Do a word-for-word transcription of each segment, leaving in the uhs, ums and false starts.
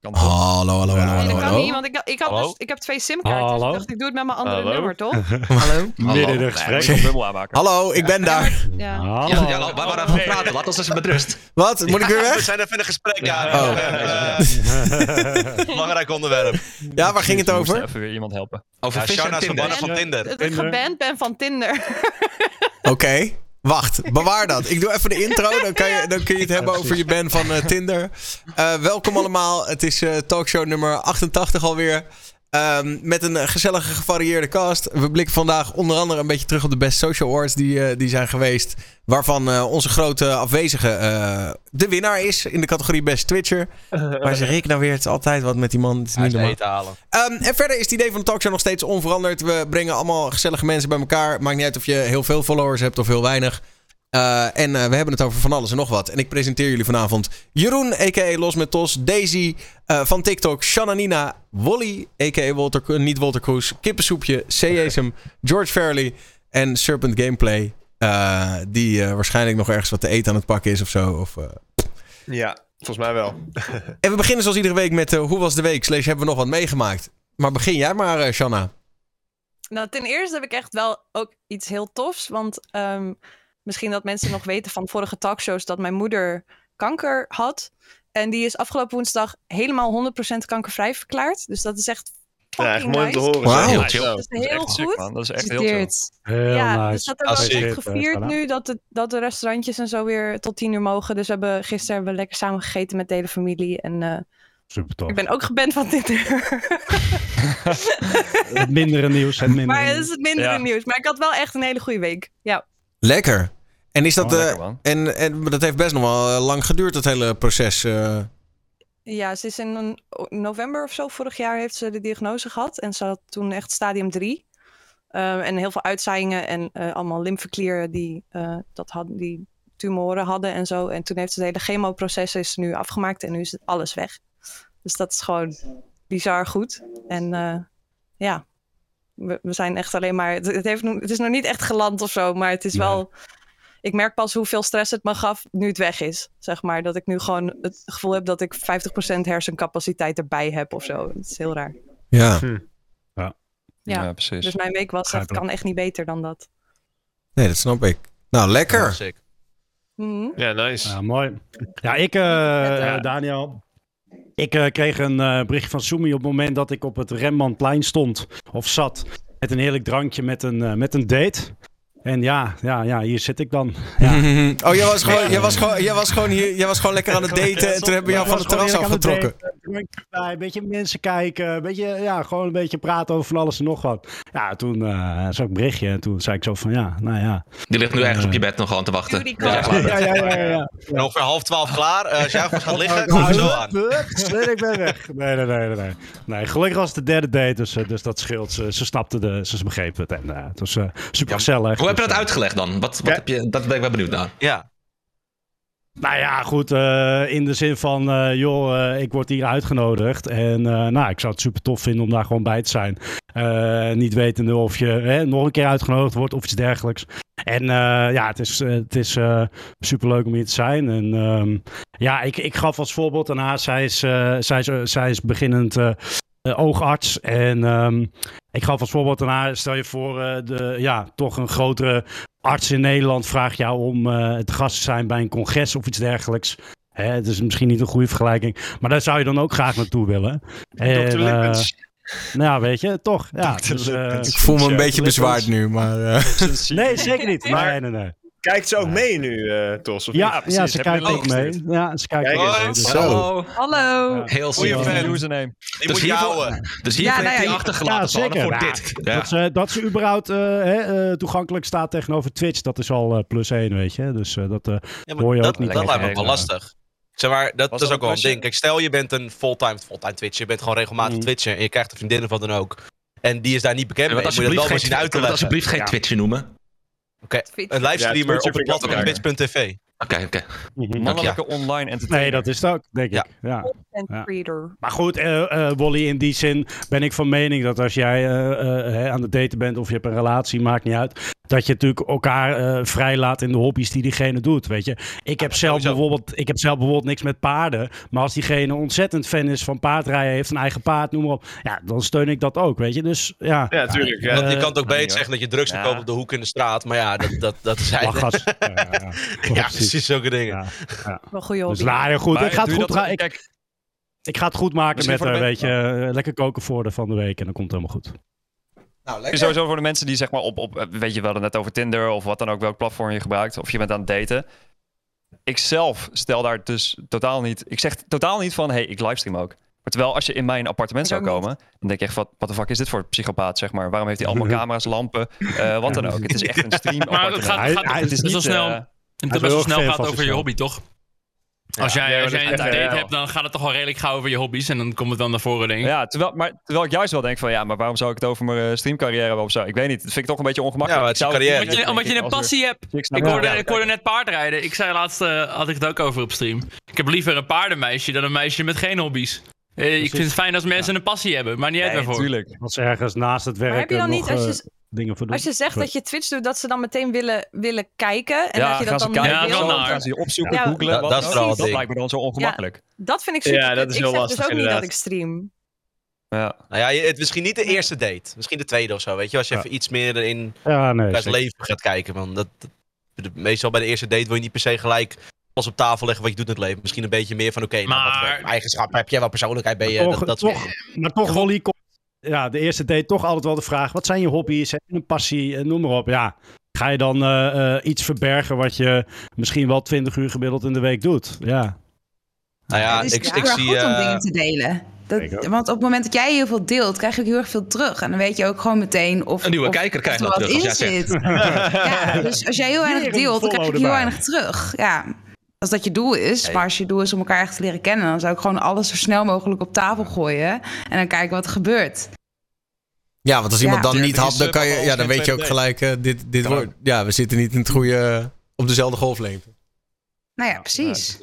Hallo, hallo, hallo, Nee, hallo, dat kan hallo. niet, want ik, ik, had Hallo? dus, ik heb twee simkaartjes. Hallo? Ik dacht, ik doe het met mijn andere Hallo? nummer, toch? Hallo. Midden in het gesprek. Nee, moet je een bubbel aanmaken. Hallo, ik ben daar. Ja. Hallo. Ja, ja, we waren even aan het praten. Laat ons eens met rust. Wat? Moet ik weer We weg? zijn even in een gesprek, ja. Oh. Belangrijk onderwerp. Ja, waar ging het We moesten over? even weer iemand helpen. Over Ja, vissen Shanna en is Tinder. verbannen van Tinder. Dat ik Tinder. geband ben van Tinder. Oké, wacht. Bewaar dat. Ik doe even de intro. Dan, kan je, dan kun je het hebben over je ban van uh, Tinder. Uh, welkom allemaal. Het is uh, talkshow nummer achtentachtig alweer. Um, met een uh, gezellige gevarieerde cast. We blikken vandaag onder andere een beetje terug op de Best Social Awards die, uh, die zijn geweest. Waarvan uh, onze grote afwezige uh, de winnaar is in de categorie Best Twitcher. Waar zeg ik nou weer? Het is altijd wat met die man. Het is Hij niet is normaal. eten halen. Um, en verder is het idee van de talkshow nog steeds onveranderd. We brengen allemaal gezellige mensen bij elkaar. Maakt niet uit of je heel veel followers hebt of heel weinig. Uh, en uh, we hebben het over van alles en nog wat. En ik presenteer jullie vanavond Jeroen, a k a. Los met Tos. Daisy uh, van TikTok. Shanna Nina. Wally, a k a. Walter, niet Walter Kroes. Kippensoepje. C. Esem. George Fairley. En Serpent Gameplay. Uh, die uh, waarschijnlijk nog ergens wat te eten aan het pakken is of zo. Of, uh... Ja, volgens mij wel. En we beginnen zoals iedere week met uh, hoe was de week? Slash hebben we nog wat meegemaakt? Maar begin jij maar, uh, Shanna. Nou, ten eerste heb ik echt wel ook iets heel tofs. Want um, misschien dat mensen nog weten van vorige talkshows dat mijn moeder kanker had. En die is afgelopen woensdag helemaal honderd procent kankervrij verklaard. Dus dat is echt Ja, echt fucking mooi om te nice. horen. Wauw. Heel Dat chill. is Dat is heel echt sick, goed. man. Dat is echt heel chill. Heel Ja, nice. dus dat Ah, hebben we sick. ook echt gevierd nu, dat de, dat de restaurantjes en zo weer tot tien uur mogen. Dus we hebben, gisteren hebben we lekker samen gegeten met de hele familie. En uh, Super tof. ik ben ook geband van Tinder. Het mindere nieuws. Het mindere Maar het nieuws. is het mindere Ja. nieuws. Maar ik had wel echt een hele goede week. Ja. Lekker. En is dat... Oh, Uh, lekker, man. en, en dat heeft best nog wel uh, lang geduurd, dat hele proces. Uh. Ja, ze is in een- november of zo vorig jaar heeft ze de diagnose gehad. En ze had toen echt stadium drie. Uh, en heel veel uitzaaiingen en uh, allemaal lymfeklieren die, uh, dat hadden, die tumoren hadden en zo. En toen heeft ze het hele chemoproces is nu afgemaakt en nu is het alles weg. Dus dat is gewoon bizar goed. En uh, ja, we, we zijn echt alleen maar... Het, het, heeft, nog- het is nog niet echt geland of zo, maar het is Nee. wel... Ik merk pas hoeveel stress het me gaf nu het weg is. Zeg maar, dat ik nu gewoon het gevoel heb dat ik vijftig procent hersencapaciteit erbij heb of zo. Dat is heel raar. Ja. Ja, Ja, precies. dus mijn week was, Gaat het ook. kan echt niet beter dan dat. Nee, dat snap ik. Nou, lekker. Ja, sick. Mhm. Ja, nice. Ja, mooi. Ja, ik, uh, Ja. Daniel. Ik uh, kreeg een uh, berichtje van Soemi op het moment dat ik op het Rembrandtplein stond. Of zat. Met een heerlijk drankje met een, uh, met een date. En ja, ja, ja, hier zit ik dan. Ja. Oh, jij was, gewoon, jij, was gewoon, jij, was gewoon hier, jij was gewoon lekker aan het daten en toen hebben we jou van het terras afgetrokken. Een beetje mensen kijken, een beetje, ja, gewoon een beetje praten over van alles en nog wat. Ja, toen uh, zag ik een berichtje en toen zei ik zo van ja, nou ja. Die ligt nu ergens op je bed nog gewoon te wachten. Beauty Ja, call. klaar. Ja, ja, ja, ja. ja. En ongeveer half twaalf klaar. Uh, als jij vast gaat liggen, kom je zo aan. Nee, ik ben weg. Nee, nee, nee, nee, nee. Nee, gelukkig was het de derde date, dus, uh, dus dat scheelt. Ze, ze snapte de, ze begreep het en uh, het was uh, super gezellig. Hoe heb je Dus, dat uh, uitgelegd dan? Wat, wat Ja. heb je, dat ben ik wel benieuwd naar. Ja. Nou ja, goed, uh, in de zin van, uh, joh, uh, ik word hier uitgenodigd. En uh, nou, ik zou het super tof vinden om daar gewoon bij te zijn. Uh, niet wetende of je hè, nog een keer uitgenodigd wordt of iets dergelijks. En uh, ja, het is, uh, het is uh, super leuk om hier te zijn. En um, ja, ik, ik gaf als voorbeeld aan haar, zij is, uh, zij is, uh, zij is beginnend uh, uh, oogarts. En um, ik gaf als voorbeeld aan haar, stel je voor, uh, de, ja, toch een grotere arts in Nederland vraagt jou om uh, te gast te zijn bij een congres of iets dergelijks. Hè, het is misschien niet een goede vergelijking, maar daar zou je dan ook graag naartoe willen. En, dokter uh, Lippens. nou ja, weet je, toch. Ja, dokter dus, uh, Lippens. Ik voel me een Ja, beetje Lippens. bezwaard nu, maar... Uh. nee, zeker niet. Maar- Nee, nee, nee. Kijkt ze ook mee nu, uh, Tos? Of Ja, niet? ja, precies. ze Heb je kijkt een ook link mee. gestuurd? Ja, ze kijkt Kijk ook eens. mee. Dus, Zo. Hallo. Hallo. Ja. Heel Goeie simpel. fan. Username. Die Dus moet je hiervoor- houden. Dus hier Ja, heb nou je ja, achtergelaten ja, van zeker. voor Ja. dit. Ja. Dat, ze, dat ze überhaupt uh, hè, uh, toegankelijk staat tegenover Twitch, dat is al uh, plus één, weet je. Dus uh, dat uh, Ja, hoor maar je dat, ook niet. dat lijkt me regelen. wel lastig. Zeg maar, dat, Was dat is dat ook wel een een ding. Kijk, stel je bent een fulltime, fulltime Twitcher. Je bent gewoon regelmatig Mm. Twitcher. En je krijgt een vriendin of wat dan ook. En die is daar niet bekend Ja, mee. want Moet je dat wel alsjeblieft maar zien geen, uit te kan je leggen. alsjeblieft geen Ja. Twitcher noemen. Oké, Twitch. een livestreamer Ja, Twitch op het vind ik platform ook twitch punt tv. Oké, okay, oké. Okay. Mannelijke online entertainer. Nee, dat is het ook, denk Ja. ik. Ja. En creator. Maar goed, uh, uh, Wally, in die zin ben ik van mening dat als jij uh, uh, hè, aan het daten bent of je hebt een relatie, maakt niet uit, dat je natuurlijk elkaar uh, vrijlaat in de hobby's die diegene doet, weet je. Ik heb, zelf bijvoorbeeld, ik heb zelf bijvoorbeeld niks met paarden, maar als diegene ontzettend fan is van paardrijden, heeft een eigen paard, noem maar op, ja, dan steun ik dat ook, weet je. Dus ja. Ja, tuurlijk. Uh, Want je kan het ook beter zeggen dat je drugs ja. koopt op de hoek in de straat, maar ja, dat, dat, dat is eigenlijk... ja, ja, ja. ja, precies, zulke dingen. Ja, ja. Wel goeie hobby. Dus nou, ja, goed, maar ik ga het goed gaan. Ik, ik, ik ga het goed maken Misschien met, uh, de weet je, uh, lekker koken voor de van de week en dan komt het helemaal goed. Nou, lekker. Sowieso voor de mensen die zeg maar op, op, weet je wel, net over Tinder of wat dan ook, welk platform je gebruikt, of je bent aan het daten. Ik zelf stel daar dus totaal niet, ik zeg totaal niet van, hey, ik livestream ook. Maar terwijl als je in mijn appartement zou komen, dan denk je echt, wat de fuck is dit voor psychopaat, zeg maar? Waarom heeft hij allemaal camera's, lampen, uh, wat dan ook? Het is echt een stream appartement. Maar het gaat, gaat, hij, het is best wel snel, uh, het best wel snel gaat over je hobby, toch? Ja, als jij, ja, als jij een date ja. hebt, dan gaat het toch wel redelijk gauw over je hobby's. En dan komt het dan naar voren, denk ik. Ja, terwijl, maar, terwijl ik juist wel denk van... ja, maar waarom zou ik het over mijn uh, streamcarrière hebben of zo? Ik weet niet, dat vind ik toch een beetje ongemakkelijk. Ja, maar het is carrière. Omdat je, omdat je een passie hebt. Ik hoorde, ik hoorde net paardrijden. Ik zei laatst, uh, had ik het ook over op stream. Ik heb liever een paardenmeisje dan een meisje met geen hobby's. Uh, ik vind het fijn als mensen ja. een passie hebben, maar niet uit nee, waarvoor. Tuurlijk. Als ergens naast het werk maar heb je dan nog, niet, als je, uh, dingen voor doen. Als je zegt dat je Twitch doet, dat ze dan meteen willen, willen kijken. En ja, dat je dat dan kijken, ja, wil, dan gaan ze je opzoeken, ja, googlen. Dat, wat dat is vooral dat lijkt me dan zo ongemakkelijk. Ja, dat vind ik super. Ja, dat is ik heel zeg lastig, dus ook inderdaad. niet dat ik stream. Ja. Nou ja, je, het, misschien niet de eerste date. Misschien de tweede of zo, weet je. Als je Ja. even iets meer in Ja, nee. het zeker. leven gaat kijken. Man. Dat, dat, meestal bij de eerste date wil je niet per se gelijk pas op tafel leggen wat je doet in het leven. Misschien een beetje meer van, oké, okay, nou, Maar- wat voor eigenschappen heb jij, wel persoonlijkheid ben je, Toch, dat, dat soort toch, dingen. maar toch, Wally, komt ja, de eerste date toch altijd wel de vraag, wat zijn je hobby's, heb je een passie, noem maar op. Ja, ga je dan uh, uh, iets verbergen wat je misschien wel twintig uur gemiddeld in de week doet? Ja. Nou ja, het is ik, heel ik erg zie... goed om uh, dingen te delen. Dat, want op het moment dat jij heel veel deelt, krijg je ook heel erg veel terug. En dan weet je ook gewoon meteen of, Een nieuwe of, kijker krijg je of dan er terug, wat als in jij zit. Ja, dus als jij heel weinig Weer een deelt, dan krijg je follow heel erbij. weinig terug. Ja, als dat je doel is. Hey. Maar als je doel is om elkaar echt te leren kennen, dan zou ik gewoon alles zo snel mogelijk op tafel gooien. En dan kijken wat er gebeurt. Ja, want als Ja. iemand dan niet Er had, is, dan uh, kan je, alles ja, dan geen weet je ook tweede gelijk, uh, dit, dit Kan wordt, ja, we zitten niet in het goede, op dezelfde golflengte. Nou ja, precies.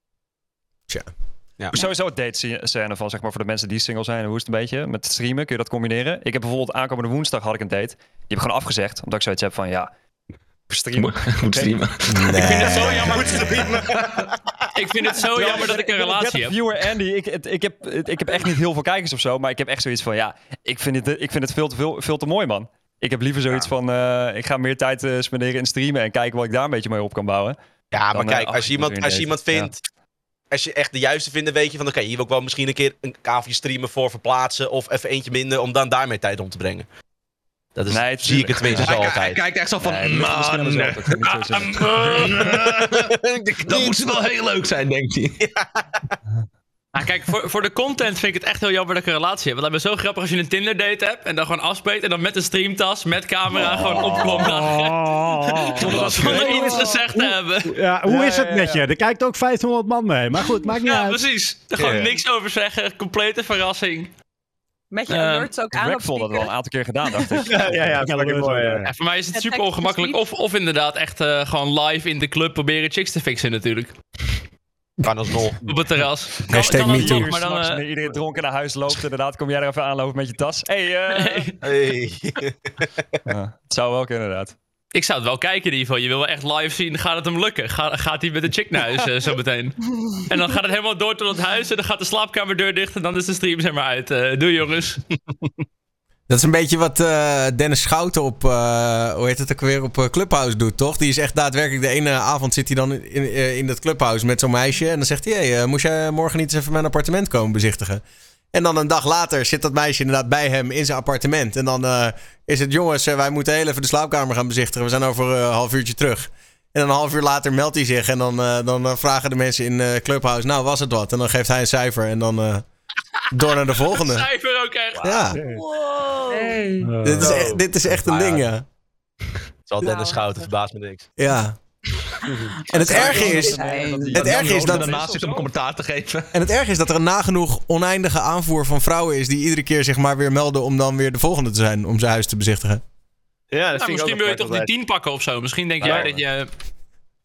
Tja. Ja. Sowieso het date scène van, zeg maar, voor de mensen die single zijn. Hoe is het een beetje? Met streamen, kun je dat combineren? Ik heb bijvoorbeeld aankomende woensdag had ik een date. Die heb ik gewoon afgezegd, omdat ik zoiets heb van, ja, streamen. Moet, moet streamen. Nee. Ik vind het zo jammer. Ik vind het zo jammer dat ik een relatie heb. Viewer Andy, ik, het, ik, heb, het, ik heb echt niet heel veel kijkers of zo, maar ik heb echt zoiets van, ja, ik vind het, ik vind het veel, te veel, veel te mooi, man. Ik heb liever zoiets van, uh, ik ga meer tijd uh, spenderen in streamen en kijken wat ik daar een beetje mee op kan bouwen. Ja, maar Dan, uh, kijk, ach, als je ik moet iemand, weer als je een iemand date. vindt... Als je echt de juiste vindt, dan weet je van... Oké, hier wil ik wel misschien een keer een avondje streamen voor verplaatsen... of even eentje minder om dan daarmee tijd om te brengen. Dat is, Nee, zie ik het tenminste zo Hij, hij altijd. kijkt echt zo van, Nee, dat ligt misschien aan man, mezelf, dat vind ik niet zo zeggen. dat moet wel heel leuk zijn, denkt hij. Ah, kijk, voor, voor de content vind ik het echt heel jammer dat ik een relatie heb. Want het lijkt me zo grappig als je een Tinder date hebt en dan gewoon afspreekt en dan met een streamtas, met camera, gewoon opklopt. Oh. Zonder, zonder iets gezegd te hebben. Ja, hoe is Ja, het ja, met ja. je? Er kijkt ook vijfhonderd man mee. Maar goed, maakt niet Ja, uit. precies. Er gewoon Ja. niks over zeggen, complete verrassing. Met je Ehm, alerts ook aan op Greg vond dat wel een speaker. aantal keer gedaan, dacht ik. Ja, ja, ja, dat is mooi. Ja. Ja, voor mij is het Het super tekst ongemakkelijk. Of, of inderdaad echt uh, gewoon live in de club proberen chicks te fixen natuurlijk. Kan alsnog. Op het terras. Kan, Hashtag kan me alsnog, too. maar dan, S'nachts uh, wanneer iedereen dronken naar huis loopt, inderdaad, kom jij er even aanlopen met je tas. Hey, uh... Hey. ja, het zou wel kunnen, inderdaad. ik zou het wel kijken in ieder geval. Je wil wel echt live zien, gaat het hem lukken? Ga, gaat hij met een chick naar huis uh, zo meteen? En dan gaat het helemaal door tot het huis en dan gaat de slaapkamerdeur dicht en dan is de stream zeg maar uit. Uh, doei jongens. Dat is een beetje wat uh, Dennis Schouten op, uh, hoe heet het ook weer, op uh, Clubhouse doet, toch? Die is echt daadwerkelijk, de ene avond zit hij dan in, in, in dat Clubhouse met zo'n meisje. En dan zegt hij, hey, uh, moest jij morgen niet eens even mijn appartement komen bezichtigen? En dan een dag later zit dat meisje inderdaad bij hem in zijn appartement. En dan uh, is het, jongens, uh, wij moeten heel even de slaapkamer gaan bezichtigen. We zijn over uh, een half uurtje terug. En dan een half uur later meldt hij zich. En dan, uh, dan uh, vragen de mensen in uh, Clubhouse, nou was het wat? En dan geeft hij een cijfer en dan uh, door naar de volgende. Cijfer ook echt. Ja, Wow. Hey. Uh, dit is echt, dit is echt een Ah, ja. ding, ja. Zal Dennis Schouten, verbaast me niks. Ja. En het erge is, het erge is dat, daarnaast zit om een commentaar te geven. en het erge is dat er een nagenoeg oneindige aanvoer van vrouwen is die iedere keer zeg maar weer melden om dan weer de volgende te zijn om zijn huis te bezichtigen. Ja, dat Nou, vind ik ook misschien wil je toch die altijd. tien pakken of zo. Misschien denk Ja. jij dat je...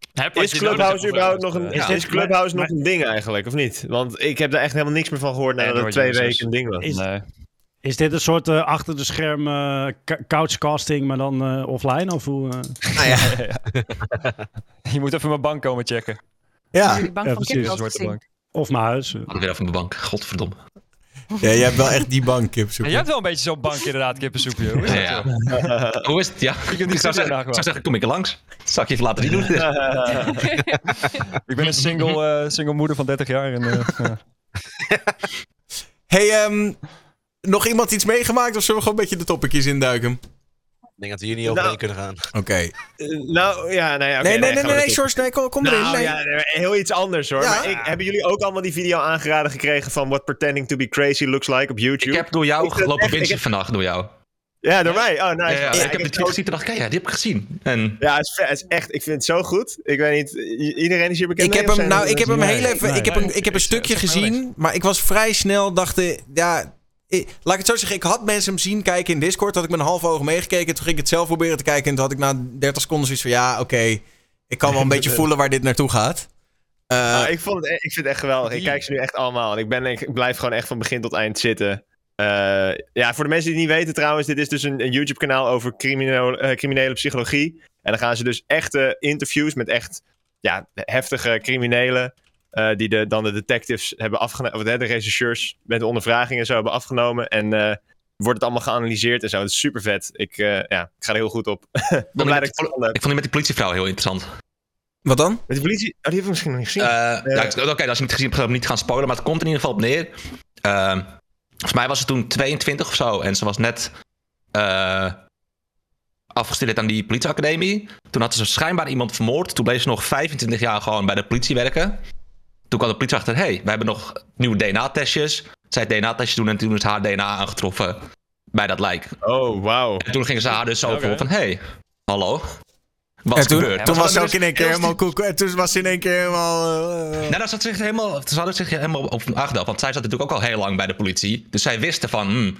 Heb wat Is je nodig Clubhouse hebt, überhaupt of- nog een, Ja. is, is Clubhouse nog een ding eigenlijk, of niet? Want ik heb daar echt helemaal niks meer van gehoord nadat het Android twee users. weken een ding was. Is, Nee. is dit een soort uh, achter de schermen uh, ca- couchcasting, maar dan uh, offline? Of hoe, uh... Nou ja. Je moet even mijn bank komen checken. Ja. Die bank Ja, van precies. Kim Een zwarte bank. Of mijn huis. Uh. Had weer even mijn bank. Godverdomme. Ja, jij hebt wel echt die bank, kipsoep. Maar jij hebt wel een beetje zo'n bank inderdaad, kippensoepje. Hoe is dat, Ja, joh? ja. Hoe is het? Ja. niet Ik zou zeggen, zeggen, ik zou zeggen, kom ik er langs. Zal ik je even laten die doen? Ik ben een single, uh, single moeder van dertig jaar. En, uh, ja. Hey, um, nog iemand iets meegemaakt of zullen we gewoon een beetje de topicjes induiken? Ik denk dat we hier niet overheen Nou. kunnen gaan. Oké. Okay. Uh, nou, ja, nou ja. Okay, nee, nee, nee, gaan we nee, dat George, nee, kom, kom erin. Nou Nee. ja, nee, heel iets anders hoor. Ja. Maar ik, hebben jullie ook allemaal die video aangeraden gekregen van What Pretending to be Crazy looks like op YouTube? Ik heb door jou Ik vind gelopen echt- bingen ik heb- vandaag, door jou. Ja, door mij. Oh, nice. Ja, ja, Ja, ik ik heb de tweet gezien en dacht ik, ja, die heb ik gezien. En Ja, het is, vet. Het is echt, ik vind het zo goed. Ik weet niet, i- iedereen is hier bekend Ik mee, heb of hem, zijn nou, er ik heb hem mensen- heel even. nee, ik heb nee. een, ik heb een stukje Zeg maar gezien, maar ik was vrij snel. Dacht, eh, ja. Ik, laat ik het zo zeggen, ik had mensen hem zien kijken in Discord. Had ik met een half oog meegekeken. Toen ging ik het zelf proberen te kijken. En toen had ik na dertig seconden zoiets van: ja, oké. Okay, ik kan wel een beetje voelen waar dit naartoe gaat. Uh, Nou, ik, vond het, e- ik vind het echt geweldig. Ik kijk ze nu echt allemaal. En ik, ben, ik blijf gewoon echt van begin tot eind zitten. Uh, ja, voor de mensen die het niet weten trouwens. Dit is dus een, een YouTube-kanaal over crimineel, uh, criminele psychologie. En dan gaan ze dus echte interviews met echt ja, heftige criminelen. Uh, die de, dan de detectives hebben afgenomen. De rechercheurs met de ondervragingen zo hebben afgenomen. En uh, wordt het allemaal geanalyseerd en zo. Het is super vet. Ik, uh, ja, ik ga er heel goed op. Ik ben die blij met dat ik het gevonden heb. ik vond die met die politievrouw heel interessant. wat dan? Met die politie? Oh, die heb ik misschien nog niet gezien. Uh, Ja. ja, ik- Oké, als je niet gezien hebt, ga ik niet gaan spoilen. Maar het komt in ieder geval op neer. Uh, volgens mij was ze toen tweeëntwintig of zo. En ze was net uh, afgestudeerd aan die politieacademie. Toen had ze schijnbaar iemand vermoord. Toen bleef ze nog vijfentwintig jaar gewoon bij de politie werken. Toen kwam de politie achter, hé, hey, we hebben nog nieuwe D N A-testjes. Zij D N A-testjes doen en toen is haar D N A aangetroffen bij dat lijk. Oh, wauw. En toen gingen ze haar dus zo Oké. voor van, hé, hey, hallo, wat En is toen, gebeurd? toen Maar was ze ze ook hadden in één keer dus helemaal koek. En toen was ze in één keer helemaal. Uh, Nou, daar zat zich helemaal, ze hadden zich helemaal op aangedacht. Want zij zat natuurlijk ook al heel lang bij de politie. Dus zij wisten van, hmm,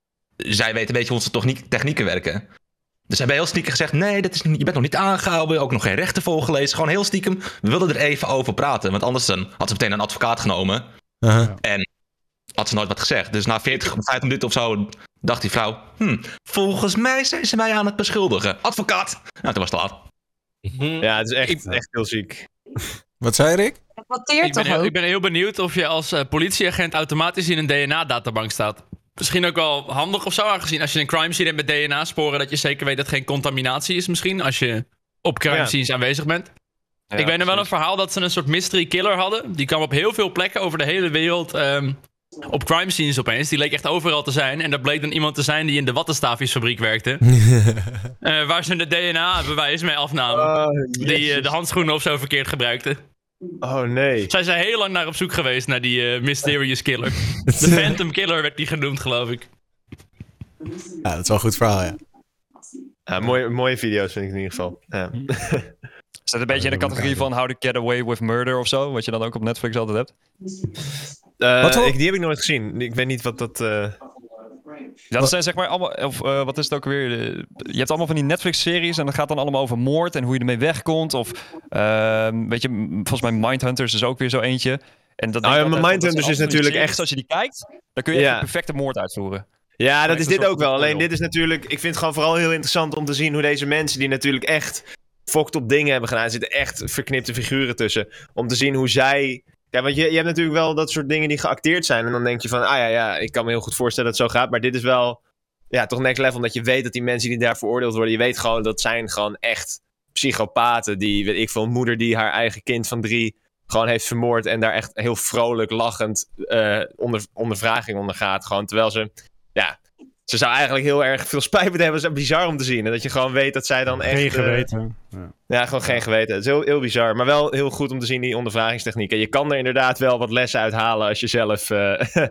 zij weten een beetje hoe onze techniek, technieken werken. Dus ze hebben heel stiekem gezegd, nee, dat is niet, je bent nog niet aangehouden. Ook nog geen rechten volgelezen. Gewoon heel stiekem, we wilden er even over praten. Want anders dan had ze meteen een advocaat genomen. uh-huh. En had ze nooit wat gezegd. Dus na veertig, vijftig minuten of zo dacht die vrouw, hmm, volgens mij zijn ze mij aan het beschuldigen. Advocaat! Nou, toen was het laat. Ja, het is echt, echt heel ziek. Wat zei Rick? Wat teert Ik ben, toch heel, ook? ik ben heel benieuwd of je als uh, politieagent automatisch in een D N A-databank staat. Misschien ook wel handig of zo, aangezien als je een crime scene hebt met D N A-sporen, dat je zeker weet dat geen contaminatie is misschien, als je op crime Ja. scenes aanwezig bent. Ja, ik weet nog wel een precies. verhaal dat ze een soort mystery killer hadden. Die kwam op heel veel plekken over de hele wereld um, op crime scenes opeens. Die leek echt overal te zijn. En dat bleek dan iemand te zijn die in de wattenstaafjesfabriek werkte. uh, waar ze de D N A-bewijs mee afnamen. Oh, die uh, de handschoenen of zo verkeerd gebruikte. oh nee. Zij zijn heel lang naar op zoek geweest naar die uh, mysterious killer. De Phantom Killer werd die genoemd, geloof ik. Ja, dat is wel een goed verhaal, ja. Ja, mooie, mooie video's vind ik in ieder geval. Ja. Is dat een beetje in de categorie van How to Get Away with Murder of zo? Wat je dan ook op Netflix altijd hebt? Uh, Wat hoor- ik, die heb ik nooit gezien. Ik weet niet wat dat... Uh... Ja, dat zijn zeg maar allemaal... Of uh, wat is het ook weer? Uh, je hebt allemaal van die Netflix-series en dat gaat dan allemaal over moord en hoe je ermee wegkomt. Of, uh, weet je, m- volgens mij Mindhunters is ook weer zo eentje. En dat Nou denk ja, ik maar altijd, dat Mindhunters zijn is altijd van die natuurlijk series, echt- Als je die kijkt, dan kun je Ja. echt een perfecte moord uitvoeren. Ja, dat echt is een dit soort ook wel. Alleen tutorial. dit is natuurlijk... Ik vind het gewoon vooral heel interessant om te zien hoe deze mensen die natuurlijk echt fokt op dingen hebben gedaan. Er zitten echt verknipte figuren tussen. Om te zien hoe zij... Ja, want je, je hebt natuurlijk wel dat soort dingen die geacteerd zijn. En dan denk je van, ah ja, ja, ik kan me heel goed voorstellen dat het zo gaat. Maar dit is wel, ja, toch next level. Omdat je weet dat die mensen die daar veroordeeld worden, je weet gewoon dat zijn gewoon echt psychopaten. Die, weet ik veel, een moeder die haar eigen kind van drie gewoon heeft vermoord. En daar echt heel vrolijk, lachend uh, onder, ondervraging ondergaat. Gewoon terwijl ze, ja, ze zou eigenlijk heel erg veel spijt moeten hebben. Dat is bizar om te zien. En dat je gewoon weet dat zij dan echt... Geen uh, geweten. Ja. ja, gewoon geen geweten. Het is heel, heel bizar. Maar wel heel goed om te zien, die ondervragingstechniek. En je kan er inderdaad wel wat lessen uit halen als je zelf uh,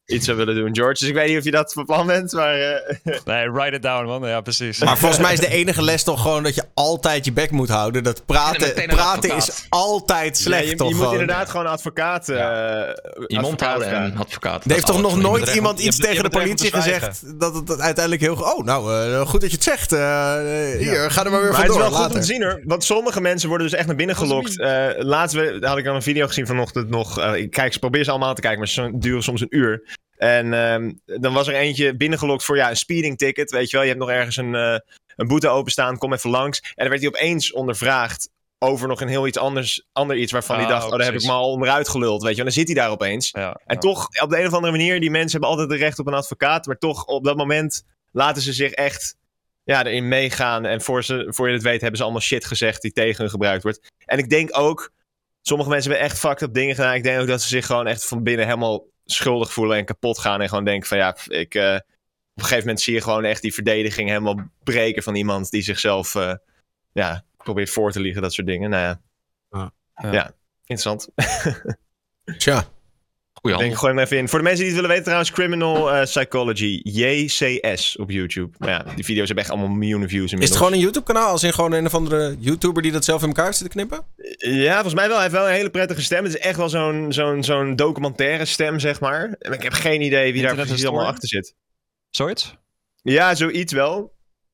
iets zou willen doen, George. Dus ik weet niet of je dat van plan bent, maar... Uh... Nee, write it down, man. Ja, precies. Maar volgens mij is de enige les toch gewoon dat je altijd je bek moet houden. Dat praten, praten is altijd slecht, ja, je, toch je gewoon. moet inderdaad gewoon advocaat... Uh, ja. Je mond houden en advocaat. Er heeft toch nog nooit recht, iemand je iets hebt, tegen de politie gezegd dat het dat uiteindelijk heel... Oh, nou, uh, goed dat je het zegt. Uh, hier, ja. Ga er maar weer maar vandoor. Het is wel later. goed om te zien, hoor. Want sommige mensen worden dus echt naar binnen gelokt. Uh, laatst had ik dan een video gezien vanochtend nog. Uh, ik kijk, probeer ze allemaal te kijken, maar ze duren soms een uur. En um, dan was er eentje binnengelokt voor ja, een speeding ticket. Weet je wel, je hebt nog ergens een, uh, een boete openstaan, kom even langs. En dan werd hij opeens ondervraagd over nog een heel iets anders, ander iets waarvan hij Ah, dacht, oh, daar heb ik me al onderuit geluld, weet je. En dan zit hij daar opeens. Ja, en ja. toch, op de een of andere manier, die mensen hebben altijd het recht op een advocaat, maar toch, op dat moment laten ze zich echt ja, erin meegaan. En voor, ze, voor je het weet, hebben ze allemaal shit gezegd die tegen hun gebruikt wordt. En ik denk ook, sommige mensen hebben echt fucked up dingen gedaan. Ik denk ook dat ze zich gewoon echt van binnen helemaal schuldig voelen en kapot gaan. En gewoon denken van ja, ik, uh, op een gegeven moment zie je gewoon echt die verdediging helemaal breken van iemand die zichzelf uh, ja, probeert voor te liegen, dat soort dingen. Nou ja, ah, ja. ja interessant. Tja. Goeie Ik denk, gooi hem even in. Voor de mensen die het willen weten trouwens, Criminal uh, Psychology, J C S op YouTube. Maar ja, die video's hebben echt allemaal miljoenen views inmiddels. Is het gewoon een YouTube-kanaal? Als in gewoon een of andere YouTuber die dat zelf in elkaar heeft zitten knippen? Ja, volgens mij wel. Hij heeft wel een hele prettige stem. Het is echt wel zo'n zo'n zo'n documentaire stem, zeg maar. En ik heb geen idee wie daar Internet precies allemaal achter zit. Zoiets? Ja, zoiets wel.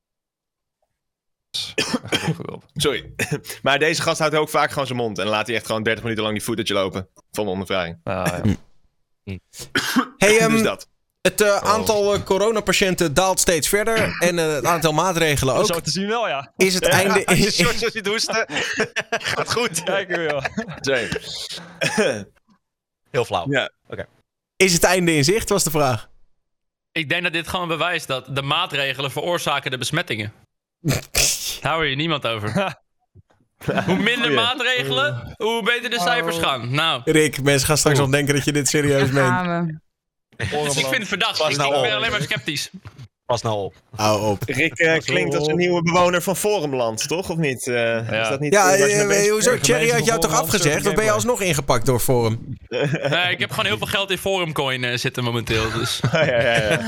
Sorry. Maar deze gast houdt ook vaak gewoon zijn mond. En laat hij echt gewoon dertig minuten lang die footage lopen. Van de ondervraging. Ah, ja. Hey, um, dus dat. Het uh, aantal uh, coronapatiënten daalt steeds verder. En uh, het aantal maatregelen ook. Zo te zien wel, ja. Is het ja, einde... Als je shorts als je het hoesten, gaat goed. Kijk weer, joh. Sorry. Heel flauw. Ja. Okay. Is het einde in zicht, was de vraag. Ik denk dat dit gewoon bewijst dat de maatregelen veroorzaken de besmettingen. Daar hoor je niemand over. Hoe minder maatregelen, hoe beter de cijfers gaan. Nou. Rick, mensen gaan straks nog denken dat je dit serieus meent. Ik vind het verdacht. Ik, nou ik ben op. alleen maar sceptisch. Pas nou op. Hou op. Rick uh, klinkt als een nieuwe bewoner van Forumland, toch? Of niet? Uh, ja. Is dat niet Ja, uh, uh, uh, hoezo? Cherry had jou toch Forum afgezegd? Of ben je alsnog ingepakt door Forum? Nee, ik heb gewoon heel veel geld in Forumcoin uh, zitten momenteel. Dus. ja, ja, ja.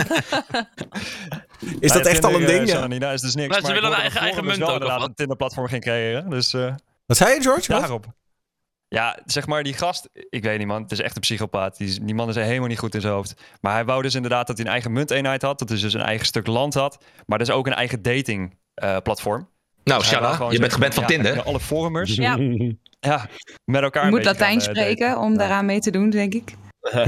Is dat echt al een ding? Ja, dat is dus niks. Maar ze willen een eigen, eigen munt ook. Laten een Tinder-platform ging creëren. Dus, uh, Wat zei je, George? Wat? daarop. Ja, zeg maar, die gast, ik weet niet man, het is echt een psychopaat. Die, die man is helemaal niet goed in zijn hoofd. Maar hij wou dus inderdaad dat hij een eigen munteenheid had. Dat hij dus een eigen stuk land had. Maar dus ook een eigen dating uh, platform. Nou, Dus hij wou Shanna, gewoon je bent zeggen, geband van ja, Tinder. Alle forumers, Ja. ja, met elkaar Je een moet beetje Latijn gaan, uh, spreken daten. om Ja. daaraan mee te doen, denk ik.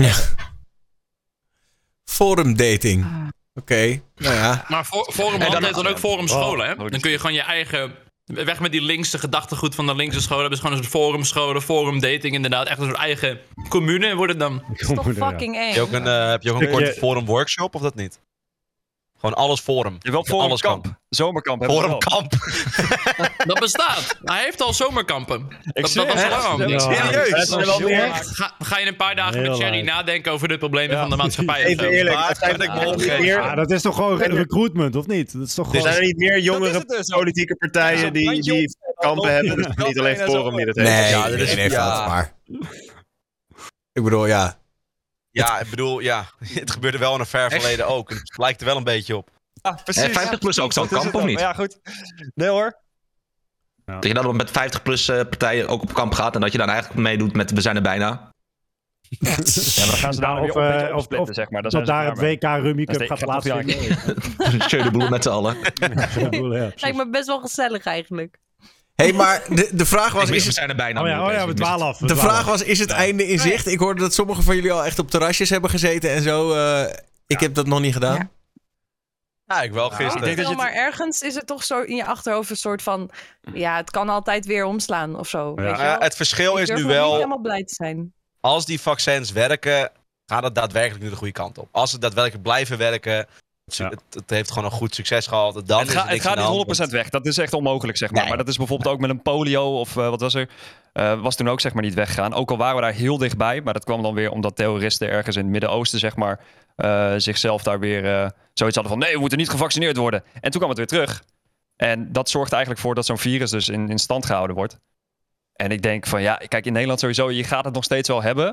Forum dating. Ah. Oké, okay. Nou ja. Maar for, Forum En dan- heeft dan ook Forum scholen, hè? Oh, Dan kun je gewoon je eigen... Weg met die linkse gedachtegoed van de linkse scholen. Hebben ze gewoon een soort Forum scholen, Forum dating inderdaad. Echt een soort eigen commune wordt het dan. Dat is toch fucking eng. Heb je ook een, uh, heb je ook een Stukje- korte forum workshop of dat niet? Gewoon alles forum. Je wil Dat alles forumkamp, kan. zomerkamp. hebben we wel. Forumkamp. Dat bestaat. Hij heeft al zomerkampen. Ik Dat, zie dat was het. al lang al. Ja. Serieus? Dat is wel meer. Ga, ga je een paar dagen Heel met Cherry leuk. nadenken over de problemen Ja. van de maatschappij? of Even zo? eerlijk, Maar er zijn kan ik er me niet opgeven? meer, Ja, dat is toch gewoon Zijn er- recruitment, of niet? Dat is toch er gewoon... zijn er niet meer Dat jongere is het dus. politieke partijen die, randje die kampen hebben. Dus het is niet alleen Forum die dat heeft. Nee, Ja, dat is- iedereen heeft ja. dat, maar... Ik bedoel, ja. Ja, ik bedoel, ja. Het gebeurde wel in een ver verleden ook. Het lijkt er wel een beetje op. Ah, precies. Eh, vijftig plus ook zo'n Dat is kamp, het of dan. niet? Ja, goed. Nee hoor. Dat je dan met vijftig plus uh, partijen ook op kamp gaat. En dat je dan eigenlijk meedoet met we zijn er bijna. Ja, maar dan gaan ze daar Nou, weer of, op, een eh, beetje of- opsplitten, of- zeg maar. Dan Dat zijn ze daar het klaar W K Rummy Dat Cup is gaat de- plaatsvinden. Show de boel met z'n allen. Ja, Lijkt me best wel gezellig eigenlijk. Hé, hey, maar de, de vraag was... Ik mis, Is we het, zijn er bijna. Oh ja, oh ja, we Ik mis dwalen het. af. we de dwalen vraag af. was, is het einde in zicht? Ik hoorde dat sommigen van jullie al echt op terrasjes hebben gezeten en zo. Uh, ik heb dat nog niet gedaan. Ja. Ja, ik wel gisteren. ik denk dat je maar ergens is het toch zo in je achterhoofd een soort van... Ja, het kan altijd weer omslaan of zo. Weet je Nou ja, wel? het verschil Ik is durf nu nog niet wel, helemaal blij te zijn. als die vaccins werken, gaat het daadwerkelijk nu de goede kant op. Als ze daadwerkelijk blijven werken, het, Ja. het, het heeft gewoon een goed succes gehad, dan Het, is ga- er het niks gaat aan de niet hand, honderd procent weg. Dat is echt onmogelijk, zeg maar. Nee. Maar dat is bijvoorbeeld ook met een polio of uh, wat was er? Uh, was toen ook zeg maar niet weggegaan. Ook al waren we daar heel dichtbij. Maar dat kwam dan weer omdat terroristen ergens in het Midden-Oosten, zeg maar, uh, zichzelf daar weer uh, zoiets hadden van nee, we moeten niet gevaccineerd worden. En toen kwam het weer terug. En dat zorgt eigenlijk voor dat zo'n virus dus in, in stand gehouden wordt. En ik denk van ja, kijk, in Nederland sowieso, je gaat het nog steeds wel hebben.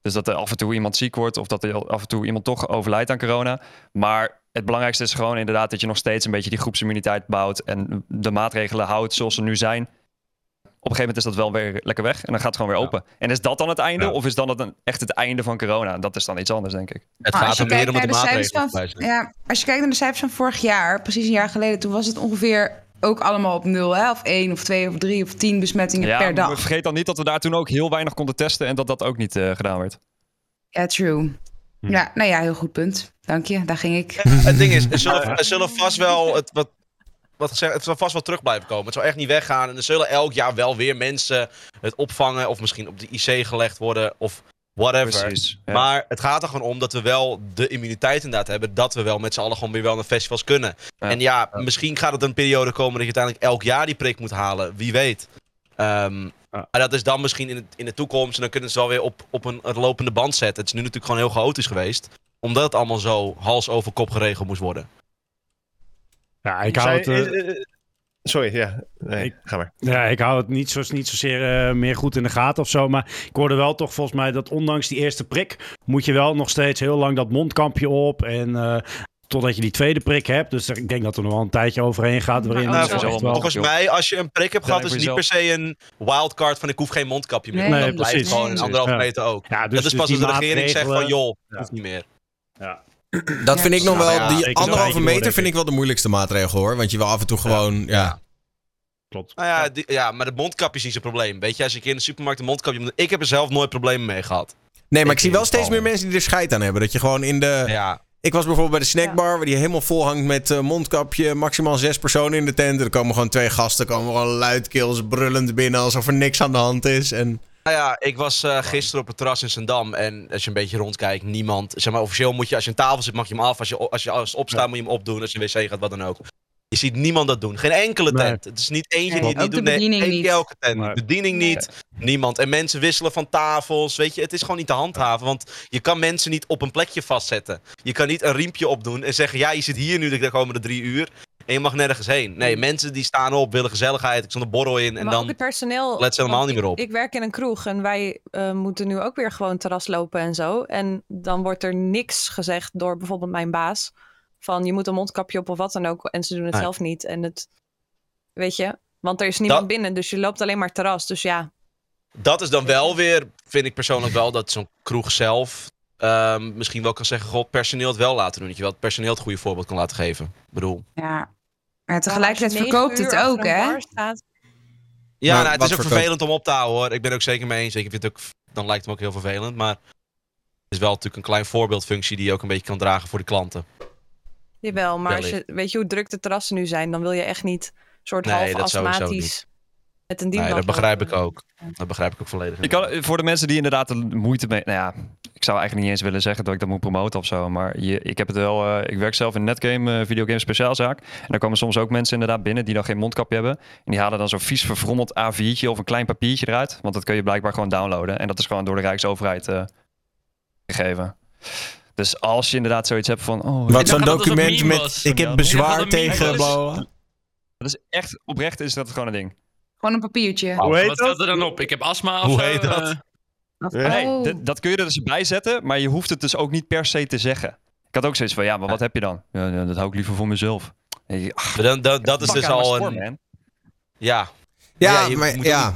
Dus dat er af en toe iemand ziek wordt of dat er af en toe iemand toch overlijdt aan corona. Maar het belangrijkste is gewoon inderdaad dat je nog steeds een beetje die groepsimmuniteit bouwt en de maatregelen houdt zoals ze nu zijn. Op een gegeven moment is dat wel weer lekker weg en dan gaat het gewoon weer open. Ja. En is dat dan het einde Ja. of is dan het een, echt het einde van corona? Dat is dan iets anders, denk ik. Het Maar gaat als je er meer kijkt om de naar de cijfers maatregelen. van, ja, als je kijkt naar de cijfers van vorig jaar, precies een jaar geleden, toen was het ongeveer ook allemaal op nul, hè? Of één, of twee, of drie, of tien besmettingen Ja, per maar dag. vergeet dan niet dat we daar toen ook heel weinig konden testen en dat dat ook niet uh, gedaan werd. Ja, true. Ja, nou ja, heel goed punt. Dank je, daar ging ik. Het ding is, er zullen, er zullen vast wel het, wat, wat gezegd, het zal vast wel terug blijven komen. Het zal echt niet weggaan. En er zullen elk jaar wel weer mensen het opvangen. Of misschien op de I C gelegd worden. Of whatever. Precies, ja. Maar het gaat er gewoon om dat we wel de immuniteit inderdaad hebben. Dat we wel met z'n allen gewoon weer wel naar festivals kunnen. Ja. En ja, misschien gaat het een periode komen dat je uiteindelijk elk jaar die prik moet halen. Wie weet. Ehm, Ja. Maar dat is dan misschien in, het, in de toekomst. En dan kunnen ze wel weer op, op een, een lopende band zetten. Het is nu natuurlijk gewoon heel chaotisch geweest. Omdat het allemaal zo hals over kop geregeld moest worden. Ja, ik hou het... Zijn- eh, eh, eh, Sorry, ja. Nee, Ik- ga maar. Ja, ik hou het niet, zo, niet zozeer uh, meer goed in de gaten of zo. Maar ik hoorde wel toch volgens mij dat ondanks die eerste prik moet je wel nog steeds heel lang dat mondkapje op. En uh, totdat je die tweede prik hebt. Dus ik denk dat er nog wel een tijdje overheen gaat. Waarin Maar het ook echt wel- wel... Volgens mij, als je een prik hebt Ja, gehad, is voor het niet per se een wildcard van ik hoef geen mondkapje meer. Nee, dat nee, blijft precies. gewoon een Precies, anderhalve ja. meter ook. Ja, dus, dat is dus pas als die de regering zegt van maatregelen- joh, Ja. hoeft niet meer. Ja. Dat vind ik nog Nou wel, ja, die zeker anderhalve wel. meter Denk vind ik. ik wel de moeilijkste maatregel hoor. Want je wil af en toe gewoon, ja. Ja. Klopt. Nou ja, die- ja, maar het mondkapje is niet zo'n probleem. Weet je, als je een keer in de supermarkt een mondkapje moet... Ik heb er zelf nooit problemen mee gehad. Nee, maar Ik ik zie in wel ieder steeds geval. meer mensen die er scheid aan hebben. Dat je gewoon in de... Ja, Ik was bijvoorbeeld bij de snackbar, waar die helemaal vol hangt met uh, mondkapje. Maximaal zes personen in de tent. Er komen gewoon twee gasten, komen gewoon luidkeels brullend binnen alsof er niks aan de hand is. En... nou ja, ik was uh, gisteren op het terras in Zandam. En als je een beetje rondkijkt, niemand... Zeg maar, officieel moet je, als je aan tafel zit, mag je hem af. Als je, als je als opstaat, Ja. moet je hem opdoen. Als je wc gaat, wat dan ook. Je ziet niemand dat doen. Geen enkele Nee. tent. Het is niet eentje Nee, die het niet ook de doet. Nee, bediening één niet. keer elke tent. Nee. Bediening niet. Niemand. En mensen wisselen van tafels. Weet je, het is gewoon niet te handhaven. Want je kan mensen niet op een plekje vastzetten. Je kan niet een riempje opdoen en zeggen... ja, je zit hier nu de komende drie uur... en je mag nergens heen. Nee, mensen die staan op, willen gezelligheid. Ik stond een borrel in en maar ook dan... het personeel. let ze helemaal want niet meer op. Ik, ik werk in een kroeg en wij uh, moeten nu ook weer gewoon terras lopen en zo. En dan wordt er niks gezegd door bijvoorbeeld mijn baas. Van je moet een mondkapje op of wat dan ook. En ze doen het Nee. zelf niet. En het, weet je, want er is niemand Dat- binnen. Dus je loopt alleen maar terras. Dus ja, Dat is dan wel weer, vind ik persoonlijk wel, dat zo'n kroeg zelf... ehm, misschien wel kan zeggen, goh, personeel het wel laten doen. Dat je wel het personeel het goede voorbeeld kan laten geven. Ik bedoel... Ja. Maar tegelijkertijd als je verkoopt negen het uur achter ook, een hè? bar staat, Ja, Maar nou, het wat is ook voor vervelend om op te houden, hoor. Ik ben het ook zeker mee eens. Ik vind het ook, dan lijkt het me ook heel vervelend. Maar het is wel natuurlijk een klein voorbeeldfunctie die je ook een beetje kan dragen voor de klanten. jawel. Maar als Wellicht. je, weet je hoe druk de terrassen nu zijn, dan wil je echt niet soort Nee, half dat sowieso astmatisch met een Nee, dienblad dat begrijp ik lopen. ook. Dat begrijp ik ook volledig. Ik kan, voor de mensen die inderdaad er moeite mee... Nou ja, ik zou eigenlijk niet eens willen zeggen dat ik dat moet promoten of zo. Maar je, ik heb het wel... Uh, ik werk zelf in een netgame, uh, videogame speciaalzaak. En daar komen soms ook mensen inderdaad binnen die dan geen mondkapje hebben. En die halen dan zo'n vies verfrommeld A viertje of een klein papiertje eruit. Want dat kun je blijkbaar gewoon downloaden. En dat is gewoon door de Rijksoverheid uh, gegeven. Dus als je inderdaad zoiets hebt van... Oh, Wat zo'n dacht dat het een document meme met... was. Ik heb Ja, bezwaar dat het een meme tegen... was. bla, bla. dat is echt oprecht is dat gewoon een ding. Gewoon een papiertje. Hoe heet Wat staat dat? er dan op? Ik heb astma of Hoe zo, heet dat? eh. Ja. Nee, Oh. d- dat kun je er dus bij zetten, maar je hoeft het dus ook niet per se te zeggen. Ik had ook zoiets van, ja, maar wat heb je dan? Ja, ja, dat hou ik liever voor mezelf. En je- ach, Maar dan, dan, dat is pak dus aan mijn al spoor, een... man. Ja, Ja, Ja, je maar moet ja. ook-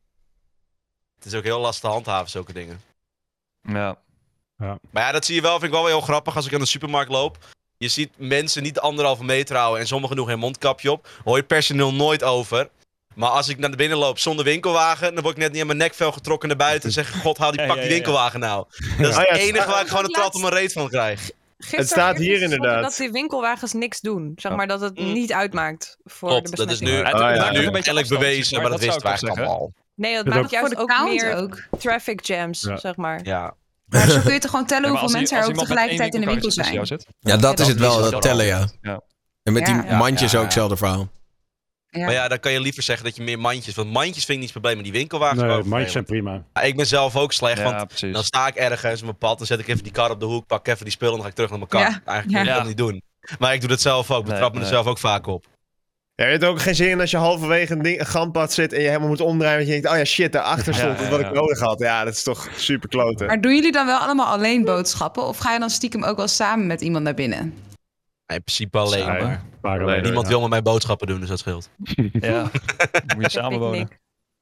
het is ook heel lastig te handhaven, zulke dingen. Ja. Maar ja, dat zie je wel, vind ik wel wel heel grappig als ik aan de supermarkt loop. Je ziet mensen niet de anderhalve meter houden en sommigen doen geen mondkapje op. Hoor je personeel nooit over. Maar als ik naar de binnen loop zonder winkelwagen, dan word ik net niet aan mijn nekvel getrokken naar buiten en zeg: God, haal die, Ja, pak ja, die ja, winkelwagen nou. Dat is Ah, ja, het enige het- waar ik gewoon een laatst- trap op mijn reet van krijg. Gisteren Het staat ergens hier stond er inderdaad. Dat die winkelwagens niks doen. Zeg maar dat het Mm. niet uitmaakt voor Klopt, de dat is nu, besmetting. Het- Ah, het ja. maakt nu nog een beetje eindelijk afstand, bewezen, maar maar dat dat wisten zou wij ik ook eigenlijk allemaal al. Nee, dat Dat maakt ook- juist Voor de ook count meer ook. traffic jams, Ja. zeg maar. Ja. Maar zo kun je toch gewoon tellen Ja, maar hoeveel als mensen i- er als ook iemand met één tegelijkertijd in de winkel winkelkarretje zijn. tussen jou zit. Ja, dat is het wel, is dat het tellen, wel. ja. Ja. En met die Ja. mandjes Ja, ook ja. hetzelfde verhaal. Ja. Maar ja, dan kan je liever zeggen dat je meer mandjes... Want mandjes vind ik niet het probleem, maar die winkelwagens Nee, wel mandjes zijn vervelend. prima. Ja, ik ben zelf ook slecht, Ja, want precies. dan sta ik ergens op mijn pad, dan zet ik even die kar op de hoek, pak even die spullen en dan ga ik terug naar mijn kar. Ja, Eigenlijk ja. moet ik dat Ja. niet doen. Maar ik doe dat zelf ook, ik Nee, betrap me er nee. zelf ook vaak op. Ja, je hebt ook geen zin in als je halverwege een, ding, een gangpad zit en je helemaal moet omdraaien. Want je denkt, oh ja, shit, daarachter stond Ja, het wat ja, ja. ik nodig had. Ja, dat is toch super kloten. Maar doen jullie dan wel allemaal alleen boodschappen? Of ga je dan stiekem ook wel samen met iemand naar binnen? In principe alleen, Saai. maar Maar Nee, niemand ja. wil met mij boodschappen doen, dus dat scheelt. Ja, moet je samen wonen. Picknick.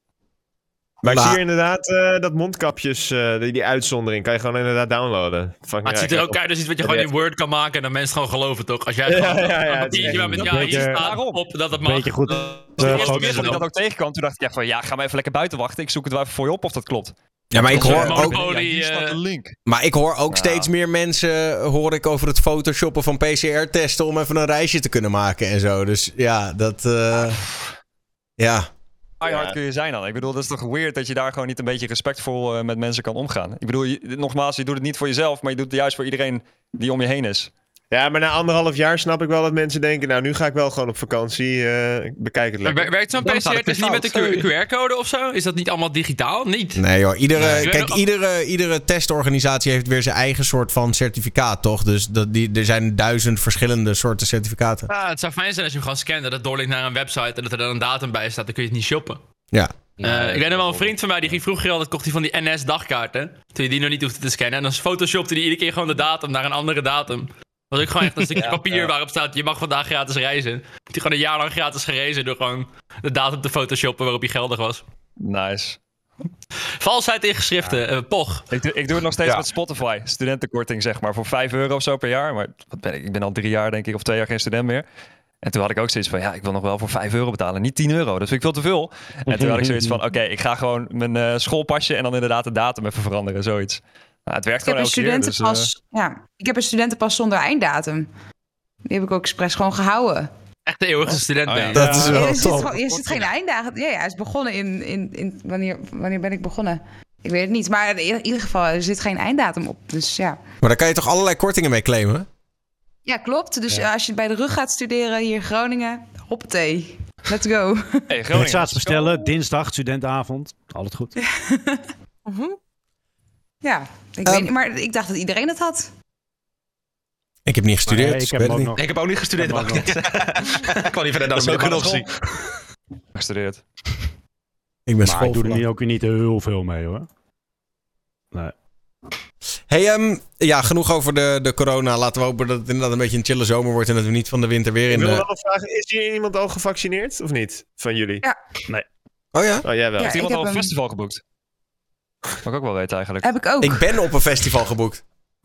Maar ik Nou. zie hier inderdaad uh, dat mondkapjes, uh, die, die uitzondering, kan je gewoon inderdaad downloaden. Fuck, Maar het ziet er ook uit als iets wat je gewoon in Word kan maken en dan mensen gewoon geloven, toch? Als jij Ja, gewoon ja, ja, een het is papiertje echt waar met een ja, hier beetje- staat op dat het mag. Beetje goed. Dat Eh, is de De eerste eerste gewoon- keer dat ik dan. dat ook tegenkwam, toen dacht ik echt van, ja, ga maar even lekker buiten wachten. Ik zoek het wel even voor je op of dat klopt. Ja, maar ik Dat is hoor een ook, monopolie, Ja, hier staat eh, de link. maar ik hoor ook Ja. steeds meer mensen hoor ik over het photoshoppen van P C R-testen om even een reisje te kunnen maken en zo. Dus ja, dat... eh, ja. Hoe hard Ja. kun je zijn dan? Ik bedoel, dat is toch weird dat je daar gewoon niet een beetje respectvol uh, met mensen kan omgaan. Ik bedoel, je, nogmaals, je doet het niet voor jezelf, maar je doet het juist voor iedereen die om je heen is. Ja, maar na anderhalf jaar snap ik wel dat mensen denken, nou, nu ga ik wel gewoon op vakantie. Uh, ik bekijk het Maar lekker. wer- werkt zo'n Dan P C gaat R het dus weer niet met fout. een Q R-code of zo? Is dat niet allemaal digitaal? Niet. Nee joh, iedere, Nee. kijk, iedere, iedere testorganisatie heeft weer zijn eigen soort van certificaat, toch? Dus dat, die, er zijn duizend verschillende soorten certificaten. Ja, het zou fijn zijn als je hem gewoon scant, dat het doorlinkt naar een website en dat er dan een datum bij staat. Dan kun je het niet shoppen. Ja. Uh, ik weet nog wel een vriend van mij, die ging vroeger altijd, kocht hij van die N S-dagkaarten. Toen je die nog niet hoefde te scannen. En dan photoshopte hij iedere keer gewoon de datum naar een andere datum. Dat was ook gewoon echt een stukje papier waarop staat, je mag vandaag gratis reizen. Hij heeft gewoon een jaar lang gratis gerezen door gewoon de datum te photoshoppen waarop hij geldig was. Nice. Valsheid in geschriften, uh, poch. Ik doe, ik doe het nog steeds Ja. met Spotify. Studentenkorting, zeg maar, voor vijf euro of zo per jaar. Maar wat ben ik? Ik ben al drie jaar, denk ik, of twee jaar geen student meer. En toen had ik ook zoiets van, ja, ik wil nog wel voor vijf euro betalen. Niet tien euro, dat vind ik veel te veel. En toen had ik zoiets van, oké, okay, ik ga gewoon mijn uh, schoolpasje en dan inderdaad de datum even veranderen, zoiets. Nou, het werkt Ik heb gewoon een elke keer. studentenpas. Dus, uh, Ja, ik heb een studentenpas zonder einddatum. Die heb ik ook expres gewoon gehouden. Echt de eeuwige student Oh, ben ja. je. Dat is Ja, wel er, zit top. gewoon, er zit geen einddatum. Ja, ja, hij is begonnen in... in, in wanneer, wanneer ben ik begonnen? Ik weet het niet. Maar in ieder geval, er zit geen einddatum op. Dus ja. Maar daar kan je toch allerlei kortingen mee claimen? Ja, klopt. Dus Ja. als je bij de rug gaat studeren hier in Groningen, hoppatee. Let's go. hey, Groningen, Exa's bestellen, dinsdag, studentenavond. Altijd goed. Mhm. Ja, ik Um, weet niet. Maar ik dacht dat iedereen het had. Ik heb niet gestudeerd, Nee, dus ik ik heb weet hem het ook niet. nog. Ik heb ook niet gestudeerd. Ik heb mag ook niet. Ik kwam niet verder, dat is ook een optie. gestudeerd. Ik ben Maar ik doe er schoolverlang. niet, ook weer niet heel veel mee, hoor. Nee. Hey, um, ja, genoeg over de, de corona. Laten we hopen dat het inderdaad een beetje een chille zomer wordt en dat we niet van de winter weer Ik in wil de... wel vragen, is hier iemand al gevaccineerd of niet? Van jullie? Ja. Oh ja? Oh, jij wel. Ja, Heeft ik iemand heb al een hem. festival geboekt? Mag ik ook wel weten eigenlijk. Heb ik ook. Ik ben op een festival geboekt.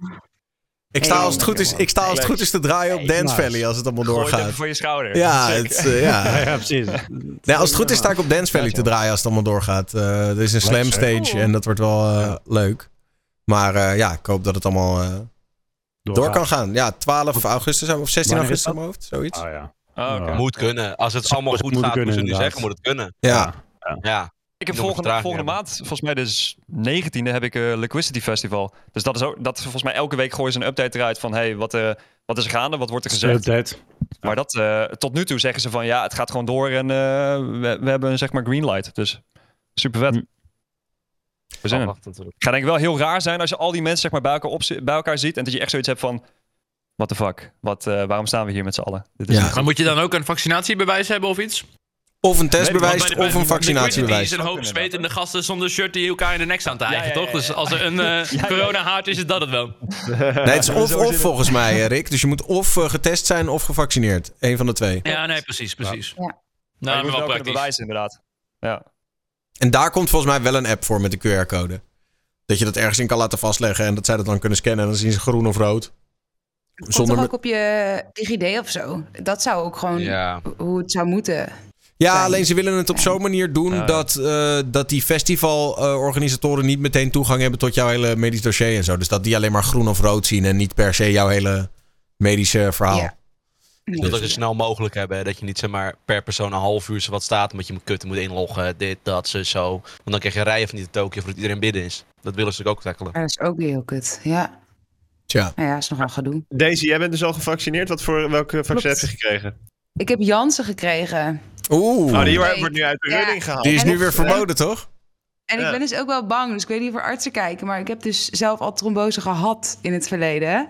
Ik sta Hey, als het goed is, ik sta als het goed is te draaien op Dance nice. Valley als het allemaal Gooi het even doorgaat. voor je schouder. Ja, Sick. het, uh, ja. Ja, precies. Nee, als het goed is sta ik op Dance Valley te draaien als het allemaal doorgaat. Uh, er is een slam Lekker. stage en dat wordt wel uh, leuk. Maar uh, ja, ik hoop dat het allemaal uh, door kan gaan. Ja, twaalf augustus of zestien Wanneer is augustus aan mijn hoofd, zoiets. Oh ja. Oh, oké. Ja. Moet kunnen. Als het Zou allemaal best goed moeten gaat, hoe kunnen, ze nu inderdaad. zeggen, moet het kunnen. Ja. Ja. Ik heb Nog een volgende, vertraging volgende hebben. maand, volgens mij dus negentiende, heb ik uh, Liquidity Festival. Dus dat is ook, dat is volgens mij elke week gooien ze een update eruit van, hey, wat, uh, wat is er gaande, wat wordt er gezegd? Update. Maar dat, uh, tot nu toe zeggen ze van, ja, het gaat gewoon door en uh, we, we hebben een, zeg maar, green light. Dus super vet. Hm. We zijn er. Wacht, natuurlijk. Het gaat denk ik wel heel raar zijn als je al die mensen, zeg maar, bij elkaar, op, bij elkaar ziet en dat je echt zoiets hebt van, what the fuck, wat, uh, waarom staan we hier met z'n allen? Dit is Ja. niet Maar moet je dan ook een vaccinatiebewijs hebben of iets? Of een testbewijs Want bij de- of een bij vaccinatiebewijs. is een hoop zwetende gasten zonder shirt die elkaar in de nek staan te hijgen, Ja, ja, ja, toch? Dus ja. als er een uh, corona-haard is, is dat het wel. Nee, het is of Zo of zit het. volgens mij, eh, Rick. Dus je moet of uh, getest zijn of gevaccineerd. Eén van de twee. Ja, nee, precies, precies. Ja. Maar Nou, je moet wel wel kunnen praktisch. bewijzen, inderdaad. Ja. En daar komt volgens mij wel een app voor met de Q R-code. Dat je dat ergens in kan laten vastleggen en dat zij dat dan kunnen scannen. En dan zien ze groen of rood. Komt Zonder toch me- ook op je DigiD of zo? Dat zou ook gewoon Ja. hoe het zou moeten. Ja, zijn. alleen ze willen het op zo'n manier doen Ja. dat, uh, dat die festivalorganisatoren niet meteen toegang hebben tot jouw hele medisch dossier en zo. Dus dat die alleen maar groen of rood zien en niet per se jouw hele medische verhaal. Ja. Je wilt het zo snel mogelijk hebben. hè, Dat je niet zeg maar, per persoon een half uur zo wat staat. Omdat je moet kutten, moet inloggen. Dit, dat, zo, zo. Want dan krijg je rijen van die Tokio voordat iedereen binnen is. Dat willen ze ook tackelen. Maar dat is ook weer heel kut. Ja, Tja. nou ja, is nogal gedoe. Daisy, jij bent dus al gevaccineerd. Wat voor welke vaccin Klopt. heb je gekregen? Ik heb Janssen gekregen. Oeh, Oh, die Nee. wordt nu uit de Ja. running gehaald. die is En nu nog- weer verboden, toch? En Ja. ik ben dus ook wel bang, dus ik weet niet of er artsen kijken. Maar ik heb dus zelf al trombose gehad in het verleden.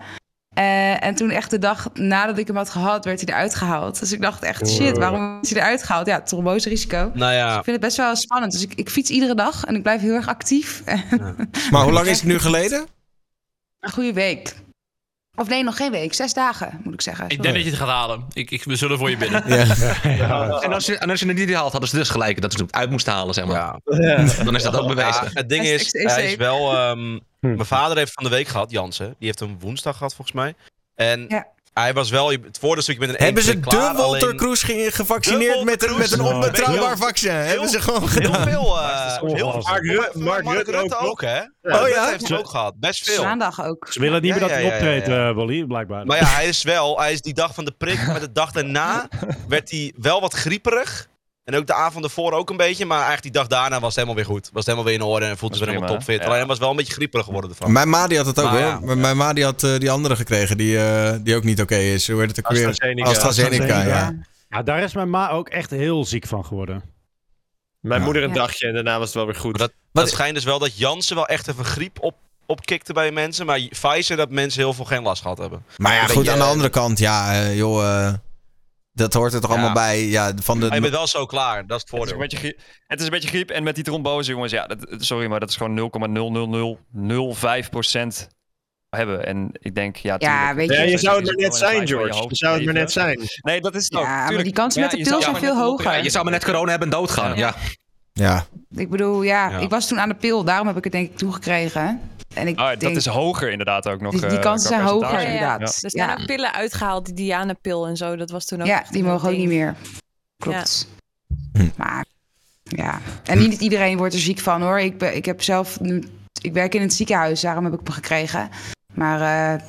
Uh, en toen echt de dag nadat ik hem had gehad, werd hij eruit gehaald. Dus ik dacht echt, shit, waarom is hij eruit gehaald? Ja, tromboserisico. Nou ja. Dus ik vind het best wel spannend. Dus ik, ik fiets iedere dag en ik blijf heel erg actief. Ja. Maar hoe lang is het nu geleden? Een goede week. Of nee, nog geen week. Zes dagen, moet ik zeggen. Ik denk dat je het gaat halen. Ik, ik, we zullen voor je bidden. Ja. Ja. En als je, en als je het niet haalt, hadden ze dus gelijk dat ze het uit moesten halen, zeg maar. Ja. Ja. Dan is dat ook bewezen. Ja, het ding Hij is is, echt hij is safe. wel... Um, mijn vader heeft van de week gehad, Jansen. Die heeft een woensdag gehad, volgens mij. En Ja. hij was wel... Het voordeelstuk met een Hebben ze één keer klaar, de Walter alleen- Kroes ge- gevaccineerd De Walter met een, met een Kroes? onbetrouwbaar Heel- vaccin? heel- Hebben ze gewoon Heel gedaan? veel. Uh, heel veel. Mark Ru- Mark Mark Rutte Rutte ook, ook, hè? Oh Rutte ja? heeft hem ook gehad. Best veel. Maandag ook. Ze willen niet Ja, meer dat ja, hij ja, optreedt, ja, ja. eh, Wally, blijkbaar. Maar ja, hij is wel... Hij is die dag van de prik, maar de dag daarna werd hij wel wat grieperig. En ook de avond ervoor ook een beetje. Maar eigenlijk die dag daarna was het helemaal weer goed. Was het helemaal weer in orde en voelde Dat zich is helemaal prima, topfit. hè? Alleen Ja. hij was wel een beetje grieperig geworden ervan. Mijn ma die had het ook Maar hoor. ja. Maar Mijn ma die had uh, die andere gekregen die, uh, die ook niet oké okay is. Hoe heet het ook weer? AstraZeneca. AstraZeneca, AstraZeneca. ja. Ja, daar is mijn ma ook echt heel ziek van geworden. Mijn Ja. moeder een Ja. dagje en daarna was het wel weer goed. Maar dat, Wat- dat schijnt dus wel dat Jansen wel echt even griep op, opkikte bij mensen. Maar Pfizer dat mensen heel veel geen last gehad hebben. Maar ja, Een goed, beetje, aan de eh, andere kant, ja, uh, joh, uh, dat hoort er toch Ja. allemaal bij. Ja, van de, Maar je bent wel zo klaar, dat is het Het is, een voordeel. beetje, grie- het is een beetje griep. En met die trombose, jongens, ja, dat, sorry, maar dat is gewoon nul komma nul nul nul nul vijf procent hebben. En ik denk, ja, Ja, tuurlijk, weet je- Ja, je zou het is maar net ook zijn, wel een George. gelijk Je zou het maar net geven. zijn. Nee, dat is het ook. Ja, maar tuurlijk. die kansen met de je pil zou zijn maar veel net hoger. lopen. Ja, je zou maar net corona hebben en doodgaan. Ja. ja. Ik bedoel, ja, Ja. ik was toen aan de pil. Daarom heb ik het denk ik toegekregen. En ik Oh, denk, dat is hoger inderdaad ook nog. die, die eh, kansen qua zijn hoger percentage. inderdaad. Er zijn Ja, ook pillen uitgehaald, die Diane-pil en zo. Dat was toen ook ja echt die een mogen ook ding. niet meer. Klopt. Hm. Maar ja, en niet iedereen wordt er ziek van hoor. Ik, ben, ik heb zelf nu, ik werk in het ziekenhuis, daarom heb ik hem gekregen. Maar uh,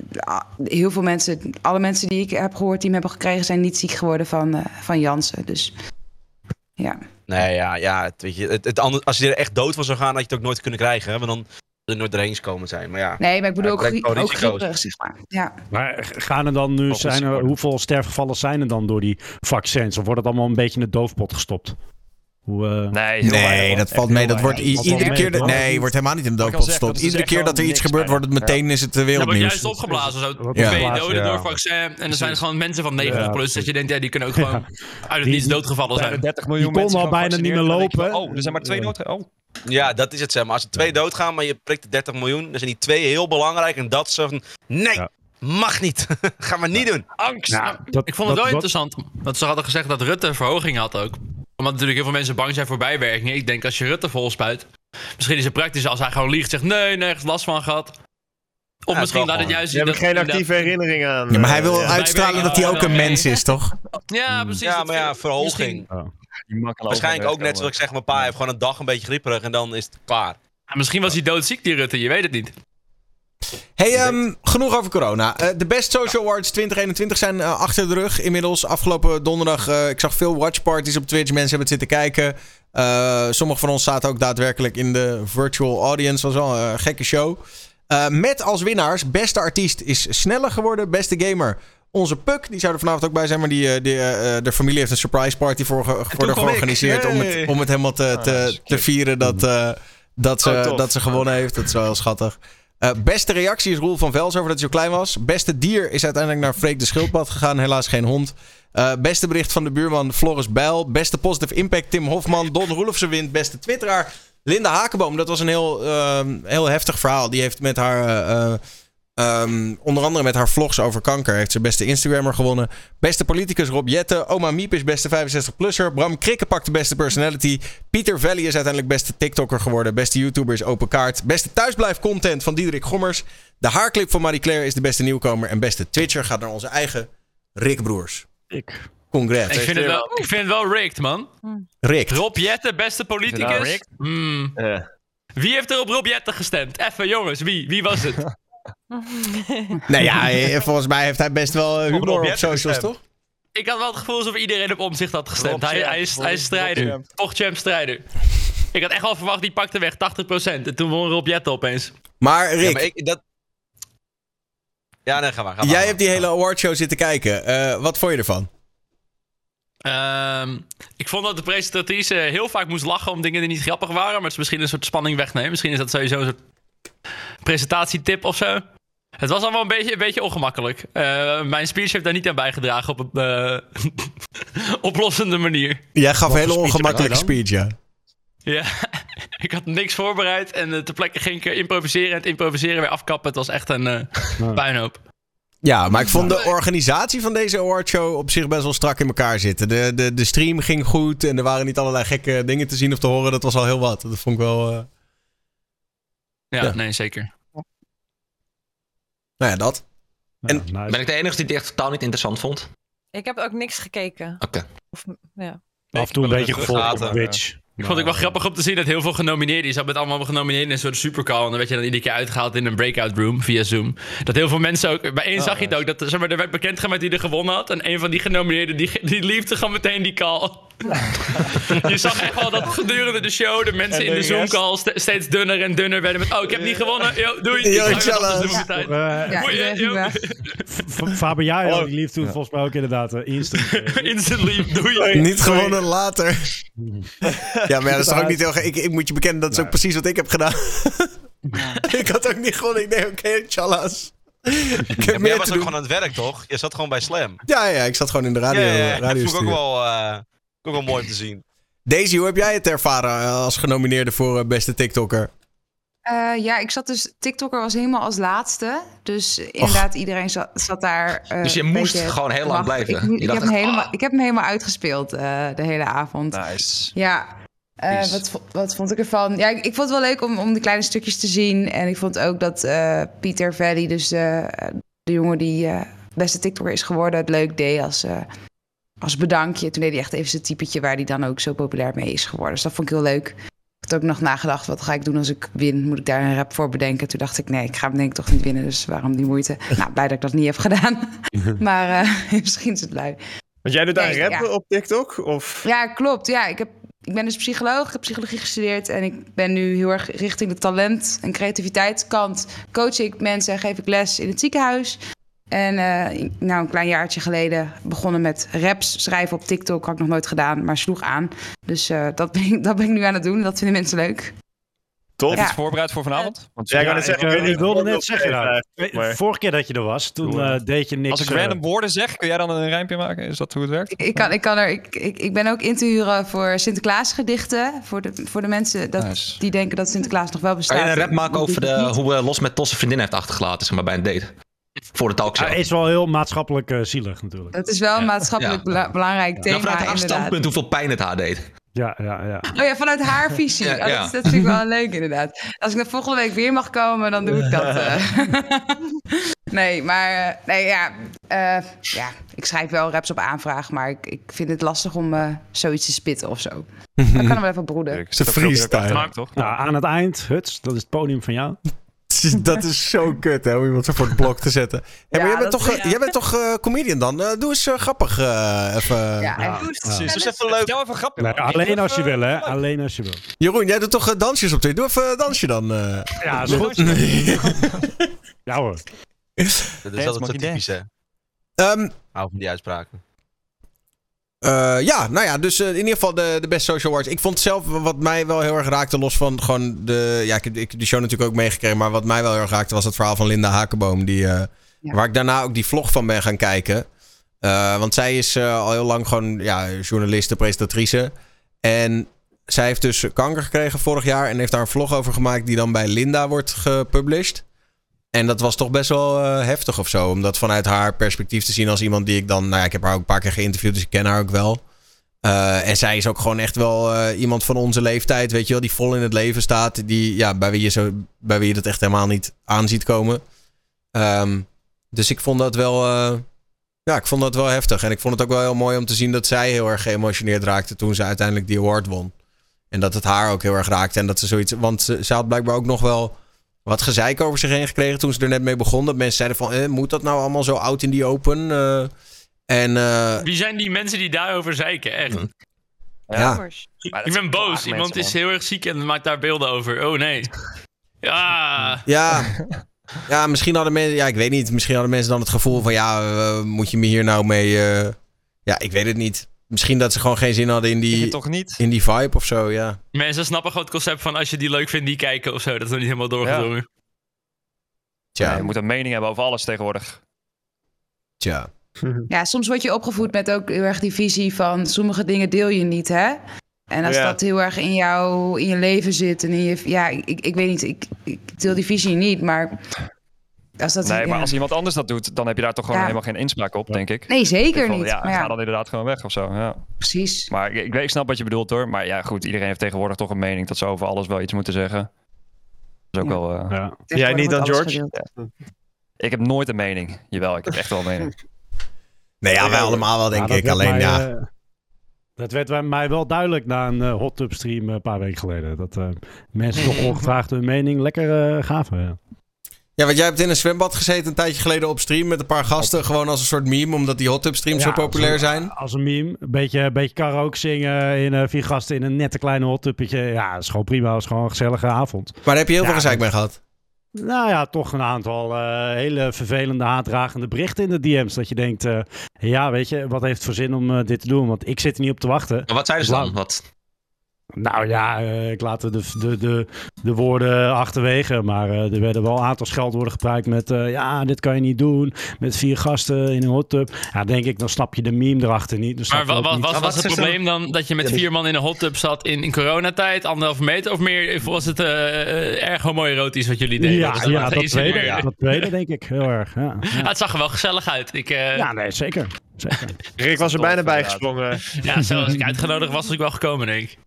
heel veel mensen, alle mensen die ik heb gehoord die hem hebben gekregen, zijn niet ziek geworden van, uh, van Janssen. Dus ja. Nee, ja, ja het, weet je, het, het ander, als je er echt dood van zou gaan, had je het ook nooit kunnen krijgen. Hè? Want dan er nooit erheen gekomen zijn. Maar ja, Nee, maar ik bedoel Ja, ook, het lijkt grie- wel ook risico's. grieperig, zeg maar. Ja. Maar gaan er dan nu Volgens zijn er, worden. hoeveel sterfgevallen zijn er dan door die vaccins? Of wordt het allemaal een beetje in de doofpot gestopt? Hoe, uh... Nee, heel Nee, weinig. dat valt Echt mee. heel Dat wordt weinig. i- Valt wel iedere mee, keer... de- toch? Nee, wordt helemaal niet in de Wat ik doofpot al zeg, gestopt. dat is Iedere echt keer dat er gewoon iets niks gebeurt, wordt het bijna. meteen is het uh, Dat wordt wereldnieuws. juist opgeblazen. Zo Wat Ja. twee opgeblazen, doden ja. door vaccin. En er zijn Precies. gewoon mensen van negentig Ja, plus. Dat je denkt, ja, die kunnen ook Ja. gewoon uit het Die- niets doodgevallen Bijna zijn. dertig miljoen Die mensen konden al gewoon bijna niet meer gevaccineerd. En dan denk je lopen. van, Oh, er zijn maar twee dood. Oh. ja, dat is het zeg maar. Als er twee doodgaan, maar je prikt de dertig miljoen, dan zijn die twee heel belangrijk. En dat is zo van, nee, Ja. mag niet. Gaan we niet doen. Angst. Nou, dat, Ik vond het dat- wel dat- interessant. Want ze hadden gezegd dat Rutte een verhoging had ook. Omdat natuurlijk heel veel mensen bang zijn voor bijwerkingen. Ik denk als je Rutte volspuit. Misschien is het praktisch als hij gewoon liegt. Zegt nee, nergens last van gehad. Of Ja, misschien het laat wel het juist Je hebt zien geen dat- actieve herinnering aan. Ja, maar hij wil eh, uitstralen dat hij ook een mens is, toch? Ja, precies. Ja, dat maar ja, vind- verhoging. Misschien, Die makkelijk Waarschijnlijk ook overheen net zoals ik zeg, mijn pa heeft gewoon een dag een beetje grieperig en dan is het klaar. ja, misschien was hij doodziek, die Rutte. Je weet het niet. Hey, um, genoeg over corona. Uh, de Best Social Awards twintig eenentwintig zijn uh, achter de rug inmiddels. Afgelopen donderdag, uh, ik zag veel watchparties op Twitch. Mensen hebben het zitten kijken. Uh, Sommigen van ons zaten ook daadwerkelijk in de virtual audience. Was wel een gekke show. Uh, met als winnaars, beste artiest is sneller geworden. Beste gamer, onze Puk. Die zou er vanavond ook bij zijn. Maar die, uh, die, uh, de familie heeft een surprise party voor, ge- voor kwam georganiseerd. ik. Om Hey. het, om het helemaal te, te, Ah, dat is te vieren dat, uh, dat, ze, Oh, tof. dat ze gewonnen heeft. Dat is wel heel schattig. Uh, beste reactie is Roel van Vels over dat hij zo klein was. Beste dier is uiteindelijk naar Freek de Schildpad gegaan. Helaas geen hond. Uh, beste bericht van de buurman Floris Bijl. Beste positive impact Tim Hofman. Don Roelofsen wint. Beste twitteraar Linda Hakenboom. Dat was een heel, uh, heel heftig verhaal. Die heeft met haar... Uh, um, onder andere met haar vlogs over kanker heeft ze beste Instagrammer gewonnen. Beste politicus Rob Jette. Oma Miep is beste vijfenzestig-plusser. Bram Krikke pakt de beste personality. Pieter Valley is uiteindelijk beste TikToker geworden. Beste YouTuber is Open Kaart. Beste thuisblijf content van Diederik Gommers. De haarclip van Marie Claire is de beste nieuwkomer. En beste Twitcher gaat naar onze eigen Rick Broers. Ik. Congrats. Ik vind, het wel, ik vind het wel rigged, man. Rick. Rob Jette, beste Is het nou politicus. rigged? Hmm. Ja. Wie heeft er op Rob Jette gestemd? Even jongens, wie? Wie was het? Nee, ja, eh, volgens mij heeft hij best wel eh, Rob humor op Jette socials, gestemd. toch? Ik had wel het gevoel alsof iedereen op Omtzigt had gestemd. Rob Hij, Champ, hij, is, Rob- hij is strijder. Rob Champ. Toch champ strijder. Ik had echt wel verwacht, die pakte weg tachtig procent. En toen won Rob Jette opeens. Maar Rick, Ja, maar ik, dat... ja nee, ga maar. Ga maar jij hebt die hele awardshow zitten kijken. Uh, wat vond je ervan? Um, ik vond dat de presentatrice heel vaak moest lachen om dingen die niet grappig waren. Maar het is misschien een soort spanning wegnemen. Misschien is dat sowieso een soort presentatietip of zo. Het was allemaal een beetje, een beetje ongemakkelijk. Uh, mijn speech heeft daar niet aan bijgedragen op een uh, oplossende manier. Jij gaf een hele ongemakkelijke speech, ja. Ja, ik had niks voorbereid en uh, ter plekke ging ik improviseren en het improviseren weer afkappen. Het was echt een uh, puinhoop. Ja, maar ik vond de organisatie van deze awardshow op zich best wel strak in elkaar zitten. De, de, de stream ging goed en er waren niet allerlei gekke dingen te zien of te horen. Dat was al heel wat. Dat vond ik wel... Uh... Ja, ja, nee, zeker. Nou ja, dat. Ja, en nice. Ben ik de enige die het echt totaal niet interessant vond? Ik heb ook niks gekeken. Oké. Okay. Ja. Af en toe een beetje gevolgd op Twitch. Ik vond het wel grappig om te zien dat heel veel genomineerden... Je zat met allemaal genomineerden in een soort supercall... en dan werd je dan iedere keer uitgehaald in een breakout room via Zoom. Dat heel veel mensen ook... Bij één oh, zag je het ook, dat zeg maar, er werd bekendgemaakt wie er gewonnen had... en een van die genomineerden, die, die liefde gewoon meteen die call. Je zag echt wel dat gedurende de show... de mensen in de Zoom-call st- steeds dunner en dunner werden... met oh, ik heb niet gewonnen, yo, doei. Yo, ik ja. Ja, ja, Fabian oh. die lief toen ja. volgens mij ook inderdaad uh, instant. Uh, instant lief, doei. Niet gewonnen later. Ja, maar ja, dat is toch ook niet heel... Ik, ik moet je bekennen, dat is nee. ook precies wat ik heb gedaan. Ik had ook niet gewonnen. Ik denk, oké, okay, tjallas. Ja, maar jij was ook gewoon aan het werk, toch? Je zat gewoon bij Slam. Ja, ja, ik zat gewoon in de radio. Ja, ja, ja. radio dat vond ik ook wel, uh, ook wel mooi om te zien. Daisy, hoe heb jij het ervaren als genomineerde voor beste TikToker? Uh, ja, ik zat dus... TikToker was helemaal als laatste. Dus inderdaad, Och. iedereen zat, zat daar... Uh, dus je moest gewoon heel lang blijven? Ik, ik, ik, heb hem helemaal, ik heb hem helemaal uitgespeeld uh, de hele avond. Nice. Ja. Uh, wat, wat vond ik ervan? Ja, ik, ik vond het wel leuk om, om die kleine stukjes te zien. En ik vond ook dat uh, Pieter Valley, dus uh, de jongen die uh, beste TikToker is geworden... het leuk deed als, uh, als bedankje. Toen deed hij echt even zijn typetje waar hij dan ook zo populair mee is geworden. Dus dat vond ik heel leuk. Ik had ook nog nagedacht, wat ga ik doen als ik win? Moet ik daar een rap voor bedenken? Toen dacht ik, nee, ik ga hem denk ik toch niet winnen. Dus waarom die moeite? Nou, blij dat ik dat niet heb gedaan. Maar uh, misschien is het blij. Want jij doet aan nee, rappen ja. op TikTok? Of? Ja, klopt. Ja, ik, heb, ik ben dus psycholoog. Ik heb psychologie gestudeerd. En ik ben nu heel erg richting de talent- en creativiteitskant. Coach ik mensen en geef ik les in het ziekenhuis. En uh, nou, een klein jaartje geleden begonnen met raps schrijven op TikTok. Had ik nog nooit gedaan, maar sloeg aan. Dus uh, dat, ben ik, dat ben ik nu aan het doen. Dat vinden mensen leuk. Top. Heb je Ja. iets voorbereid voor vanavond? Want Ja, ik, Ja, wou net ik, zeggen, uh, ik wilde net zeggen, uh, nou, maar- vorige keer dat je er was, toen uh, deed je niks. als ik uh, random woorden zeg, kun jij dan een rijmpje maken? Is dat hoe het werkt? Ik, ik, kan, ik, kan er, ik, ik, ik ben ook in te huren voor Sinterklaasgedichten. Voor de, voor de mensen dat, Nice. die denken dat Sinterklaas nog wel Kan bestaat. je een rap maken Dat over doe ik de, niet. hoe we los met Tosse vriendin heeft achtergelaten, zeg maar, bij een date? Voor de talkshow. Hij is wel heel maatschappelijk uh, zielig natuurlijk. Dat is wel een maatschappelijk Ja. bela- belangrijk Ja, thema, vanuit haar inderdaad. standpunt hoeveel pijn het haar deed. Ja, ja, ja. Oh ja, vanuit haar visie. Ja, Oh, dat, ja. is, dat vind ik wel leuk, inderdaad. Als ik de volgende week weer mag komen, dan doe ik dat. Uh. nee, maar... Uh, nee, ja, uh, ja, ik schrijf wel raps op aanvraag, maar ik, ik vind het lastig om uh, zoiets te spitten of zo. Dat kan hem wel even broeden. Ze freestyle. Gemaakt, toch? Nou, aan het eind, Huts, dat is het podium van jou. Dat is zo kut, hè, om iemand zo voor het blok te zetten. Hey, maar Ja, jij bent dat toch, is- uh, jij bent toch uh, comedian dan? Uh, doe eens uh, grappig uh, even. Ja, Ja, en- ja. Dus even leuk. Stel even grappig. Nee, alleen als je wil, hè. Alleen als je wil. Jeroen, jij doet toch uh, dansjes op Twitter? Doe even een dansje dan. Uh. Ja, is goed. Ja hoor. Dat is altijd zo monkey typisch, hè. Um, Hou van die uitspraken. Uh, ja, nou ja, dus uh, in ieder geval de, de Best Social Awards. Ik vond zelf, wat mij wel heel erg raakte, los van gewoon de... Ja, ik heb, ik heb die show natuurlijk ook meegekregen, maar wat mij wel heel erg raakte was het verhaal van Linda Hakenboom. Die, uh, Ja. Waar ik daarna ook die vlog van ben gaan kijken. Uh, want zij is uh, al heel lang gewoon ja, journaliste, presentatrice. En zij heeft dus kanker gekregen vorig jaar en heeft daar een vlog over gemaakt die dan bij Linda wordt gepublished. En dat was toch best wel uh, heftig of zo. Om dat vanuit haar perspectief te zien als iemand die ik dan... Nou ja, ik heb haar ook een paar keer geïnterviewd, dus ik ken haar ook wel. Uh, en zij is ook gewoon echt wel uh, iemand van onze leeftijd, weet je wel, die vol in het leven staat. Die, ja, bij wie je, zo, bij wie je dat echt helemaal niet aan ziet komen. Um, dus ik vond dat wel... Uh, ja, ik vond dat wel heftig. En ik vond het ook wel heel mooi om te zien dat zij heel erg geëmotioneerd raakte toen ze uiteindelijk die award won. En dat het haar ook heel erg raakte. En dat ze zoiets... Want ze, ze had blijkbaar ook nog wel... wat gezeik over zich heen gekregen toen ze er net mee begon. Dat mensen zeiden van, eh, moet dat nou allemaal zo out in die open? Uh, en, uh, Wie zijn die mensen die daarover zeiken? Echt. ja. Maar dat Ik ben zijn boos. plaagmensen, Iemand is man. heel erg ziek en maakt daar beelden over. Oh nee. Ja. Ja. Ja, misschien hadden mensen... Ja, ik weet niet. Misschien hadden mensen dan het gevoel van... Ja, uh, moet je me hier nou mee... Uh, ja, ik weet het niet. Misschien dat ze gewoon geen zin hadden in Denk je die, toch niet? in die vibe of zo, ja. Mensen snappen gewoon het concept van als je die leuk vindt, die kijken of zo. Dat is nog niet helemaal doorgedrongen. Tja. Ja, je moet een mening hebben over alles tegenwoordig. Tja. Ja, soms word je opgevoed met ook heel erg die visie van sommige dingen deel je niet, hè? En als Ja. dat heel erg in jou, in je leven zit en in je, ja, ik, ik weet niet, ik, ik deel die visie niet, maar als dat, Nee, maar ja. als iemand anders dat doet, dan heb je daar toch gewoon Ja. helemaal geen inspraak op, denk ik. Nee, zeker Van, niet. Ja, maar ja, ga dan inderdaad gewoon weg of zo. Ja. precies. Maar ik, ik, weet, ik snap wat je bedoelt hoor. Maar ja, goed, iedereen heeft tegenwoordig toch een mening dat ze over alles wel iets moeten zeggen. Dat is ook Ja. wel... uh, Ja. Jij niet dan, Wordt alles George? gedeeld. Ik heb nooit een mening. Jawel, ik heb echt wel een mening. Nee, ja, wij allemaal wel, denk Ja, dat ik. werd Alleen, mij, ja. eh, dat werd bij mij wel duidelijk na een uh, hot tub stream uh, een paar weken geleden. Dat uh, mensen toch ongevraagd hun mening lekker uh, gaven. Ja. Ja, want jij hebt in een zwembad gezeten een tijdje geleden op stream met een paar gasten. Gewoon als een soort meme, omdat die hot tub streams zo Ja, populair als een- zijn. Als een meme. Een beetje, een beetje karaoke zingen in uh, vier gasten in een nette kleine hot tubje. Ja, dat is gewoon prima. Dat is gewoon een gezellige avond. Maar daar heb je heel Ja, veel gezeik dat- mee gehad. Nou ja, toch een aantal uh, hele vervelende, haatdragende berichten in de D M's. Dat je denkt, uh, ja, weet je, wat heeft het voor zin om uh, dit te doen? Want ik zit er niet op te wachten. Maar wat zeiden ze dan? Wat? Nou ja, uh, ik laat de, de, de, de woorden achterwege. Maar uh, er werden wel een aantal scheldwoorden gebruikt met... Uh, ja, dit kan je niet doen. Met vier gasten in een hot tub. Ja, denk ik, dan snap je de meme erachter niet. Dus Maar wat, wat, wat Maar was wat het is probleem dan dat je met vier man in een hot tub zat in, in coronatijd? Anderhalve meter of meer? Of was het uh, uh, erg homoerotisch wat jullie deden? Ja, Dus ja, was dat iets tweede, meer- ja, dat tweede denk ik heel erg. Ja, ja. Ah, het zag er wel gezellig uit. Ik, uh, Ja, nee, zeker. zeker. Rick was er bijna bij inderdaad. gesprongen. ja, zo als ik uitgenodigd was, was ik wel gekomen, denk ik.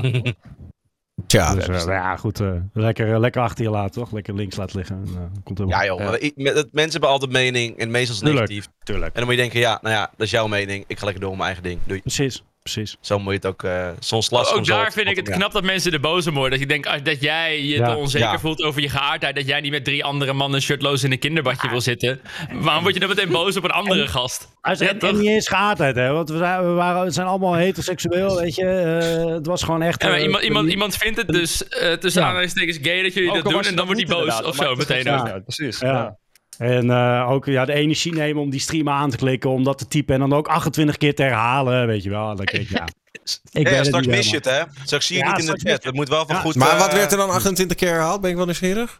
Tja. Dus uh, ja, goed. Uh, lekker, uh, lekker achter je laten, toch? Lekker links laten liggen. En, uh, komt helemaal Ja joh, Ja. maar ik- met- het- mensen hebben altijd mening en meestal is het Tuurlijk. negatief. Tuurlijk. En dan moet je denken, ja, nou ja, dat is jouw mening. Ik ga lekker door met mijn eigen ding. Doei. Precies, precies. Zo moet je het ook uh, soms lastig Ook om zo daar op- vind ik het ja. knap dat mensen er boos om worden. Dat je denkt ah, dat jij je Ja. te onzeker Ja. voelt over je geaardheid. Dat jij niet met drie andere mannen shirtloos in een kinderbadje wil zitten. Waarom word je dan meteen boos op een andere gast? Het Ja, en, toch? en niet eens geaardheid, hè? Want we zijn, we waren, we zijn allemaal heteroseksueel, weet je. Uh, het was gewoon echt... Ja, maar uh, iemand, iemand, een- iemand vindt het dus uh, tussen Ja. aanhalingstekens gay dat jullie Ook dat al doen. was je En dan wordt hij niet, boos inderdaad, of dan zo maakt het meteen geen ook. zin uit, Precies. Ja. Ja. En uh, ook ja, de energie nemen om die stream aan te klikken, om dat te typen en dan ook achtentwintig keer te herhalen, weet je wel. Dan denk ik, ja. Ik Ja, weet het straks niet mis je helemaal. het, hè? Straks zie je Ja, niet in de straks mis chat. je Het moet wel van Ja. goed... Maar uh, wat werd er dan achtentwintig keer herhaald? Ben ik wel nieuwsgierig?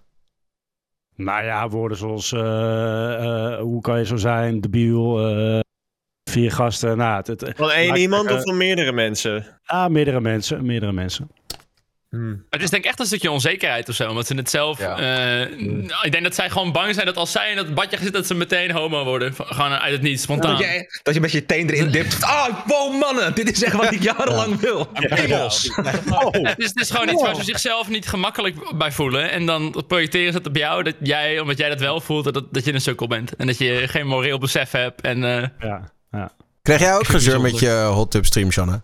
Nou ja, woorden zoals, uh, uh, hoe kan je zo zijn, debiel, uh, vier gasten. Nou, het, het, Van één maar, iemand uh, of van meerdere mensen? Ah, meerdere mensen, meerdere mensen. Hmm. Het is denk ik echt een stukje onzekerheid of zo. Omdat ze het zelf... Ja. eh, ik denk dat zij gewoon bang zijn dat als zij in dat badje gaan zitten... dat ze meteen homo worden. Van- Gewoon uit het niet, spontaan. Dat je, dat je met je teen erin dipt. Ah, wow mannen, dit is echt wat ik jarenlang wil. Piemels. Het is, het is gewoon iets waar ze zichzelf niet gemakkelijk bij voelen. En dan projecteren ze het op jou. Dat jij, omdat jij dat wel voelt, dat, dat je een sukkel bent. En dat je geen moreel besef hebt. En uh, Ja, ja. Krijg jij ook gezeur met je hot tub stream, Shanna?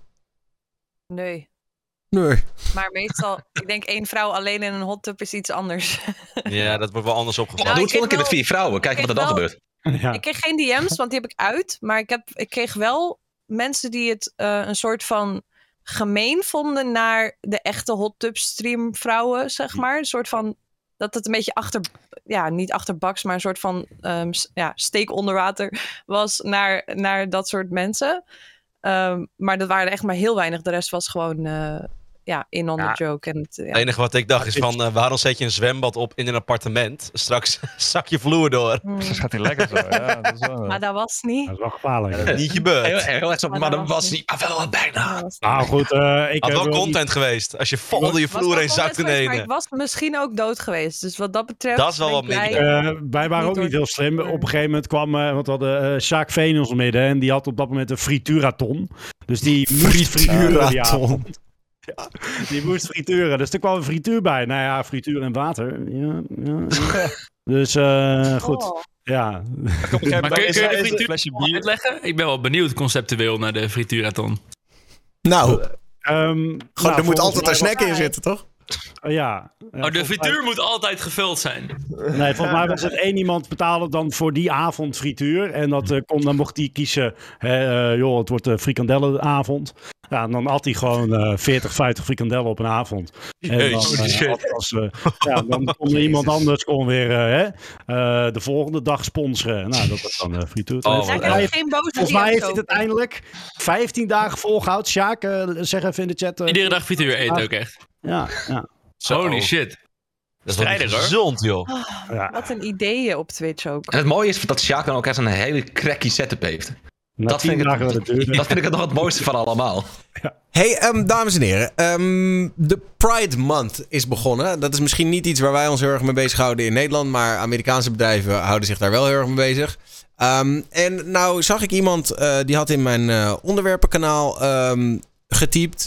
Nee. Nee. Maar meestal, ik denk één vrouw alleen in een hot tub is iets anders. Ja, dat wordt wel anders opgevat. Nou, Doe ik het volgende keer met wel- vier vrouwen. Kijken ik wat er dan wel- gebeurt. ja. Ik kreeg geen D M's, want die heb ik uit. Maar ik, heb, ik kreeg wel mensen die het uh, een soort van gemeen vonden naar de echte hot tub stream vrouwen, zeg maar. Een soort van, dat het een beetje achter, ja, niet achterbaks, maar een soort van um, ja, steek onder water was naar, naar dat soort mensen. Um, maar dat waren er echt maar heel weinig. De rest was gewoon uh, ja, in on Ja. the joke. En het, ja. Het enige wat ik dacht is van, uh, waarom zet je een zwembad op in een appartement? Straks zak je vloer door. Hmm. Dat gaat hij lekker zo. Ja, dat is wel, Maar dat was niet. Dat is wel gevaarlijk. Dat is niet gebeurd. Heel, heel erg zo, Maar maar dat dat was was niet. niet. Maar wel wat bijna. Dat was niet. Nou goed, uh, ik Had heb wel wel content geweest. Als je vol door je Was vloer wel heen zakt content geweest, maar in ik was misschien ook dood geweest. Dus wat dat betreft. Dat is wel ben wat ik blij. minder. Uh, wij waren Niet ook door- niet heel slim. door- Op een gegeven moment kwam, uh, want we hadden uh, Sjaak Veen in ons midden en die had op dat moment een frituuraton. Dus die moest frituren die avond. Ja, die moest frituren. Dus er kwam een frituur bij. Nou ja, frituur en water. Ja, ja, ja. Dus uh, goed, Oh. ja. maar kun je, kun je Is- de is- frituur flesje nog bier. uitleggen? Ik ben wel benieuwd conceptueel naar de frituuraton. Nou, Um, gewoon, nou, er moet volgens altijd mij een snack in was- zitten, toch? was- Ja. Oh, de frituur moet altijd gevuld zijn. Nee, volgens mij was het één iemand betalen dan voor die avond frituur. En dat, uh, kon, dan mocht hij kiezen, hè, uh, joh, het wordt uh, frikandellenavond. Ja, en dan had hij gewoon uh, veertig, vijftig frikandellen op een avond. En dan, Jezus. uh, had- als, uh, ja, dan kon iemand anders kon weer uh, hè, uh, de volgende dag sponsoren. Nou, dat was dan uh, frituur. Oh, volgens Daar wat krijg mij, je geen boze volgens mij D M's heeft hij het over. uiteindelijk vijftien dagen volgehouden. Sjaak, uh, zeg even in de chat. uh, Iedere dag frituur eten ook echt. ja, ja. Holy shit. Dat is wel niet Strijder, hoor. gezond, joh. Ja. Wat een ideeën op Twitch ook. En het mooie is dat Sjaak dan ook echt een hele cracky setup heeft. Na Dat tien vind, ik dagen het, werd het duurder. dat vind ik het nog het mooiste van allemaal. Hey, um, dames en heren. Um, de Pride Month is begonnen. Dat is misschien niet iets waar wij ons heel erg mee bezighouden in Nederland. Maar Amerikaanse bedrijven houden zich daar wel heel erg mee bezig. Um, en nou zag ik iemand, uh, die had in mijn uh, onderwerpenkanaal um, getypt.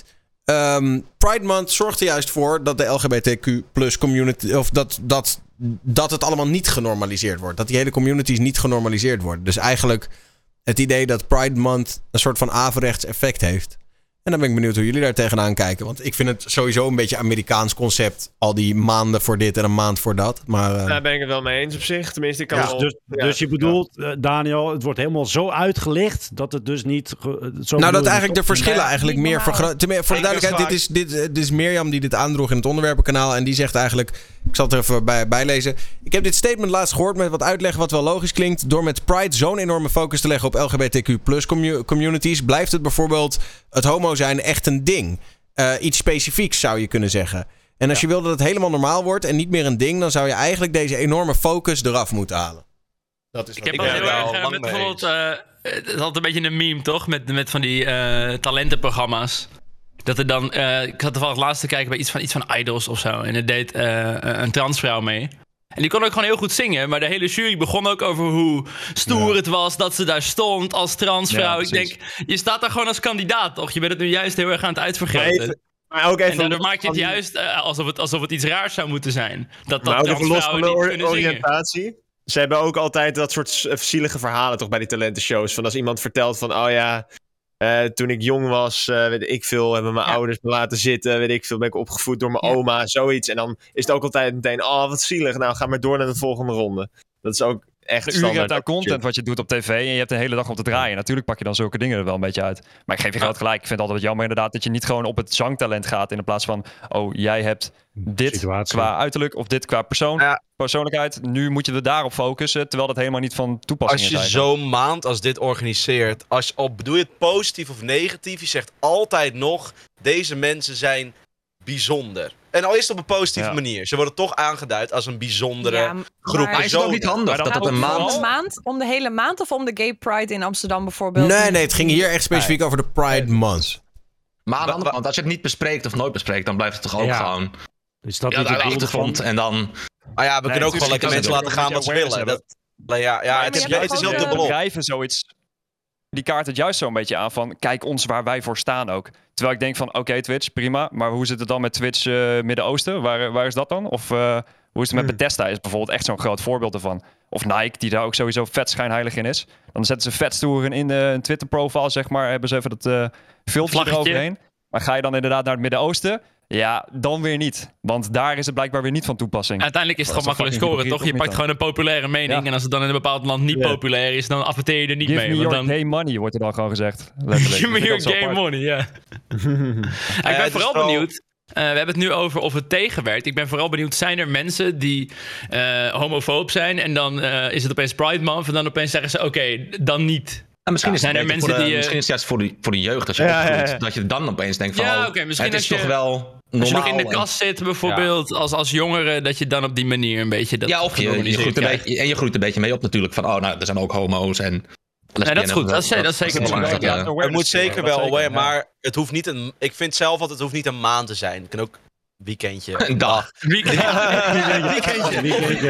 Um, Pride Month zorgt er juist voor dat de L G B T Q plus community... of dat, dat, dat het allemaal niet genormaliseerd wordt. Dat die hele communities niet genormaliseerd worden. Dus eigenlijk het idee dat Pride Month een soort van averechts effect heeft. En dan ben ik benieuwd hoe jullie daar tegenaan kijken. Want ik vind het sowieso een beetje Amerikaans concept. Al die maanden voor dit en een maand voor dat. Maar, uh... Daar ben ik het wel mee eens op zich. Tenminste, ik kan Dus, wel... dus, ja, dus je bedoelt, uh, Daniel, het wordt helemaal zo uitgelicht dat het dus niet... Ge, zo nou, dat eigenlijk de verschillen Nee, eigenlijk niet meer normaal. vergroten. Voor de Ik duidelijkheid, dit is, dit, dit is Mirjam die dit aandroeg in het onderwerpenkanaal. En die zegt eigenlijk, ik zal het er even bij, bijlezen. Ik heb dit statement laatst gehoord met wat uitleg wat wel logisch klinkt. Door met Pride zo'n enorme focus te leggen op L G B T Q plus commu- communities... blijft het bijvoorbeeld het homo zijn echt een ding. Uh, iets specifieks zou je kunnen zeggen. En als ja. je wil dat het helemaal normaal wordt en niet meer een ding... dan zou je eigenlijk deze enorme focus eraf moeten halen. Dat is Ik heb Ik wel ben heel er wel erg uh, lang met mee bijvoorbeeld... Uh, het is altijd een beetje een meme, toch? Met, met van die uh, talentenprogramma's. Dat er dan... Uh, ik had toevallig laatst te kijken bij iets van, iets van Idols of zo. En er deed uh, een transvrouw mee. En die kon ook gewoon heel goed zingen. Maar de hele jury begon ook over hoe stoer ja. het was dat ze daar stond als transvrouw. Ja, ik denk, je staat daar gewoon als kandidaat, toch? Je bent het nu juist heel erg aan het uitvergroten. Maar ook even en daardoor maak je het juist uh, alsof, het, alsof het iets raars zou moeten zijn. Dat, dat maar ook even los van de or- kunnen oriëntatie. Zingen. Ze hebben ook altijd dat soort zielige verhalen toch bij die talentenshows. Van als iemand vertelt van, oh ja, uh, toen ik jong was, uh, weet ik veel, hebben mijn ja. ouders me laten zitten. Weet ik veel, ben ik opgevoed door mijn ja. oma, zoiets. En dan is het ook altijd meteen, oh wat zielig. Nou, ga maar door naar de volgende ronde. Dat is ook echt een uur hebt aan content wat je doet op tv en je hebt de hele dag om te draaien. Natuurlijk pak je dan zulke dingen er wel een beetje uit. Maar ik geef je groot gelijk. Ik vind het altijd jammer inderdaad dat je niet gewoon op het zangtalent gaat in plaats van, oh, jij hebt dit situatie. Qua uiterlijk of dit qua persoon, ja. persoonlijkheid. Nu moet je er daarop focussen, terwijl dat helemaal niet van toepassing is. Als je zo'n maand als dit organiseert, als, al bedoel je het positief of negatief, je zegt altijd nog, deze mensen zijn bijzonder. En al is het op een positieve ja. manier. Ze worden toch aangeduid als een bijzondere ja, groep. Maar is het ook niet handig dat het een maand... Om de maand? Om de hele maand of om de Gay Pride in Amsterdam bijvoorbeeld? Nee, nee, het ging hier echt specifiek nee. over de Pride Month. Maar aan de andere kant, als je het niet bespreekt of nooit bespreekt, dan blijft het toch ook ja. gewoon... Is dat ja, niet de achtergrond en dan... Ah ja, we nee, kunnen ook gewoon lekker mensen laten gaan wat ze willen. Dat, ja, ja, ja, het, is, het is heel de dubbelop. Bedrijven zoiets... Die kaart het juist zo'n beetje aan van, kijk ons waar wij voor staan ook. Terwijl ik denk van, oké, okay, Twitch, prima. Maar hoe zit het dan met Twitch uh, Midden-Oosten? Waar, waar is dat dan? Of uh, hoe is het met hmm. Bethesda? Is bijvoorbeeld echt zo'n groot voorbeeld ervan. Of Nike, die daar ook sowieso vet schijnheilig in is. Dan zetten ze vet stoeren in de een Twitter-profile, zeg maar. Hebben ze even dat uh, filmpje eroverheen. Maar ga je dan inderdaad naar het Midden-Oosten... Ja, dan weer niet. Want daar is het blijkbaar weer niet van toepassing. Uiteindelijk is het gewoon makkelijk scoren, toch? Je pakt gewoon een populaire mening. Ja. En als het dan in een bepaald land niet yeah. populair is, dan adverteer je er niet Give mee. me want your dan... gay money, wordt er dan gewoon gezegd. Give me your gay money, ja. Ik ben ja, vooral wel... benieuwd... Uh, we hebben het nu over of het tegenwerkt. Ik ben vooral benieuwd, zijn er mensen die uh, homofoob zijn... en dan uh, is het opeens Pride Month... en dan opeens zeggen ze, oké, okay, dan niet... Ja, misschien, ja, is zijn er mensen de, die, uh... misschien is het juist voor de, voor de jeugd, als je ja, opgroeit, ja, ja. dat je dan opeens denkt van, ja, oh, okay, misschien het is toch je, wel normaal. Als je nog in de kast zit bijvoorbeeld, ja. als, als jongere, dat je dan op die manier een beetje... Dat ja, of je, je groeit een beetje, en je groeit een beetje mee op natuurlijk, van oh, nou, er zijn ook homo's en... Nee, dat is goed, dat is, dat is zeker belangrijk. Ja. Ja. Het moet zeker wel aware, maar het hoeft niet een... Ik vind zelf altijd, het hoeft niet een maand te zijn. Het kan ook... Weekendje. Een dag. Weekendje. Weekendje. Weekendje.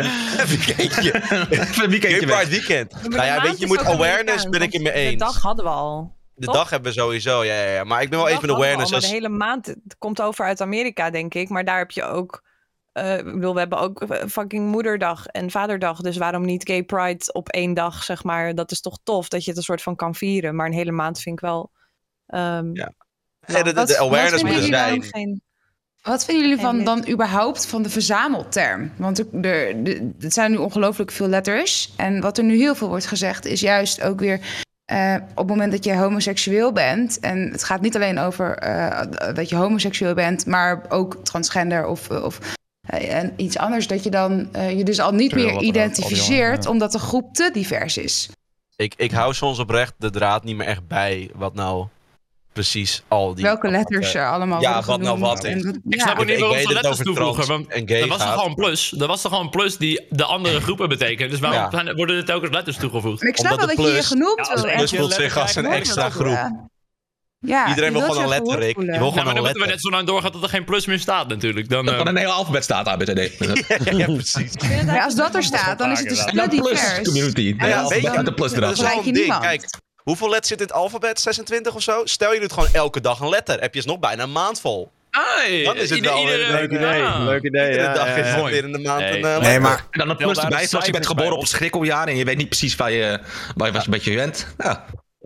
Weekendje. Weekendje. Pride weekend. Ja, nou ja, weet je, je moet awareness, ben ik het mee eens. De dag hadden we al. De dag hebben we sowieso, ja, ja, ja. Maar ik ben wel even een awareness. Al, als... De hele maand, het komt over uit Amerika, denk ik. Maar daar heb je ook... Uh, ik bedoel, we hebben ook fucking moederdag en vaderdag. Dus waarom niet Gay Pride op één dag, zeg maar. Dat is toch tof, dat je het een soort van kan vieren. Maar een hele maand vind ik wel... Um, ja. Ja, de, de, de awareness moet er zijn. Geen... Wat vinden jullie van dan überhaupt van de verzamelterm? Want er, er, er, het zijn nu ongelooflijk veel letters. En wat er nu heel veel wordt gezegd is juist ook weer... Uh, op het moment dat je homoseksueel bent... en het gaat niet alleen over uh, dat je homoseksueel bent... maar ook transgender of, of uh, iets anders... dat je dan uh, je dus al niet meer identificeert... Ja. omdat de groep te divers is. Ik, ik hou soms oprecht de draad niet meer echt bij wat nou... precies al die... Welke letters uh, er allemaal ja, worden wat nou genoemd wat en is. dat- Ik ja. snap ook Ik- niet ik waarom weet ze het letters over toevoegen. trans Want en gay dat was toch gaat. gewoon plus? Dat was toch gewoon plus die de andere groepen betekent. Dus waarom Ja. zijn- worden er telkens letters toegevoegd? Maar ik snap Omdat wel de dat je je plus- genoemd Ja, wil. als en Plus je voelt letter zich als een krijgt, extra gehoord groep. voelen. Ja, Iedereen je wil wilt gewoon je een letter, gehoord Rick. voelen. Je wil Ja, gewoon maar een dan moeten we letter. net zo lang doorgaan tot er geen plus meer staat natuurlijk. Dan, Dat eh, van een heel alfabet staat, A, B, C, D. ja, ja, precies. Ja, als dat er staat, dan is het dus En En dan te plus divers. community. En Ja, als weet je, dan- de plus Dat eraf. is wel Bereik je een ding. niemand. Kijk, hoeveel letters zit in het alfabet? zesentwintig of zo? Stel je doet gewoon elke dag een letter. Heb je dus nog bijna een maand vol. ai, Dan is het ieder- wel iedere- weer Leuk idee, ja. leuk idee. Iedere Ja, dag ja, is ja. het weer in de maand Nee. een uh, Nee, letter. maar En dan een Tel plus daar de erbij, zoals je bent cijfers geboren bij op op. het schrikkeljaar en je weet niet precies waar je, waar je was een beetje bent. Ja.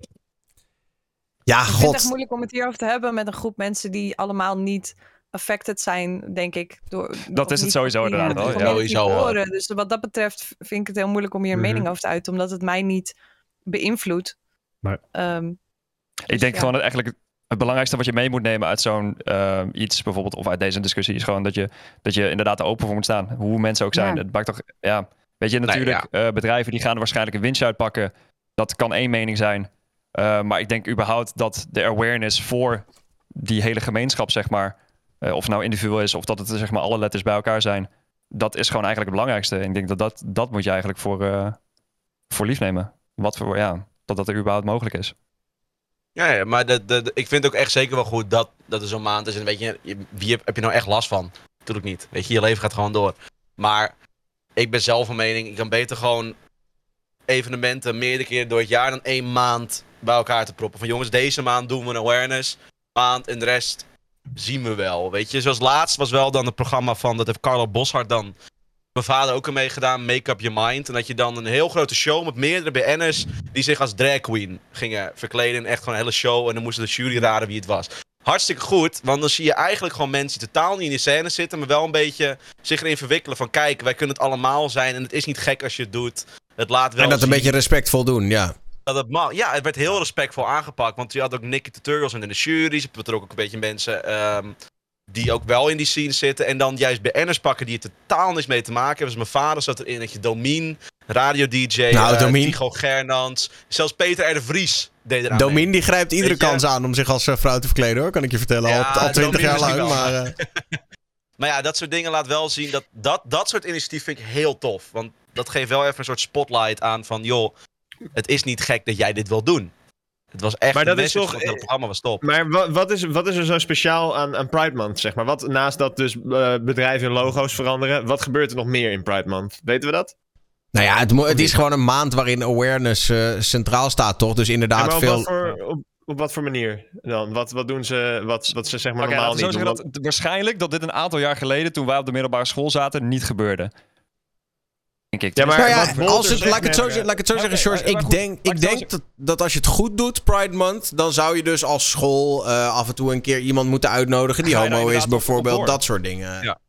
Ja, Ik vind het echt god. moeilijk om het hierover te hebben met een groep mensen die allemaal niet affected zijn, denk ik. Door, Dat of is het niet sowieso die, inderdaad eh, wel, die ja. community Sowieso wel. horen. Dus wat dat betreft vind ik het heel moeilijk om hier een Mhm. mening over te uiten, omdat het mij niet beïnvloedt. Maar- Ehm, Ik denk ja. gewoon dat eigenlijk het belangrijkste wat je mee moet nemen uit zo'n eh, iets bijvoorbeeld, of uit deze discussie, is gewoon dat je, dat je inderdaad er open voor moet staan. Hoe mensen ook zijn. Ja. Het maakt toch, ja, weet je, natuurlijk, eh, bedrijven die gaan er waarschijnlijk een winstje uitpakken. Dat kan één mening zijn. Uh, maar ik denk überhaupt dat de awareness voor die hele gemeenschap, zeg maar, uh, of het nou individueel is of dat het zeg maar alle letters bij elkaar zijn, dat is gewoon eigenlijk het belangrijkste. En ik denk dat dat, dat moet je eigenlijk voor, uh, voor lief nemen. Wat voor, ja, dat dat er überhaupt mogelijk is. Ja, ja, maar de, de, de- ik vind het ook echt zeker wel goed dat, dat er zo'n maand is. En weet je, je- wie heb, heb je nou echt last van? Natuurlijk niet. Weet je, je leven gaat gewoon door. Maar ik ben zelf van mening, ik kan beter gewoon evenementen meerdere keren door het jaar dan één maand bij elkaar te proppen. Van jongens, deze maand doen we een awareness maand en de rest zien we wel. Weet je, zoals laatst was wel dan het programma van, dat heeft Carlo Boszhard dan, mijn vader ook ermee gedaan, Make Up Your Mind. En dat je dan een heel grote show met meerdere B N'ers die zich als drag queen gingen verkleden. Echt gewoon een hele show. En dan moesten de jury raden wie het was. Hartstikke goed, want dan zie je eigenlijk gewoon mensen die totaal niet in die scène zitten, maar wel een beetje zich erin verwikkelen van kijk, wij kunnen het allemaal zijn en het is niet gek als je het doet. Het laat wel En dat een zien beetje respectvol doen, ja. dat het mag. Ja, het werd heel respectvol aangepakt, want je had ook Nicky Tutorials in de jury, ze betrokken ook een beetje mensen ehm, die ook wel in die scene zitten en dan juist B N'ers pakken die er totaal niks mee te maken hebben. Dus mijn vader zat erin, dat je Domien, radio-D J, Nou, eh, Domien- Tycho Gernans, zelfs Peter R. de Vries deed eraan Domien mee. die grijpt iedere Weet je- kans aan om zich als eh, vrouw te verkleden, hoor. Kan ik je vertellen. Ja, al al twintig Domien jaar misschien lang. wel, Maar, maar- eh, Maar ja, dat soort dingen laat wel zien dat dat, dat soort initiatief vind ik heel tof. Want dat geeft wel even een soort spotlight aan van joh, het is niet gek dat jij dit wil doen. Het was echt Maar dat een is message toch- van het programma was top. Maar wat, wat, is, wat is er zo speciaal aan, aan Pride Month, zeg maar? Wat, naast dat dus eh, bedrijven hun logo's veranderen, wat gebeurt er nog meer in Pride Month? Weten we dat? nou ja, het, mo- het is gewoon een maand waarin awareness eh, centraal staat, toch? Dus Ja, inderdaad maar op, veel... wat voor, op, op wat voor manier dan? Wat, wat doen ze, wat, wat ze zeg maar Oké, normaal laten we niet zo doen? zeggen dat waarschijnlijk dat dit een aantal jaar geleden, toen wij op de middelbare school zaten, niet gebeurde. Denk ik. Ja, maar Nou ja, wat Wolter als het, zegt laat ik het zo, net- zeggen- laat ik het zo Oké, zeggen, Sjors. maar- maar Ik goed, denk, laat ik ik het zo denk dat, dat als je het goed doet, Pride Month, dan zou je dus als school eh, af en toe een keer iemand moeten uitnodigen die Ga je daar homo is, inderdaad op- op bijvoorbeeld. door. Dat soort dingen. Ja.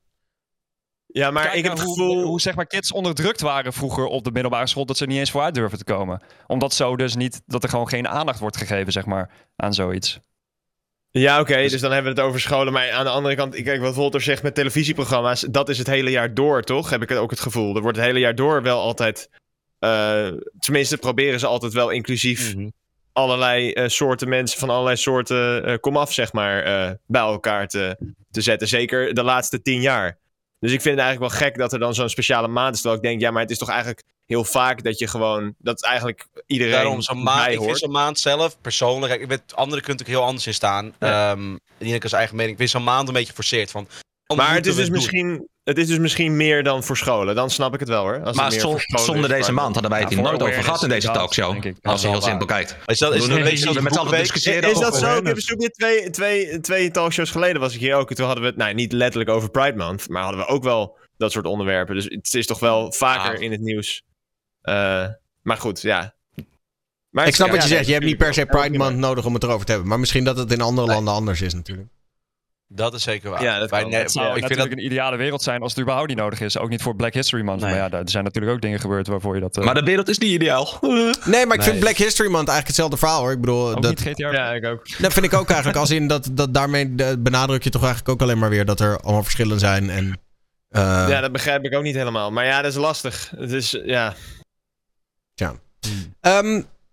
Ja, maar Kijk ik heb nou het hoe, gevoel... hoe zeg maar kids onderdrukt waren vroeger op de middelbare school, dat ze er niet eens vooruit durven te komen. Omdat zo dus niet, dat er gewoon geen aandacht wordt gegeven, zeg maar, aan zoiets. Ja, oké, dus dan hebben we het over scholen. Maar aan de andere kant, kijk wat Wolter zegt met televisieprogramma's, dat is het hele jaar door, toch? Heb ik ook het gevoel. Er wordt het hele jaar door wel altijd, eh, tenminste proberen ze altijd wel inclusief Mhm. allerlei eh, soorten mensen van allerlei soorten eh komaf, zeg maar, eh, bij elkaar te, te zetten. Zeker de laatste tien jaar. Dus ik vind het eigenlijk wel gek dat er dan zo'n speciale maand is. Terwijl ik denk, ja, maar het is toch eigenlijk heel vaak dat je gewoon, dat eigenlijk iedereen Daarom, zo'n maand, bij ik vind hoort. zo'n maand zelf, persoonlijk, kijk, ik weet, anderen kunnen natuurlijk heel anders in staan. Ja. Ehm, die ik als eigen mening, ik vind zo'n maand een beetje forceerd van. oh, Maar het moeten is, we dus doen? misschien, het is dus misschien meer dan voor scholen. Dan snap ik het wel, hoor. Als Maar het meer zon- voor scholen zonder is, deze maar- maand hadden wij het Ja, hier voor nooit over awareness, gehad in deze inderdaad, talkshow. denk ik. Als je Dat heel is wel simpel kijkt. Is dat, is We dat doen een een beetje beetje die met z'n allen boekenweek? discussiëren Is dat over zo? Ik heb awareness. dus ook weer twee, twee, twee talkshows geleden was ik hier ook. En toen hadden we het, nou niet letterlijk over Pride Month, maar hadden we ook wel dat soort onderwerpen. Dus het is toch wel vaker Ah. in het nieuws. Uh, maar goed, ja. Maar Ik snap ja, wat je nee, zegt. Je hebt niet per se natuurlijk Pride wel. Month nodig om het erover te hebben. Maar misschien dat het in andere Nee. landen anders is natuurlijk. Dat is zeker waar. Ja, dat Wij- kan. nee, Het zou ik vind natuurlijk dat, een ideale wereld zijn als het überhaupt niet nodig is. Ook niet voor Black History Month. Nee. Maar ja, daar- er zijn natuurlijk ook dingen gebeurd waarvoor je dat... eh, Maar de wereld is niet ideaal. Nee, maar ik Nee. vind Black History Month eigenlijk hetzelfde verhaal, hoor. Ik bedoel, ook dat, niet G T R. Ja, ik ook. dat vind ik ook eigenlijk. Als in dat, dat daarmee de- benadruk je toch eigenlijk ook alleen maar weer dat er allemaal verschillen zijn. En, eh, Ja, dat begrijp ik ook niet helemaal. Maar ja, dat is lastig. Het is, ja. Ehm,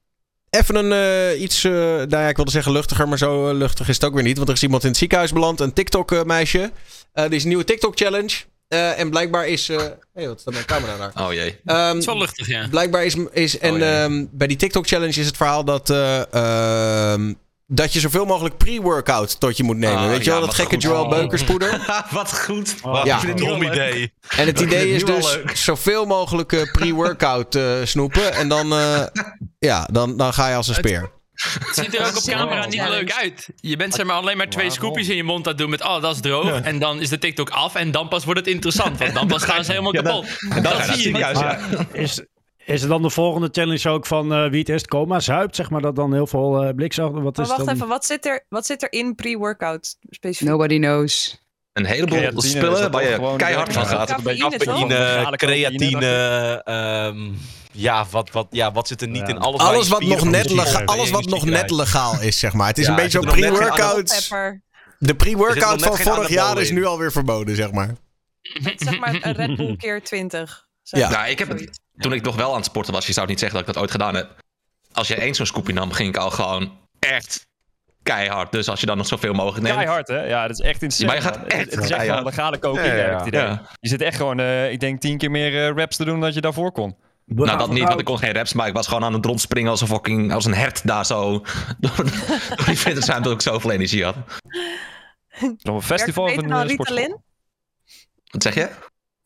Even een uh, iets, uh, nou ja, ik wilde zeggen luchtiger, maar zo uh, luchtig is het ook weer niet. Want er is iemand in het ziekenhuis beland, een TikTok-meisje. Uh, er is een nieuwe TikTok-challenge. Uh, en blijkbaar is... Hé, uh, hey, wat staat mijn camera daar? Oh jee. Um, Het is wel luchtig, ja. Blijkbaar is... is en oh, um, bij die TikTok-challenge is het verhaal dat... Uh, uh, dat je zoveel mogelijk pre-workout tot je moet nemen. Oh, Weet je ja, wel, dat gekke goed. Joel Oh. Beukerspoeder? Wat goed. Oh, ja. Een dom idee. En het idee is nu al dus leuk. zoveel mogelijk uh, pre-workout uh, snoepen. En dan, uh, ja, dan, dan ga je als een speer. Het ziet er ook op camera niet Challenge. leuk uit. Je bent zeg maar alleen maar twee Waarom? scoopjes in je mond aan het doen met... oh, dat is droog. En dan is de TikTok af en dan pas wordt het interessant. Want dan pas gaan ze helemaal Ja, dan- kapot. En dan Dat ga je naar het zie je niet. ziekenhuis, ja. Maar is, is er dan de volgende challenge ook van uh, wie het eerst coma zuipt? Zeg maar dat dan heel veel uh, blikzag. Wat Maar is wacht dan... even, wat zit, er, wat zit er in pre-workout specifiek? Nobody knows. Een heleboel Creatine is spullen dat waar toch je gewoon keihard de- van Ja. gaat. Cafeïne, toch? Cafeïne, Legale creatine, ehm, ja, wat, wat, ja, wat zit er niet Ja. in? Alles, waar Alles je wat, spieren nog van net, de lega- spieren alles wat in je nog net ziekenhuis. legaal is, zeg maar. Het is Ja, een beetje er zo zit nog net geen pre-workout. Pepper. De pre-workout Er zit nog van net geen vorig jaar anabol is in. nu alweer verboden, zeg maar. Zeg maar een Red Bull keer twintig. Zeg Ja. maar. Nou, ik heb het, Zoiets. toen ik nog wel aan het sporten was, je zou niet zeggen dat ik dat ooit gedaan heb. Als je eens zo'n scoopje nam, ging ik al gewoon echt keihard. Dus als je dan nog zoveel mogelijk neemt. Keihard, hè? Ja, dat is echt insane. Maar je gaat man. echt Het, het is echt keihard. gewoon legale cocaïne, Ja, ja, heb ja. ik het idee. Ja. Je zit echt gewoon, uh, ik denk, tien keer meer uh, raps te doen dan dat je daarvoor kon. Nou, dat niet, want ik kon geen raps, maar ik was gewoon aan het rondspringen als een fucking, als een hert daar zo. Door, door die fitnessruimte dat ik zoveel energie had. Nog een festival Werkt van beter een dan sportschool. Ritalin? Wat zeg je?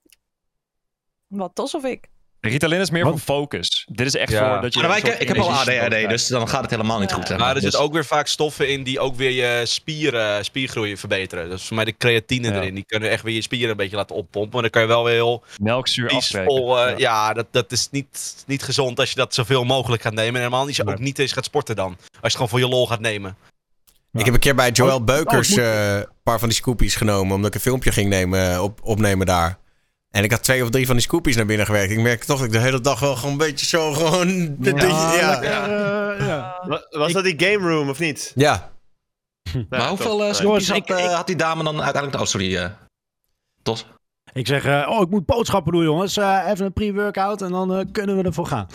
Wat, Tos of ik? Ritalin is meer Wat? voor focus. Dit is echt Ja. voor dat je... Maar een ik, soort ik heb al A D energiestroom H D, krijgt. dus dan gaat het helemaal niet Ja. goed. Zeg Maar maar. er zitten Dus- ook weer vaak stoffen in die ook weer je spieren, spiergroei verbeteren. Dus voor mij de creatine Ja. erin. Die kunnen echt weer je spieren een beetje laten oppompen. Maar dan kan je wel weer heel Melkzuur afbreken. peaceful. eh, Ja. ja, dat, dat is niet, niet gezond als je dat zoveel mogelijk gaat nemen. En helemaal als je Nee. ook niet eens gaat sporten dan. Als je het gewoon voor je lol gaat nemen. Ik heb een keer bij Joel Oh, Beukers oh, een het moet- paar van die scoopies genomen. Omdat ik een filmpje ging nemen, op, opnemen daar. En ik had twee of drie van die scoopies naar binnen gewerkt. Ik merkte toch dat ik de hele dag wel gewoon een beetje zo gewoon... Ja, Ja, ja. lekker, uh, ja. Wa- Was dat die game room of niet? ja. Maar Ja, hoeveel toch. uh, scoopies Jongens, had, ik- eh, ik- had die dame dan uiteindelijk... Oh, sorry. eh Tos. Ik zeg, uh, oh, ik moet boodschappen doen, jongens. Uh, even een pre-workout en dan uh, kunnen we ervoor gaan.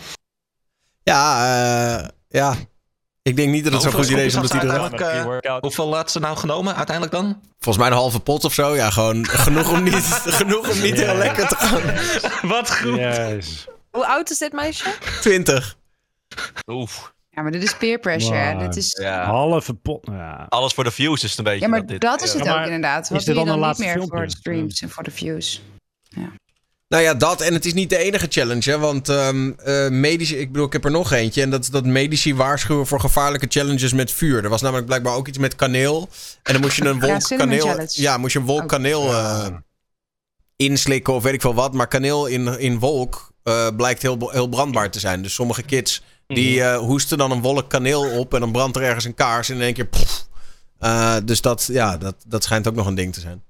Ja, uh, ja. Ik denk niet dat het zo'n Hoeveel goed idee is om dat scoopies had iedereen... ze uiteindelijk, eh, Pre-workout. Hoeveel had ze nou genomen uiteindelijk dan? Volgens mij een halve pot of zo. Ja, gewoon genoeg om niet, genoeg om niet heel lekker te gaan. Wat goed. Yes. Hoe oud is dit meisje? twintig. Oef. Ja, maar dit is peer pressure. hè. Maar- Dit is... Ja. Halve pot. Ja. Alles voor de views is het een beetje. Ja, maar dit. dat is het Ja, ook maar inderdaad. Wat is dit doe je dan dan een niet laatste meer voor filmpje? de streams en voor de views? Nou ja, dat. En het is niet de enige challenge, hè. Want um, uh, medici... Ik bedoel, ik heb er nog eentje. En dat is dat medici waarschuwen voor gevaarlijke challenges met vuur. Er was namelijk blijkbaar ook iets met kaneel. En dan moest je een wolk cinnamon kaneel... challenge. Ja, moest je een wolk Oh. kaneel uh, inslikken of weet ik veel wat. Maar kaneel in, in wolk uh, blijkt heel, heel brandbaar te zijn. Dus sommige kids die uh, hoesten dan een wolk kaneel op. En dan brandt er ergens een kaars. En in één keer... Pff. Uh, dus dat, ja, dat, dat schijnt ook nog een ding te zijn.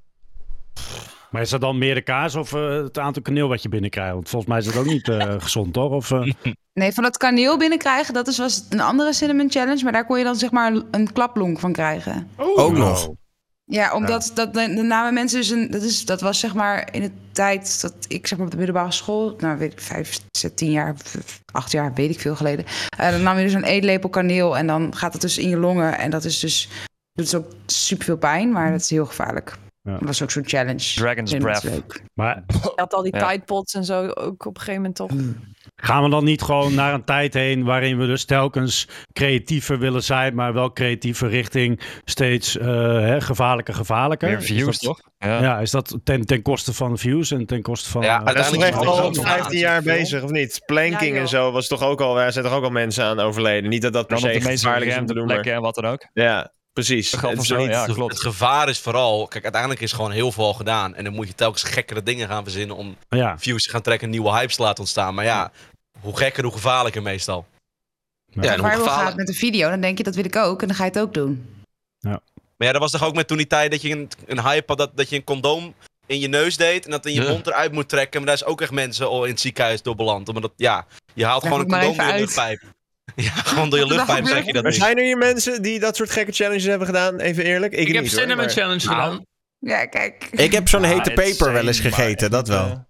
Maar is dat dan meer de kaas of uh, het aantal kaneel wat je binnenkrijgt? Want volgens mij is dat ook niet uh, gezond, toch? Of, uh... Nee, van dat kaneel binnenkrijgen, dat is, was een andere cinnamon challenge. Maar daar kon je dan zeg maar een klaplong van krijgen. Ook nog. Ja, omdat dat de, de namen mensen dus een... Dat, is, dat was zeg maar in de tijd dat ik zeg maar op de middelbare school... Nou, weet ik, vijf, zes, tien jaar, acht jaar, weet ik veel geleden. Uh, dan nam je dus een eetlepel kaneel en dan gaat het dus in je longen. En dat is dus... Dat is ook super veel pijn, maar dat is heel gevaarlijk. Ja. Dat was ook zo'n challenge. Dragon's Vind ik Breath. leuk. Maar Je had al die Ja. Tide Pods en zo ook op een gegeven moment toch. gaan we dan niet gewoon naar een tijd heen waarin we dus telkens creatiever willen zijn, maar wel creatieve richting steeds uh, hè, gevaarlijker, gevaarlijker? Meer Is views, dat- toch? Ja. Ja, is dat ten, ten koste van de views en ten koste van... Ja, uh, Maar dat is toch echt Uiteindelijk al is het vijftien jaar bezig, of niet? Planking Ja, en zo was toch ook al... Daar zijn toch ook al mensen aan overleden? Niet dat dat per Dan op se de meest gevaarlijk is om te geremde doen, maar... plekken en wat dan ook. Ja, precies. Dat geldt Het is voor zo, niet- ja. Het- klopt. Het gevaar is vooral... Kijk, uiteindelijk is gewoon heel veel al gedaan. En dan moet je telkens gekkere dingen gaan verzinnen om ja, views te gaan trekken, nieuwe hypes te laten ontstaan. Maar ja, hoe gekker, hoe gevaarlijker meestal. Ja, Als en je hoe viral gaat gevaarlijk... met een video, dan denk je dat wil ik ook. En dan ga je het ook doen. Maar ja, dat was toch ook met toen die tijd dat je een, een hype had dat, dat je een condoom in je neus deed en dat in je Ja. mond eruit moet trekken. Maar daar is ook echt mensen al in het ziekenhuis door beland. Omdat, ja, je haalt Leg gewoon een het maar condoom door je even uit. luchtpijp. Ja, gewoon door je Wat er luchtpijp gebeurt? trek je dat Maar ding. zijn er hier mensen die dat soort gekke challenges hebben gedaan? Even eerlijk. Ik, Ik heb niet, hoor, Cinnamon maar- Challenge Nou, gedaan. Ja, kijk. Ik heb zo'n Ja, hete het is peper wel eens insane, gegeten, maar dat wel. echt,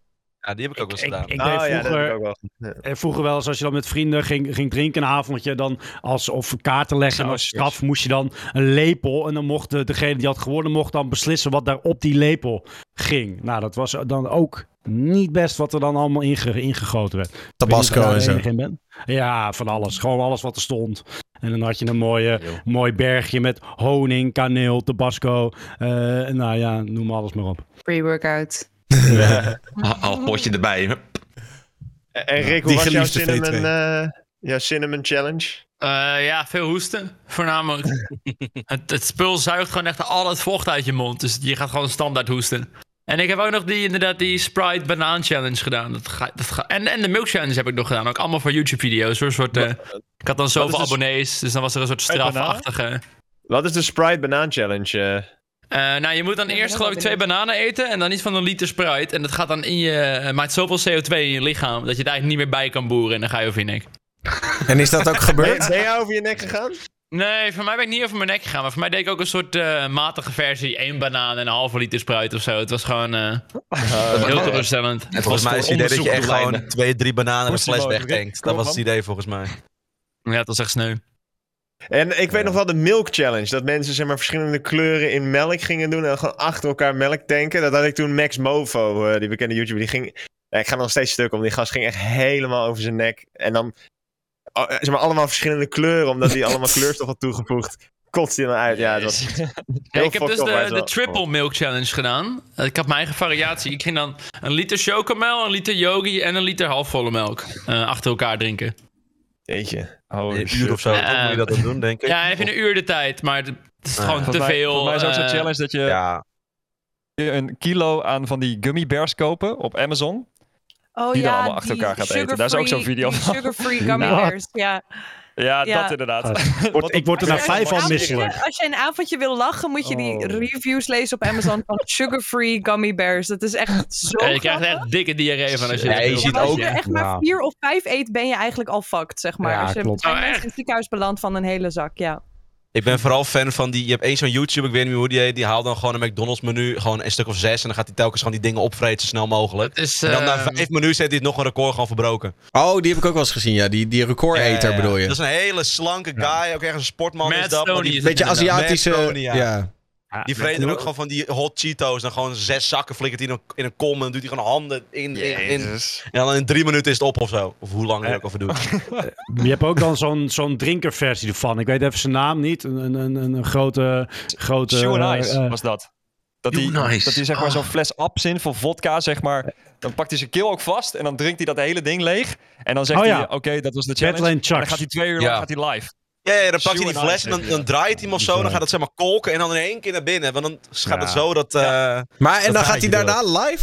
Ja, die heb ik ook wel eens Ik, gedaan. ik Oh, deed ja, dat heb vroeger, ik ook wel. Ja. eh, vroeger wel eens als je dan met vrienden ging, ging drinken een avondje, dan als of kaarten leggen en als straf moest je dan een lepel en dan mocht de, degene die had gewonnen mocht dan beslissen wat daar op die lepel ging. Nou, dat was dan ook niet best wat er dan allemaal inge, ingegoten werd. Tabasco en zo. Ben. Ja, van alles. Gewoon alles wat er stond. En dan had je een mooie, mooi bergje met honing, kaneel, tabasco. Uh, nou ja, noem alles maar op. Pre-workout. Ja. Al potje erbij. En Rick, hoe Die was jouw geliefde V cinnamon, twee. uh, jouw cinnamon challenge? Uh, ja, veel hoesten. Voornamelijk. het, het spul zuigt gewoon echt al het vocht uit je mond. Dus je gaat gewoon standaard hoesten. En ik heb ook nog die, inderdaad, die Sprite Banaan Challenge gedaan. Dat ga, dat ga, en, en de Milk Challenge heb ik nog gedaan. Ook allemaal voor YouTube-video's. Een soort, uh, ik had dan zoveel de abonnees. Dus dan was er een soort strafachtige... Wat is de Sprite Banaan Challenge? Uh, nou, je moet dan eerst geloof ik twee bananen eten en dan iets van een liter Sprite. En dat gaat dan in je, uh, maakt zoveel C O twee in je lichaam dat je het eigenlijk niet meer bij kan boeren en dan ga je over je nek. En is dat ook Ben, gebeurd? ben jij over je nek gegaan? Nee, voor mij ben ik niet over mijn nek gegaan. Maar voor mij deed ik ook een soort uh, matige versie. één banaan en een halve liter Sprite of zo. Het was gewoon uh, uh, heel teleurstellend. En volgens mij is het idee dat je echt gewoon twee, drie bananen en een fles Pussy mode, wegdenkt. Rick, Dat was kom het idee volgens mij. Ja, het was echt sneu. En ik weet nog wel de Milk Challenge. Dat mensen zeg maar verschillende kleuren in melk gingen doen. En dan gewoon achter elkaar melk tanken. Dat had ik toen Max Mofo, uh, die bekende YouTuber. Die ging... Ja, ik ga er nog steeds stuk om. Die gast ging echt helemaal over zijn nek. En dan... Oh, zeg maar allemaal verschillende kleuren. Omdat hij allemaal kleurstof had toegevoegd. Kotste hij dan uit. Ja, het was... Ja, ik heb dus up, maar het de, wel- de Triple Milk Challenge gedaan. Ik had mijn eigen variatie. Ik ging dan een liter chocomel, een liter yogi en een liter halfvolle melk uh, achter elkaar drinken. Jeetje. Oh, Een uur of zo, Ja, toch moet je dat dan doen, denk ik. Ja, even een uur de tijd, maar het is Ja. gewoon te Volgens mij, veel. volgens mij is ook zo'n uh, challenge dat je Ja, een kilo aan van die gummy bears kopen op Amazon. Oh Die dan ja, allemaal achter die elkaar gaat eten. Daar is ook zo'n video die van. Sugar-free gummy Ja. bears, ja. Ja, Ja. dat inderdaad. Ah, word- ik word er na Als je vijf een al avondje- misselijk. Als je een avondje wil lachen, moet je die Oh. reviews lezen op Amazon van sugar-free gummy bears. Dat is echt zo ja, je krijgt er grappig. echt dikke diarree van als je Ja, dat je wil. ziet Maar als ook- je echt maar Ja. vier of vijf eet, ben je eigenlijk al fucked, zeg maar. Ja, als je klopt. zijn Oh, mensen echt? in het ziekenhuis belandt van een hele zak, ja. ik ben vooral fan van die... Je hebt één zo'n YouTuber, ik weet niet meer hoe die heet. Die haalt dan gewoon een McDonald's menu. Gewoon een stuk of zes. En dan gaat hij telkens gewoon die dingen opvreten zo snel mogelijk. Dus, En dan na uh, vijf minuten heeft hij nog een record gewoon verbroken. Oh, die heb ik ook wel eens gezien. Ja, die, die record-eter Ja, ja, ja. bedoel je. Dat is een hele slanke guy. Ook echt een sportman Matt is dat. maar Stoney die, is Beetje het inderdaad. Aziatische... Matt Stoney, ja. ja. die vreet dan ook gewoon van die hot Cheetos. Dan gewoon zes zakken flikkert hij in een, in een kom. En dan doet hij gewoon handen in. in, in. En dan in drie minuten is het op of zo. Of hoe lang hij er ook over doet. Je hebt ook dan zo'n zo'n drinkerversie ervan. Ik weet even zijn naam niet. Een, een, een, een grote... grote Shoe and eh, Ice eh, was dat. Dat hij Shoe and Ice. dat hij zeg maar zo'n fles absint van vodka, zeg maar. Dan pakt hij zijn keel ook vast en dan drinkt hij dat hele ding leeg. En dan zegt Oh ja. hij, oké, dat was de challenge. Battle En and dan Chucks. gaat hij twee uur Ja. lang gaat hij live. Ja, ja, dan pakt hij Shoe die and fles Ice en dan, heet die, dan draait hij hem of zo. Ja. Dan gaat het zeg maar kolken. En dan in één keer naar binnen. Want dan gaat Ja. het zo dat... eh, Maar en Dat dan gaat hij je daarna live?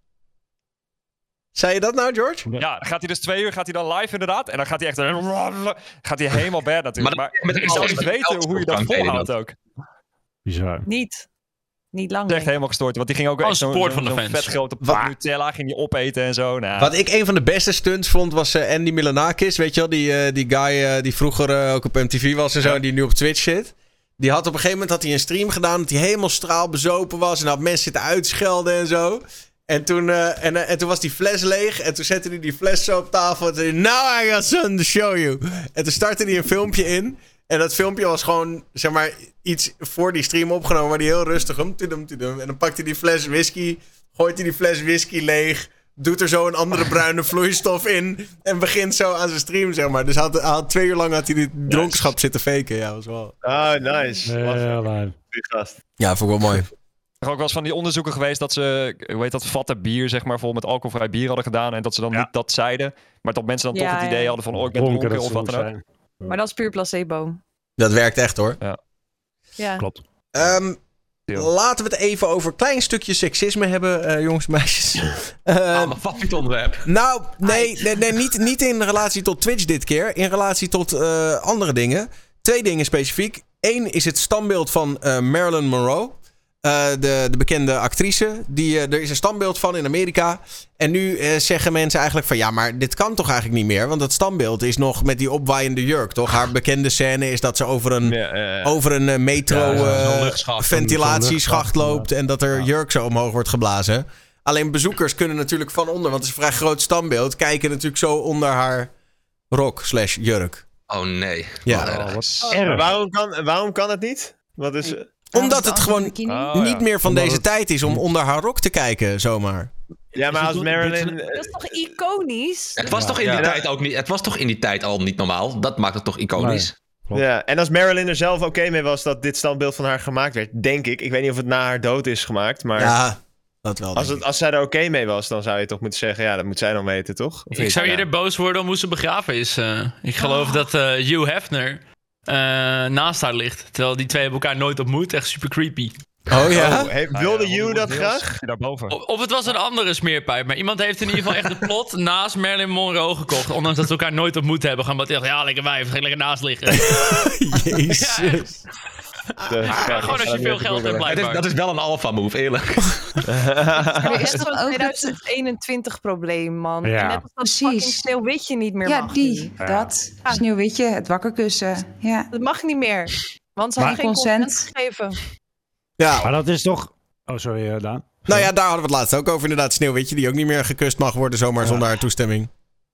Zei je dat nou, George? Ja, dan gaat hij dus twee uur gaat hij dan live inderdaad. En dan gaat hij echt... Gaat hij helemaal bad natuurlijk. Maar Maar, met ik zou alles, niet met weten alles hoe je dat kan delen volhoudt dat. ook. Bizar. Niet. Niet lang. Dat is echt nee. helemaal gestoord. Want die ging ook Oh, echt zo'n support zo, van de zo'n fans. vet grote Wat? pak Nutella ging die opeten en zo. Nou, Wat ik een van de beste stunts vond, was eh, Andy Milonakis. Weet je wel, die, eh, die guy eh, die vroeger eh, ook op M T V was en zo. En die nu op Twitch zit. Die had op een gegeven moment had hij een stream gedaan dat hij helemaal straalbezopen was. En had mensen zitten uitschelden en zo. En toen, eh, en, eh, en toen was die fles leeg. En toen zette hij die fles zo op tafel. En toen zei hij, now I got something to show you. En toen startte hij een filmpje in. En dat filmpje was gewoon, zeg maar, iets voor die stream opgenomen. Waar hij heel rustig om tudum, tudum. En dan pakt hij die fles whisky. Gooit hij die fles whisky leeg. Doet er zo een andere bruine vloeistof in. En begint zo aan zijn stream, zeg maar. Dus hij had, hij had twee uur lang had hij die dronkenschap zitten faken. Ja, was wel... Oh, nice. Heel Lachen. live. Die gast. Ja, vond ik wel mooi. Er ook wel eens van die onderzoeken geweest dat ze, hoe heet dat, vatten bier, zeg maar, vol met alcoholvrij bier hadden gedaan. En dat ze dan Ja. niet dat zeiden. Maar dat mensen dan Ja, toch het idee ja. hadden van, oh, ik ben Dronken, dronken dat of ze wat dan ook. zijn. Maar dat is puur placebo. Dat werkt echt, hoor. Ja. Klopt. Ehm, Ja. laten we het even over een klein stukje seksisme hebben, eh, jongens en meisjes. Ehm, Ah, mijn favoriet onderwerp. nou, nee, nee, nee niet, niet in relatie tot Twitch dit keer. In relatie tot eh, andere dingen. Twee dingen specifiek. Eén is het standbeeld van eh, Marilyn Monroe. Uh, de, de bekende actrice. Die, uh, er is een standbeeld van in Amerika. En nu uh, zeggen mensen eigenlijk van... ja, maar dit kan toch eigenlijk niet meer? Want dat standbeeld is nog met die opwaaiende jurk, toch? Haar bekende scène is dat ze over een, Ja, ja, ja. over een uh, metro Ja, zo'n uh, luchtschacht. ventilatieschacht Zo'n luchtschacht, loopt... en dat er ja. jurk zo omhoog wordt geblazen. Alleen bezoekers kunnen natuurlijk van onder, want het is een vrij groot standbeeld, kijken natuurlijk zo onder haar rok slash jurk. Oh nee. Ja. Wat erg. Oh, wat Maar erg. waarom kan, waarom kan het niet? Wat is... Omdat het gewoon Oh, niet ja. meer van Omdat deze het- tijd is om onder haar rok te kijken, zomaar. Ja, maar Is als het- Marilyn... Dat is toch iconisch? Het was toch in die Ja. tijd ook niet. Het was toch in die tijd al niet normaal. Dat maakt het toch iconisch. Klopt. Ja, en als Marilyn er zelf oké mee was dat dit standbeeld van haar gemaakt werd, denk ik. Ik weet niet of het na haar dood is gemaakt, maar Ja, dat wel. als, denk het, ik. als zij er oké mee was, dan zou je toch moeten zeggen, ja, dat moet zij dan weten, toch? Of Ik niet? zou Ja. eerder boos worden om hoe ze begraven is. eh. ik geloof dat eh, Hugh Hefner eh, naast haar ligt. Terwijl die twee hebben elkaar nooit ontmoet. Echt super creepy. Oh ja? Oh, he- Ah, wilde ja, Hugh Hollywood dat Hills, graag? Daarboven. Of, of het was een andere smeerpijp. Maar iemand heeft in ieder geval echt de plot naast Marilyn Monroe gekocht. Ondanks dat ze elkaar nooit ontmoet hebben. Gewoon omdat hij dacht, ja, lekker wijf. Ga ik lekker naast liggen. Jezus. Dus, ja, Gewoon als je veel geld hebt, Het is, blijkbaar. dat is wel een alpha move, eerlijk. Maar er Het is is toch zo'n ook dat... tweeduizend eenentwintig probleem, man. Ja. En net als dat Precies. fucking Sneeuwwitje niet meer Ja, mag. die. Dat. Sneeuwwitje, het wakkerkussen. Ja. Dat mag niet meer. Want ze Maar- hadden geen Consent. consent gegeven. Ja, Maar dat is toch... Oh, sorry, uh, Daan. nou ja, daar hadden we het laatst ook over. Inderdaad, Sneeuwwitje, die ook niet meer gekust mag worden zomaar Ja. zonder haar toestemming.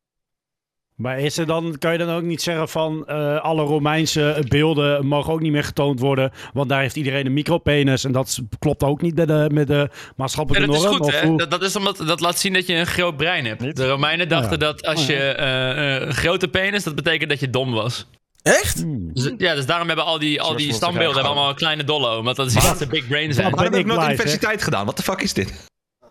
Maar is er dan, kan je dan ook niet zeggen van eh, alle Romeinse beelden mogen ook niet meer getoond worden, want daar heeft iedereen een micropenis en dat is- klopt ook niet met de, met de Ja, maatschappelijke dat is norm? goed, of hè? hoe- Dat, dat, is omdat, dat laat zien dat je een groot brein hebt. De Romeinen dachten ja. dat als Oh, ja. je eh, eh, een grote penis, dat betekent dat je dom was. Echt? Hmm. Dus, ja, dus daarom hebben al die, al Soort die van standbeelden hebben allemaal een kleine dollo. Omdat dat is iets dat ze big brain zijn. Wat Maar ben dat heb ik ik nooit live, universiteit gedaan. Wat de fuck is dit?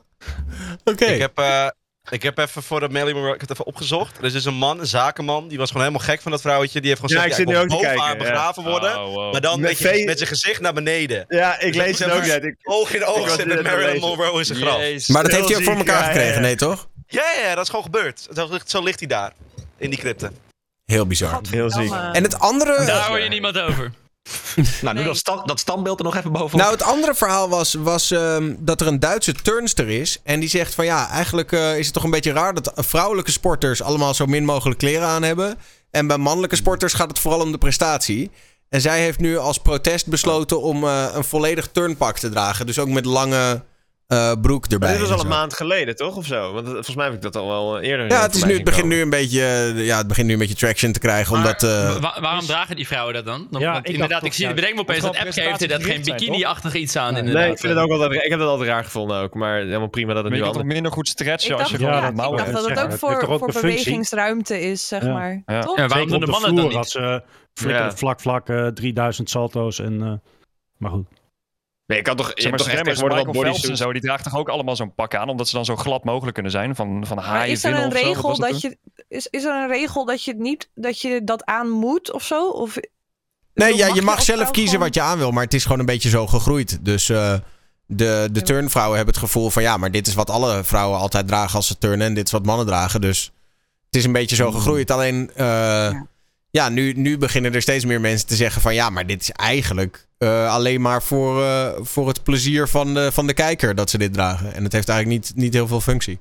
Oké. Ik heb, eh, ik heb even voor de Marilyn Monroe, ik heb het even opgezocht. Er is dus een man, een zakenman, die was gewoon helemaal gek van dat vrouwtje. Die heeft gewoon Ja, gezegd, ik ja, zit nu wil ook te boven haar kijken, ja. begraven worden. Oh, wow. Maar dan Met met, je, ve- met zijn gezicht naar beneden. Ja, ik lees het ook net. Ik, Oog in Ik oog was zitten met net aan het Marilyn lezen. Monroe in zijn graf. Jezus. Maar dat heeft hij ook Heel voor ziek, elkaar ja, gekregen, ja, ja. nee toch? Ja, ja, ja, dat is gewoon gebeurd. Zo ligt, zo ligt hij daar, in die crypte. Heel bizar. heel ziek. En het andere... Daar hoor je niemand over. Nou, nu Nee. dat, stand, dat standbeeld er nog even bovenop. Nou, het andere verhaal was, was ehm, dat er een Duitse turnster is. En die zegt van ja, eigenlijk eh, is het toch een beetje raar dat vrouwelijke sporters allemaal zo min mogelijk kleren aan hebben. En bij mannelijke sporters gaat het vooral om de prestatie. En zij heeft nu als protest besloten om eh, een volledig turnpak te dragen. Dus ook met lange eh, broek erbij. Maar dit was en al een zo. maand geleden, toch? Of zo? Want het- volgens mij heb ik dat al wel eh, eerder. Ja, eh, het, is voorbij nu, het, begint zien nu een beetje, eh, ja, het begint nu een beetje traction te krijgen. Omdat, eh, Wa- waarom dragen die vrouwen dat dan? Want Ja, ik dacht inderdaad, toch ik zie het juist- bedenk me opeens dat dat het Epke heeft inderdaad geen prestatiegericht zijn, bikini-achtig iets aan. komen. Inderdaad. Nee, ik, vind het ook altijd, ik heb dat altijd raar gevonden ook. Maar helemaal prima dat het Maar nu je kan toch anders minder goed stretchen Ik als je dacht, Ja, van ja, dat ik mouwen dacht dat hebt. het ook Het heeft toch voor, ook voor een functie? bewegingsruimte is, zeg Ja. maar. Ja. Toch? Ja, waarom Zeker doen op de de mannen vloer dat had niet? ze flikker Ja. vlak vlak eh, drieduizend salto's en... eh, maar goed. Nee, je kan toch, je Zeg hebt maar toch echt zwemmers, tegenwoordig Michael wel Phelps en bodysuits. zo, die draagt toch ook allemaal zo'n pak aan, omdat ze dan zo glad mogelijk kunnen zijn van, van Maar haaien, is er vinnen een of zo. Wat regel was het dat toen? je is, is er een regel dat je het niet dat je dat aan moet of zo? Of nee, ja, je mag als zelf vrouw kiezen gewoon- wat je aan wil. Maar het is gewoon een beetje zo gegroeid. Dus eh, de, de turnvrouwen hebben het gevoel van ja, maar dit is wat alle vrouwen altijd dragen als ze turnen. En dit is wat mannen dragen. Dus het is een beetje zo gegroeid. Alleen, eh, ja, ja nu, nu beginnen er steeds meer mensen te zeggen van ja, maar dit is eigenlijk uh, alleen maar voor, uh, voor het plezier van de, van de kijker dat ze dit dragen. En het heeft eigenlijk niet, niet heel veel functie.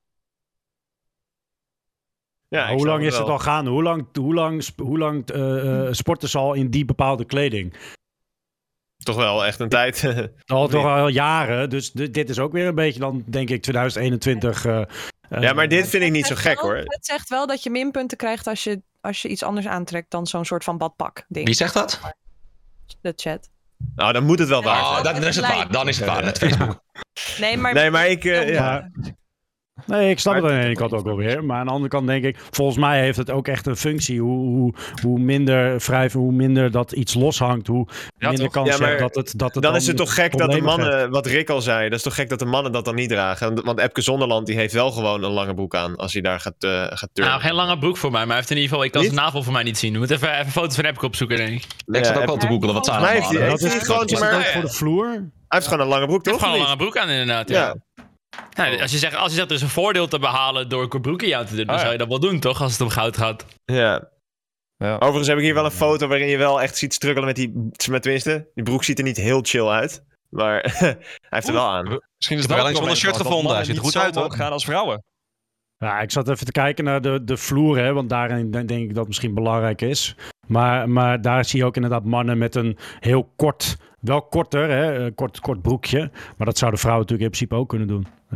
Ja, ik hoe snap lang is het wel. al gaande? Hoe lang, hoe lang, sp- hoe lang uh, uh, sporten ze al in die bepaalde kleding? Toch wel echt een tijd. Al toch al jaren. Dus d- dit is ook weer een beetje dan, denk ik, twintig eenentwintig. Uh, uh, Ja, maar dit vind ik niet zo Het gek zegt wel- hoor. Het zegt wel dat je minpunten krijgt als je, als je iets anders aantrekt dan zo'n soort van badpak ding. Wie zegt dat? De chat. Nou, dan moet het wel waar Oh, zijn. dan, dan is het waar. Dan is het waar. Met Facebook. Nee, maar, Nee, maar ik... eh, ja. Maar- Nee, ik snap Maar het aan de het- ene kant ook wel weer. Maar aan de andere kant denk ik, volgens mij heeft het ook echt een functie. Hoe, hoe, hoe minder wrijven, hoe minder dat iets loshangt, hoe Ja, minder toch? kans Ja, je maar hebt dat het dat het Dan is het toch gek dat de problemen mannen, geeft. wat Rick al zei, dat is toch gek dat de mannen dat dan niet dragen. Want- Want Epke Zonderland die heeft wel gewoon een lange broek aan als hij daar gaat, uh, gaat turnen. Nou, geen lange broek voor mij, maar hij heeft in ieder geval... Ik kan Niet? zijn navel voor mij niet zien. We moeten even, even foto's van Epke opzoeken, denk ik. Ik zat ook wel te googelen wat ze Volgens aan mij heeft hij- Dat heeft is, hij gewoon, is zeg dat maar- ook voor de vloer? Hij heeft gewoon een lange broek, Hij heeft toch? gewoon een Of lange broek aan, inderdaad. niet? Ja. Ja. Ja, als, je zegt, als je zegt, er is een voordeel te behalen door een broekje aan te doen, dan Oh, ja. zou je dat wel doen, toch? Als het om goud gaat. Ja. Ja. Overigens heb ik hier wel een foto waarin je wel echt ziet struggelen met die... Met tenminste, die broek ziet er niet heel chill uit. Maar hij heeft er wel aan. Misschien is heb het wel wel eens een zonder shirt probleem, gevonden. want Hij ziet er mannen goed uit, niet zo hoor. mogen gaan als vrouwen. Ja, ik zat even te kijken naar de, de vloer, hè, want daarin denk ik dat het misschien belangrijk is. Maar, maar daar zie je ook inderdaad mannen met een heel kort, wel korter, hè, een kort, kort broekje. Maar dat zouden vrouwen natuurlijk in principe ook kunnen doen. Ja.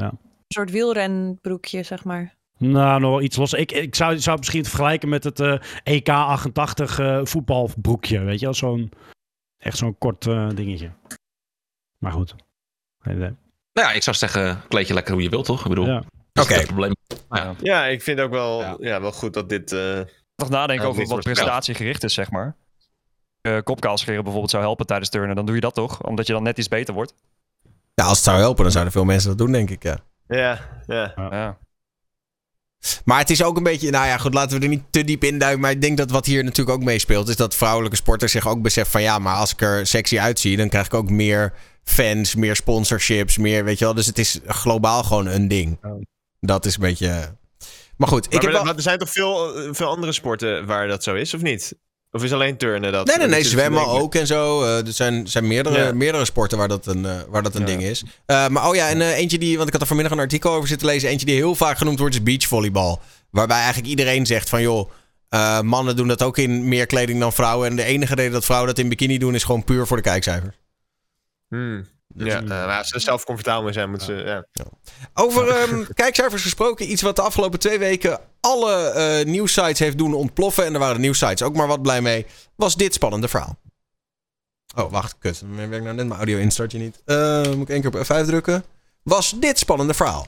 soort wielrenbroekje, zeg maar. Nou, nog iets los. Ik, ik zou, zou misschien het vergelijken met het uh, E K achtentachtig uh, voetbalbroekje. Weet je wel, zo'n echt zo'n kort uh, dingetje. Maar goed. Nee, nee. Nou ja, ik zou zeggen, kleed je lekker hoe je wilt, toch? Ik bedoel, ja. Oké. Okay. Probleem. Ja. ja, ik vind ook wel, ja. Ja, wel goed dat dit... Uh, Nog nadenken over wat prestatiegericht is, zeg maar. Uh, kopkaalscheren bijvoorbeeld zou helpen tijdens turnen. Dan doe je dat toch? Omdat je dan net iets beter wordt. Ja, als het zou helpen, dan zouden veel mensen dat doen, denk ik, ja. Ja, ja. ja. Maar het is ook een beetje... Nou ja, goed, laten we er niet te diep induiken. Maar ik denk dat wat hier natuurlijk ook meespeelt... is dat vrouwelijke sporters zich ook beseffen van... ja, maar als ik er sexy uitzie... dan krijg ik ook meer fans, meer sponsorships, meer... weet je wel. Dus het is globaal gewoon een ding. Oh. Dat is een beetje... Maar goed, maar ik heb maar, wel... er zijn toch veel, veel andere sporten waar dat zo is, of niet? Of is alleen turnen dat? Nee, nee, nee, zwemmen ook en zo. Uh, er zijn, zijn meerdere, ja. meerdere sporten waar dat een, uh, waar dat een ja. ding is. Uh, maar oh ja, en uh, eentje die... Want ik had er vanmiddag een artikel over zitten lezen. Eentje die heel vaak genoemd wordt is beachvolleybal. Waarbij eigenlijk iedereen zegt van joh... Uh, mannen doen dat ook in meer kleding dan vrouwen. En de enige reden dat vrouwen dat in bikini doen... is gewoon puur voor de kijkcijfers. Hmm. Ja, uh, maar als ze er zelf comfortabel mee zijn, moeten ja. ze... Ja. Ja. Over um, kijkcijfers gesproken. Iets wat de afgelopen twee weken alle uh, nieuwssites heeft doen ontploffen. En er waren de nieuwssites ook maar wat blij mee. Was dit spannende verhaal. Oh, wacht. Kut. Dan werkt nou net mijn audio instartje niet. Uh, moet ik één keer op F vijf drukken. Was dit spannende verhaal?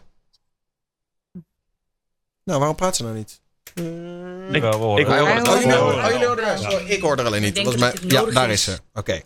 Nou, waarom praat ze nou niet? Uh, ik hoor ik hoor het. Oh, jullie horen het. Ja. Ik hoor er alleen niet. Dat mijn... Ja, daar is ze. Oké. Okay.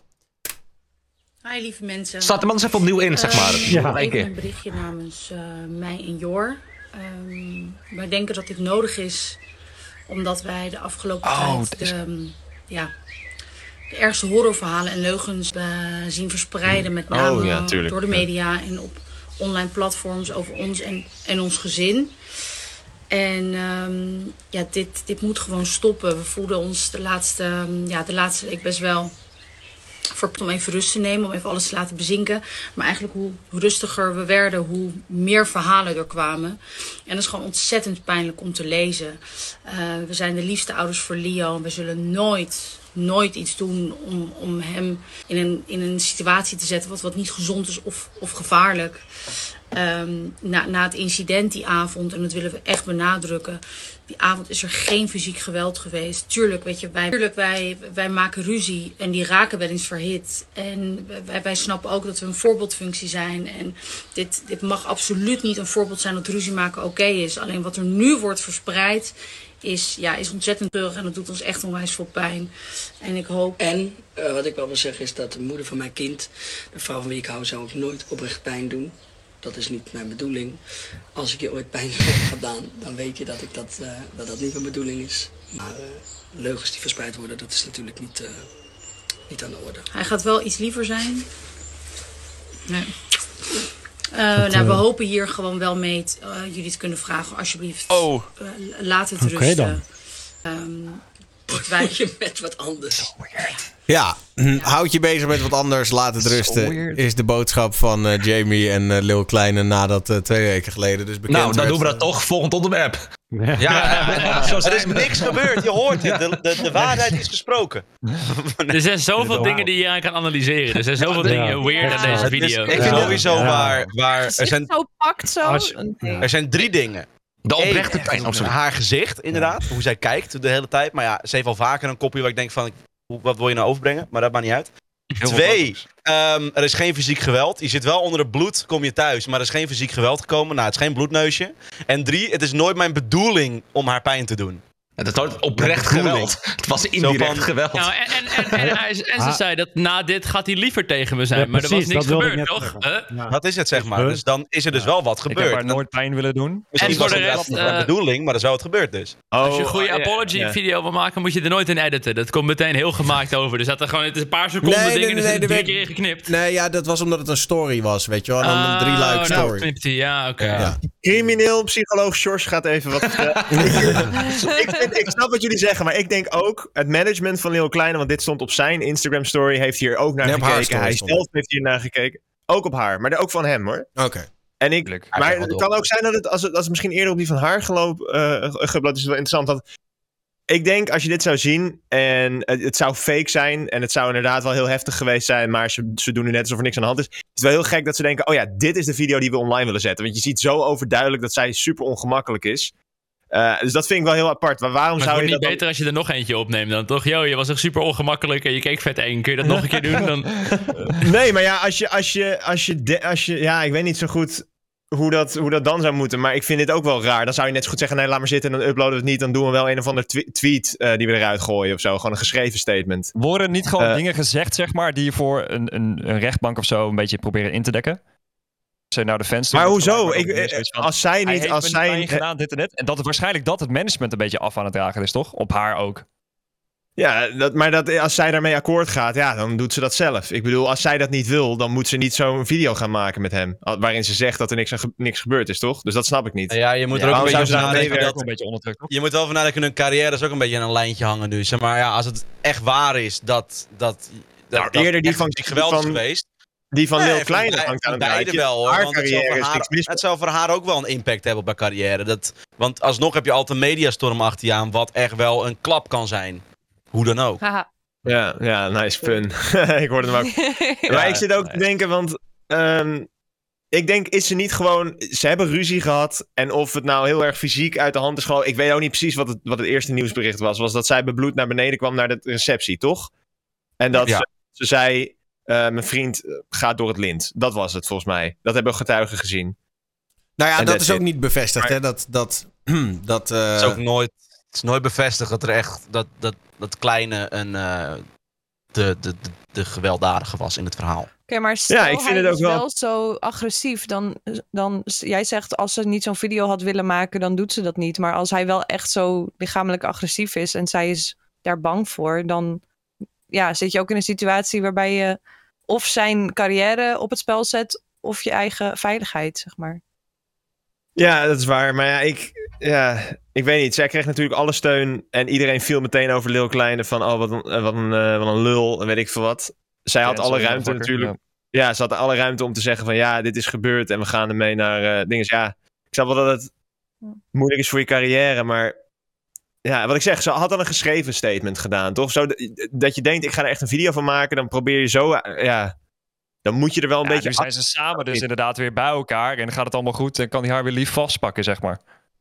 Hi lieve mensen. Staat de man eens even opnieuw in, zeg maar. Uh, ja. Even een berichtje namens uh, mij en Jor. Um, wij denken dat dit nodig is, omdat wij de afgelopen oh, tijd is... de, um, ja, de ergste horrorverhalen en leugens uh, zien verspreiden. Met name oh, ja, door de media en op online platforms over ons en, en ons gezin. En um, ja, dit, dit moet gewoon stoppen. We voelden ons de laatste, ja, de laatste week best wel... om even rust te nemen, om even alles te laten bezinken. Maar eigenlijk hoe rustiger we werden, hoe meer verhalen er kwamen. En dat is gewoon ontzettend pijnlijk om te lezen. Uh, we zijn de liefste ouders voor Leo. We zullen nooit, nooit iets doen om, om hem in een, in een situatie te zetten wat, wat niet gezond is of, of gevaarlijk. Um, na, na het incident die avond, en dat willen we echt benadrukken... die avond is er geen fysiek geweld geweest. Tuurlijk, weet je, wij, tuurlijk, wij, wij maken ruzie en die raken wel eens verhit. En wij, wij snappen ook dat we een voorbeeldfunctie zijn. En dit, dit mag absoluut niet een voorbeeld zijn dat ruzie maken oké okay is. Alleen wat er nu wordt verspreid is, ja, is ontzettend treurig en dat doet ons echt onwijs veel pijn. En ik hoop... En uh, wat ik wel wil zeggen is dat de moeder van mijn kind, de vrouw van wie ik hou, zou ook nooit oprecht pijn doen. Dat is niet mijn bedoeling. Als ik je ooit pijn heb gedaan, dan weet je dat ik dat, uh, dat, dat niet mijn bedoeling is. Maar uh, leugens die verspreid worden, dat is natuurlijk niet, uh, niet aan de orde. Hij gaat wel iets liever zijn. Nee. Uh, dat, nou, we uh... hopen hier gewoon wel mee t, uh, jullie te kunnen vragen. Alsjeblieft, oh. uh, laat het okay, rusten. Um, wij... je met wat anders. Ja, ja, houd je bezig met wat anders, laat het rusten. Is de boodschap van uh, Jamie en uh, Lil Kleine nadat uh, twee weken geleden dus bekend Nou, dan werd. doen we dat toch. Volgend onderwerp. Ja, ja, ja. Zo er is niks gebeurd, je hoort het. De, de, de waarheid is gesproken. Er zijn zoveel dingen die je aan kan analyseren. Er zijn zoveel ja. dingen weird aan deze video. Is, ik vind sowieso ja. waar... waar er, zijn, zo pakt zo. er zijn drie dingen. De oprechte pijn. Haar gezicht, inderdaad. Ja. Hoe zij kijkt de hele tijd. Maar ja, ze heeft al vaker een kopje waar ik denk van... wat wil je nou overbrengen? Maar dat maakt niet uit. Heel Twee, um, er is geen fysiek geweld. Je zit wel onder het bloed, kom je thuis. Maar er is geen fysiek geweld gekomen. Nou, het is geen bloedneusje. En drie, het is nooit mijn bedoeling om haar pijn te doen. Het is nooit oprecht geweld. Het was indirect van, geweld. Nou, en, en, en, en, hij, en ze ah. zei dat na dit gaat hij liever tegen me zijn. Ja, maar precies, er was niks gebeurd, toch? Huh? Ja. Dat is het, zeg maar. Dus dan is er dus wel wat gebeurd. Ik heb haar nooit pijn willen doen. Misschien en was voor de het rest, wel uh, de bedoeling, maar dat is wel wat gebeurd dus. Oh, als je een goede apology-video wil maken, moet je er nooit in editen. Dat komt meteen heel gemaakt over. Dus dat er gewoon, het is een paar seconden nee, dingen, nee, nee, dus er nee, drie keer in geknipt. Nee, ja, dat was omdat het een story was, weet je wel. Dan een drie-like oh, story. Nou, knipt hij, ja, oké. Okay. Ja. Crimineel psycholoog George gaat even wat vertellen. ik, ik, ik snap wat jullie zeggen, maar ik denk ook, het management van Lil Kleine, want dit stond op zijn Instagram story, heeft hier ook naar nee, gekeken. Hij stond. zelf heeft hier naar gekeken. Ook op haar, maar ook van hem hoor. Oké. Okay. En ik, maar het kan ook zijn dat het, als het, als het misschien eerder op die van haar geloof, uh, gebloot is, wel interessant dat ik denk als je dit zou zien en het, het zou fake zijn en het zou inderdaad wel heel heftig geweest zijn, maar ze, ze doen nu net alsof er niks aan de hand is. Het is wel heel gek dat ze denken, oh ja, dit is de video die we online willen zetten. Want je ziet zo overduidelijk dat zij super ongemakkelijk is. Uh, dus dat vind ik wel heel apart. Maar waarom maar zou het je wordt niet dat beter dan... als je er nog eentje opneemt dan, toch? Yo, je was echt super ongemakkelijk en je keek vet eng. Kun je dat nog een keer doen? Dan... Nee, maar ja, als je, als je, als je, de, als je, ja, ik weet niet zo goed hoe dat, hoe dat dan zou moeten. Maar ik vind dit ook wel raar. Dan zou je net zo goed zeggen, nee, laat maar zitten en dan uploaden we het niet. Dan doen we wel een of ander tw- tweet uh, die we eruit gooien of zo. Gewoon een geschreven statement. Worden niet gewoon Uh, dingen gezegd, zeg maar, die je voor een, een, een rechtbank of zo een beetje proberen in te dekken? Zijn nou de fans Maar doen, hoezo? maar Ik, ook weer zoiets van, als zij hij niet... heeft Als me zij, niet gedaan, dit en dit. En dat waarschijnlijk dat het management een beetje af aan het dragen is, toch? Op haar ook. Ja, dat, maar dat, als zij daarmee akkoord gaat, ja, dan doet ze dat zelf. Ik bedoel, als zij dat niet wil, dan moet ze niet zo'n video gaan maken met hem. Waarin ze zegt dat er niks, aan ge- niks gebeurd is, toch? Dus dat snap ik niet. Ja, je moet er Ja, ook een waarom beetje zou ze over daar nadenken. meewerken? dat- Een beetje onderdrukt, toch? Je moet wel vanuit dat hun carrière is ook een beetje aan een lijntje hangen nu. Zeg maar ja, als het echt waar is dat... dat, dat Nou, dat eerder die echt van- een geweld is van- geweest. Die van Nee, Lil van Kleine bij- hangt van aan het beide rijtje. wel, hoor. Haar Want het zal, carrière voor is haar, niks mis. het zal voor haar ook wel een impact hebben op haar carrière. Dat, want alsnog heb je altijd een mediastorm achter je aan, wat echt wel een klap kan zijn. Hoe dan ook. Haha. Ja, ja, nice pun. Ik hoorde hem ook. Maar ik zit ook te denken, want um, ik denk, is ze niet gewoon... Ze hebben ruzie gehad en of het nou heel erg fysiek uit de hand is gewoon... Ik weet ook niet precies wat het, wat het eerste nieuwsbericht was. Was dat zij bebloed naar beneden kwam naar de receptie, toch? En dat Ja. ze, ze zei, uh, mijn vriend uh, gaat door het lint. Dat was het volgens mij. Dat hebben getuigen gezien. Nou ja, En dat that's is ook it. niet bevestigd, Maar- hè? Dat, dat, dat, uh... Het is ook nooit, het is nooit bevestigd dat er echt... Dat, dat, dat kleine een... Uh, de, de, de, de gewelddadige was in het verhaal. Oké, maar stel Ja, ik vind hij het ook is wel- wel zo agressief, dan, dan... Jij zegt, als ze niet zo'n video had willen maken, dan doet ze dat niet. Maar als hij wel echt zo lichamelijk agressief is en zij is daar bang voor, dan ja, zit je ook in een situatie waarbij je of zijn carrière op het spel zet, of je eigen veiligheid, zeg maar. Ja, dat is waar. Maar ja, ik, ja, ik weet niet. Zij kreeg natuurlijk alle steun. En iedereen viel meteen over Lil Kleine. Van, oh, wat een, wat een, uh, wat een lul. En weet ik veel wat. Zij had Ja, alle sorry, ruimte motherfucker, natuurlijk. Ja. ze had alle ruimte om te zeggen van... Ja, dit is gebeurd. En we gaan ermee naar uh, dingen. Ja, ik snap wel dat het moeilijk is voor je carrière. Maar ja, wat ik zeg. Ze had al een geschreven statement gedaan, toch? Zo d- dat je denkt, ik ga er echt een video van maken. Dan probeer je zo... Uh, ja, dan moet je er wel een Ja, beetje... nu zijn ze samen dus inderdaad weer bij elkaar. En dan gaat het allemaal goed. En kan hij haar weer lief vastpakken, zeg maar.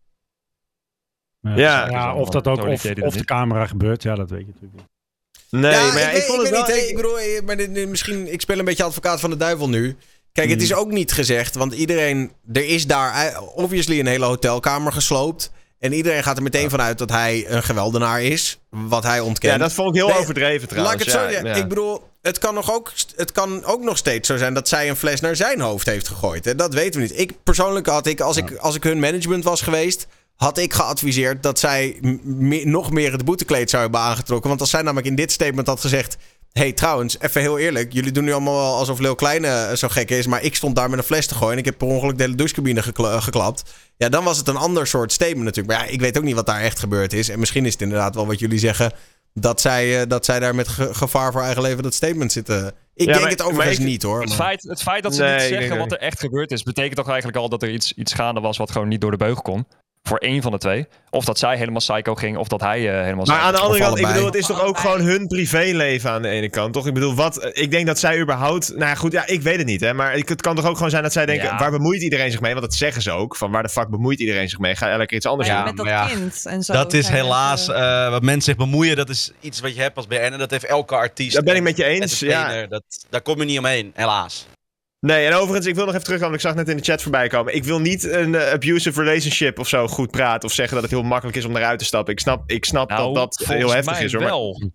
Ja, Ja. ja, of dat ook, Sorry, of, deed hij of dat de niet. camera gebeurt, ja, dat weet je natuurlijk niet. Nee, ja, maar ja, ik, ik weet- vond ik het weet wel... niet, hè. Ik bedoel, eh, maar dit- dit- misschien, ik speel een beetje advocaat van de duivel nu. Kijk, het is ook niet gezegd, want iedereen... Er is daar eh, obviously een hele hotelkamer gesloopt. En iedereen gaat er meteen vanuit dat hij een geweldenaar is. Wat hij ontkent. Ja, dat vond ik heel Nee, overdreven trouwens. Laat ik het zo Ja, zeggen. ja. Ik bedoel, het kan, nog ook, het kan ook nog steeds zo zijn dat zij een fles naar zijn hoofd heeft gegooid. Hè? Dat weten we niet. Ik persoonlijk had ik, als, ik, als ik hun management was geweest, had ik geadviseerd dat zij m- me- nog meer het boetekleed zou hebben aangetrokken. Want als zij namelijk in dit statement had gezegd... Hey, trouwens, even heel eerlijk. Jullie doen nu allemaal wel alsof Lil Kleine zo gek is. Maar ik stond daar met een fles te gooien. En ik heb per ongeluk de hele douchecabine gekla- geklapt. Ja, dan was het een ander soort statement natuurlijk. Maar ja, ik weet ook niet wat daar echt gebeurd is. En misschien is het inderdaad wel wat jullie zeggen. Dat zij, uh, dat zij daar met ge- gevaar voor eigen leven dat statement zitten. Ik Ja, denk maar- het overigens maar ik- niet hoor. Het maar- feit, het feit dat ze Nee, niet ik zeggen denk wat er echt gebeurd is, betekent toch eigenlijk al dat er iets, iets gaande was wat gewoon niet door de beugel kon. Voor één van de twee. Of dat zij helemaal psycho ging, of dat hij uh, helemaal Maar psycho aan de andere Of kant, ik allebei. bedoel, het is toch ook gewoon hun privéleven aan de ene kant, toch? Ik bedoel, wat, ik denk dat zij überhaupt... Nou ja, goed, ja, ik weet het niet, hè. Maar ik, het kan toch ook gewoon zijn dat zij denken... Ja. Waar bemoeit iedereen zich mee? Want dat zeggen ze ook. Van waar de fuck bemoeit iedereen zich mee? Ga elke keer iets anders Maar ja, doen. met dat maar ja, kind en zo. Dat is zijn helaas, mensen- uh, wat mensen zich bemoeien, dat is iets wat je hebt als B N'er. Dat heeft elke artiest. Dat ben ik met je eens, entertainer. ja. Dat, daar kom je niet omheen, helaas. Nee, en overigens, ik wil nog even terugkomen. Ik zag net in de chat voorbij komen. Ik wil niet een uh, abusive relationship of zo goed praten. Of zeggen dat het heel makkelijk is om eruit te stappen. Ik snap, ik snap Nou, dat dat heel volgens heftig mij is, hoor. Maar- wel.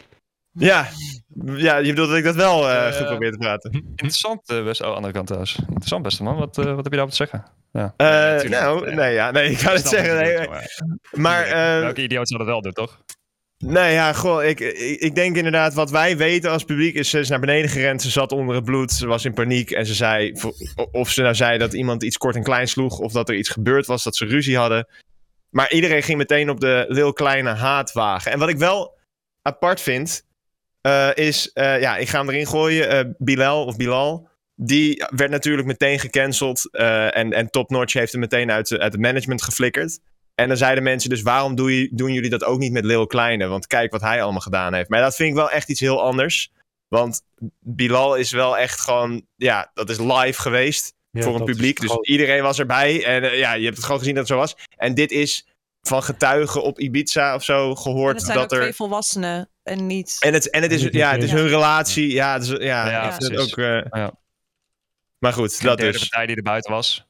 ja. ja, je bedoelt dat ik dat wel uh, Uh, goed probeer te praten. Interessant, uh, best. Oh, andere kant trouwens. Interessant, beste man. Wat, uh, wat heb je daarover te zeggen? Ja. Uh, Nee, natuurlijk nou, niet. nee, ja, nee, ik ga het Snap zeggen. wat je Nee, bedoelt, maar, uh, Welke idioot zou dat wel doen, toch? nee, ja, goh, ik, ik, ik denk inderdaad, wat wij weten als publiek is, ze is naar beneden gerend, ze zat onder het bloed, ze was in paniek en ze zei, of ze nou zei dat iemand iets kort en klein sloeg, of dat er iets gebeurd was, dat ze ruzie hadden. Maar iedereen ging meteen op de Lil Kleine haatwagen. En wat ik wel apart vind, uh, is, uh, ja, ik ga hem erin gooien, uh, Bilal of Bilal, die werd natuurlijk meteen gecanceld uh, en, en Top Notch heeft hem meteen uit, uit het management geflikkerd. En dan zeiden mensen dus, waarom doe je, doen jullie dat ook niet met Lil Kleine? Want kijk wat hij allemaal gedaan heeft. Maar dat vind ik wel echt iets heel anders. Want Bilal is wel echt gewoon, ja, dat is live geweest Ja, voor een dat publiek. is Dus groot. iedereen was erbij. En uh, ja, je hebt het gewoon gezien dat het zo was. En dit is van getuigen op Ibiza of zo En gehoord het zijn dat ook er... twee volwassenen en niet... En het, en het is, ja, het is Ja. hun relatie. Ja, het is, ja, Ja, ik vind het precies. ook... Uh... Ja. Maar goed, Geen dat derde dus. partij die er buiten was.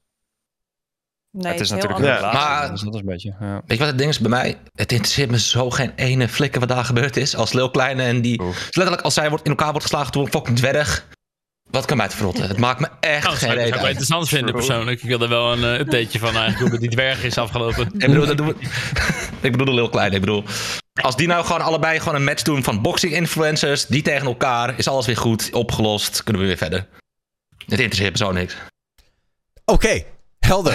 Nee, het is heel natuurlijk een anders. Ja. relatie, Maar- dus dat is een beetje... Ja. Weet je wat het ding is bij mij? Het interesseert me zo geen ene flikker wat daar gebeurd is. Als Lil Kleine en die... Oeh. Letterlijk als zij wordt, in elkaar wordt geslagen door een fucking dwerg. Wat kan mij te verrotten? Het maakt me echt Nou, dat geen zou ik reden wel uit. interessant vinden persoonlijk. Ik wil er wel een uh, updateje van eigenlijk hoe die dwerg is afgelopen. Ik bedoel, dat doen we... ik bedoel de Lil Kleine. Ik bedoel, als die nou gewoon allebei gewoon een match doen van boxing influencers, die tegen elkaar, is alles weer goed, opgelost, kunnen we weer verder. Het interesseert me zo niks. Oké, okay, helder.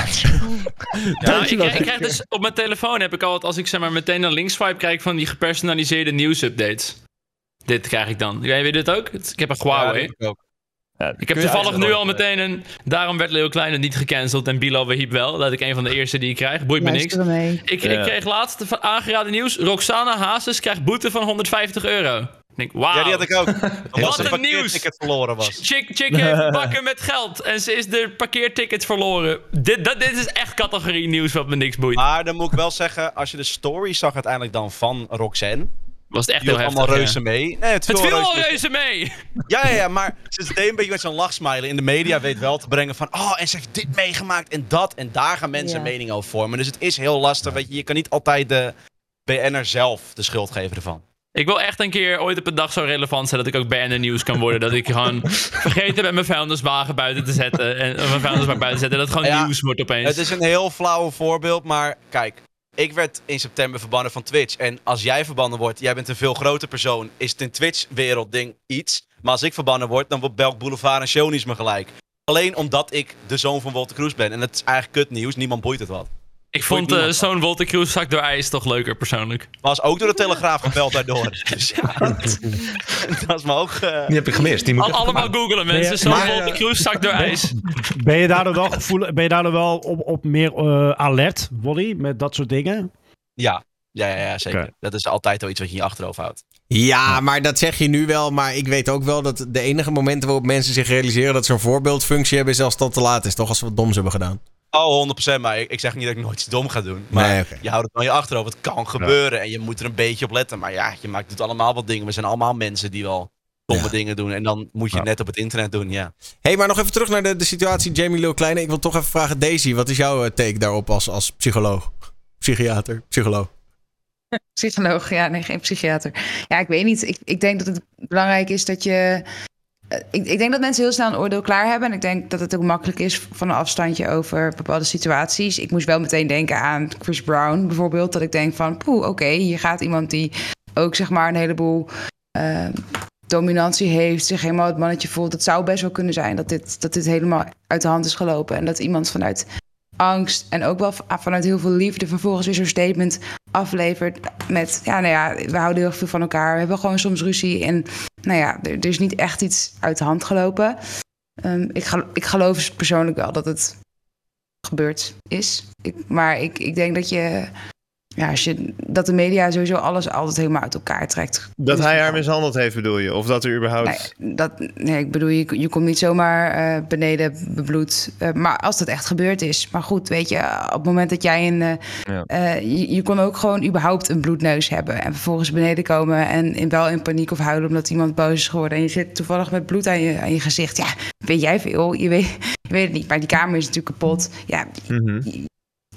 Nou, ik, krijg, ik krijg dus op mijn telefoon heb ik altijd, als ik zeg maar meteen naar links swipe, krijg ik van die gepersonaliseerde nieuwsupdates. Dit krijg ik dan. Jij weet dit ook? Ik heb een Huawei. Ja, ik ook. Ja, Ik heb toevallig nu al meteen een... Daarom werd Leo Kleine niet gecanceld en Bilal Wahib wel. Dat ik een van de eerste die ik krijg. Boeit me niks. Luister mee. Ik, Ja. ik kreeg laatst van aangeraden nieuws. Roxana Hazes krijgt boete van honderdvijftig euro. Ik denk, wauw. Ja, die had ik ook. Wat een een nieuws. ticket verloren was. Chick, chick heeft bakken met geld en ze is de parkeertickets verloren. Dit, dat, dit is echt categorie nieuws wat me niks boeit. Maar dan moet ik wel zeggen, als je de story zag uiteindelijk dan van Roxanne, Was het echt die heel had heftig. allemaal ja. reuze mee. Nee, het Het viel viel wel al reuze reuze mee. Ja, ja, ja, maar ze deed een beetje met zo'n lachsmiley. In de media weet wel te brengen van... Oh, en ze heeft dit meegemaakt en dat. En daar gaan mensen Ja. een mening over vormen. Dus het is heel lastig. Weet je, je kan niet altijd de B N'er zelf de schuld geven ervan. Ik wil echt een keer ooit op een dag zo relevant zijn dat ik ook B N R nieuws kan worden. Dat ik gewoon vergeten ben mijn vuilniswagen buiten te zetten. En of mijn vuilnisbak buiten te zetten. Dat het gewoon Ja, nieuws wordt opeens. Het is een heel flauw voorbeeld, maar kijk... Ik werd in september verbannen van Twitch. En als jij verbannen wordt, jij bent een veel groter persoon... is het in Twitch-wereld ding iets. Maar als ik verbannen word, dan wordt Belk Boulevard en Shownies me gelijk. Alleen omdat ik de zoon van Wolter Kroes ben. En dat is eigenlijk kut nieuws. Niemand boeit het wat. ik vond uh, zo'n Wolter Kroes zak door ijs toch leuker persoonlijk. Was ook door de Telegraaf gebeld daardoor. Dus ja, dat, dat is me ook... Uh... Die heb ik gemist. Die moet Al, ik- allemaal googelen mensen. Maar- Zo'n maar- Wolter Kroes zak door ijs. Ben je daardoor wel, gevoel, ben je daardoor wel op, op meer uh, alert, Wally, met dat soort dingen? Ja, ja, ja, ja zeker. Oké. Dat is altijd wel iets wat je in je achterhoofd houdt. Ja, maar dat zeg je nu wel. Maar ik weet ook wel dat de enige momenten waarop mensen zich realiseren dat ze een voorbeeldfunctie hebben, is als het al te laat is. Toch als ze wat doms hebben gedaan. Oh, honderd procent. Maar ik, ik zeg niet dat ik nooit iets dom ga doen. Maar Nee, oké. je houdt het van je achterhoofd. Het kan gebeuren en je moet er een beetje op letten. Maar ja, je maakt, doet allemaal wat dingen. We zijn allemaal mensen die wel domme Ja. dingen doen. En dan moet je Ja. net op het internet doen, ja. Hey, maar nog even terug naar de, de situatie Jamie Lil Kleine. Ik wil toch even vragen, Daisy, wat is jouw eh, take daarop als, als psycholoog? Psychiater, psycholoog. Psycholoog, ja, nee, geen psychiater. Ja, ik weet niet. Ik, ik denk dat het belangrijk is dat je... eh, Ik, ik denk dat mensen heel snel een oordeel klaar hebben. En ik denk dat het ook makkelijk is van een afstandje over bepaalde situaties. Ik moest wel meteen denken aan Chris Brown bijvoorbeeld. Dat ik denk van, poeh, oké, okay, hier gaat iemand die ook zeg maar een heleboel... Uh, dominantie heeft, zich helemaal het mannetje voelt. Het zou best wel kunnen zijn dat dit, dat dit helemaal uit de hand is gelopen. En dat iemand vanuit angst en ook wel vanuit heel veel liefde vervolgens weer zo'n statement aflevert met, ja, nou ja, we houden heel veel van elkaar. We hebben gewoon soms ruzie en, nou ja, er, er is niet echt iets uit de hand gelopen. Um, ik, gelo- ik geloof persoonlijk wel dat het gebeurd is. Ik, maar ik, ik denk dat je... Ja, als je, dat de media sowieso alles altijd helemaal uit elkaar trekt. Dat hij haar mishandeld heeft, bedoel je? Of dat er überhaupt... Nee, dat, nee ik bedoel, je, je komt niet zomaar uh, beneden bebloed. Uh, maar als dat echt gebeurd is. Maar goed, weet je, op het moment dat jij een... Uh, Ja. uh, je, je kon ook gewoon überhaupt een bloedneus hebben. En vervolgens beneden komen en in, wel in paniek of huilen omdat iemand boos is geworden. En je zit toevallig met bloed aan je, aan je gezicht. Ja, weet jij veel? Je weet, je weet het niet. Maar die kamer is natuurlijk kapot. Ja, Mm-hmm. je,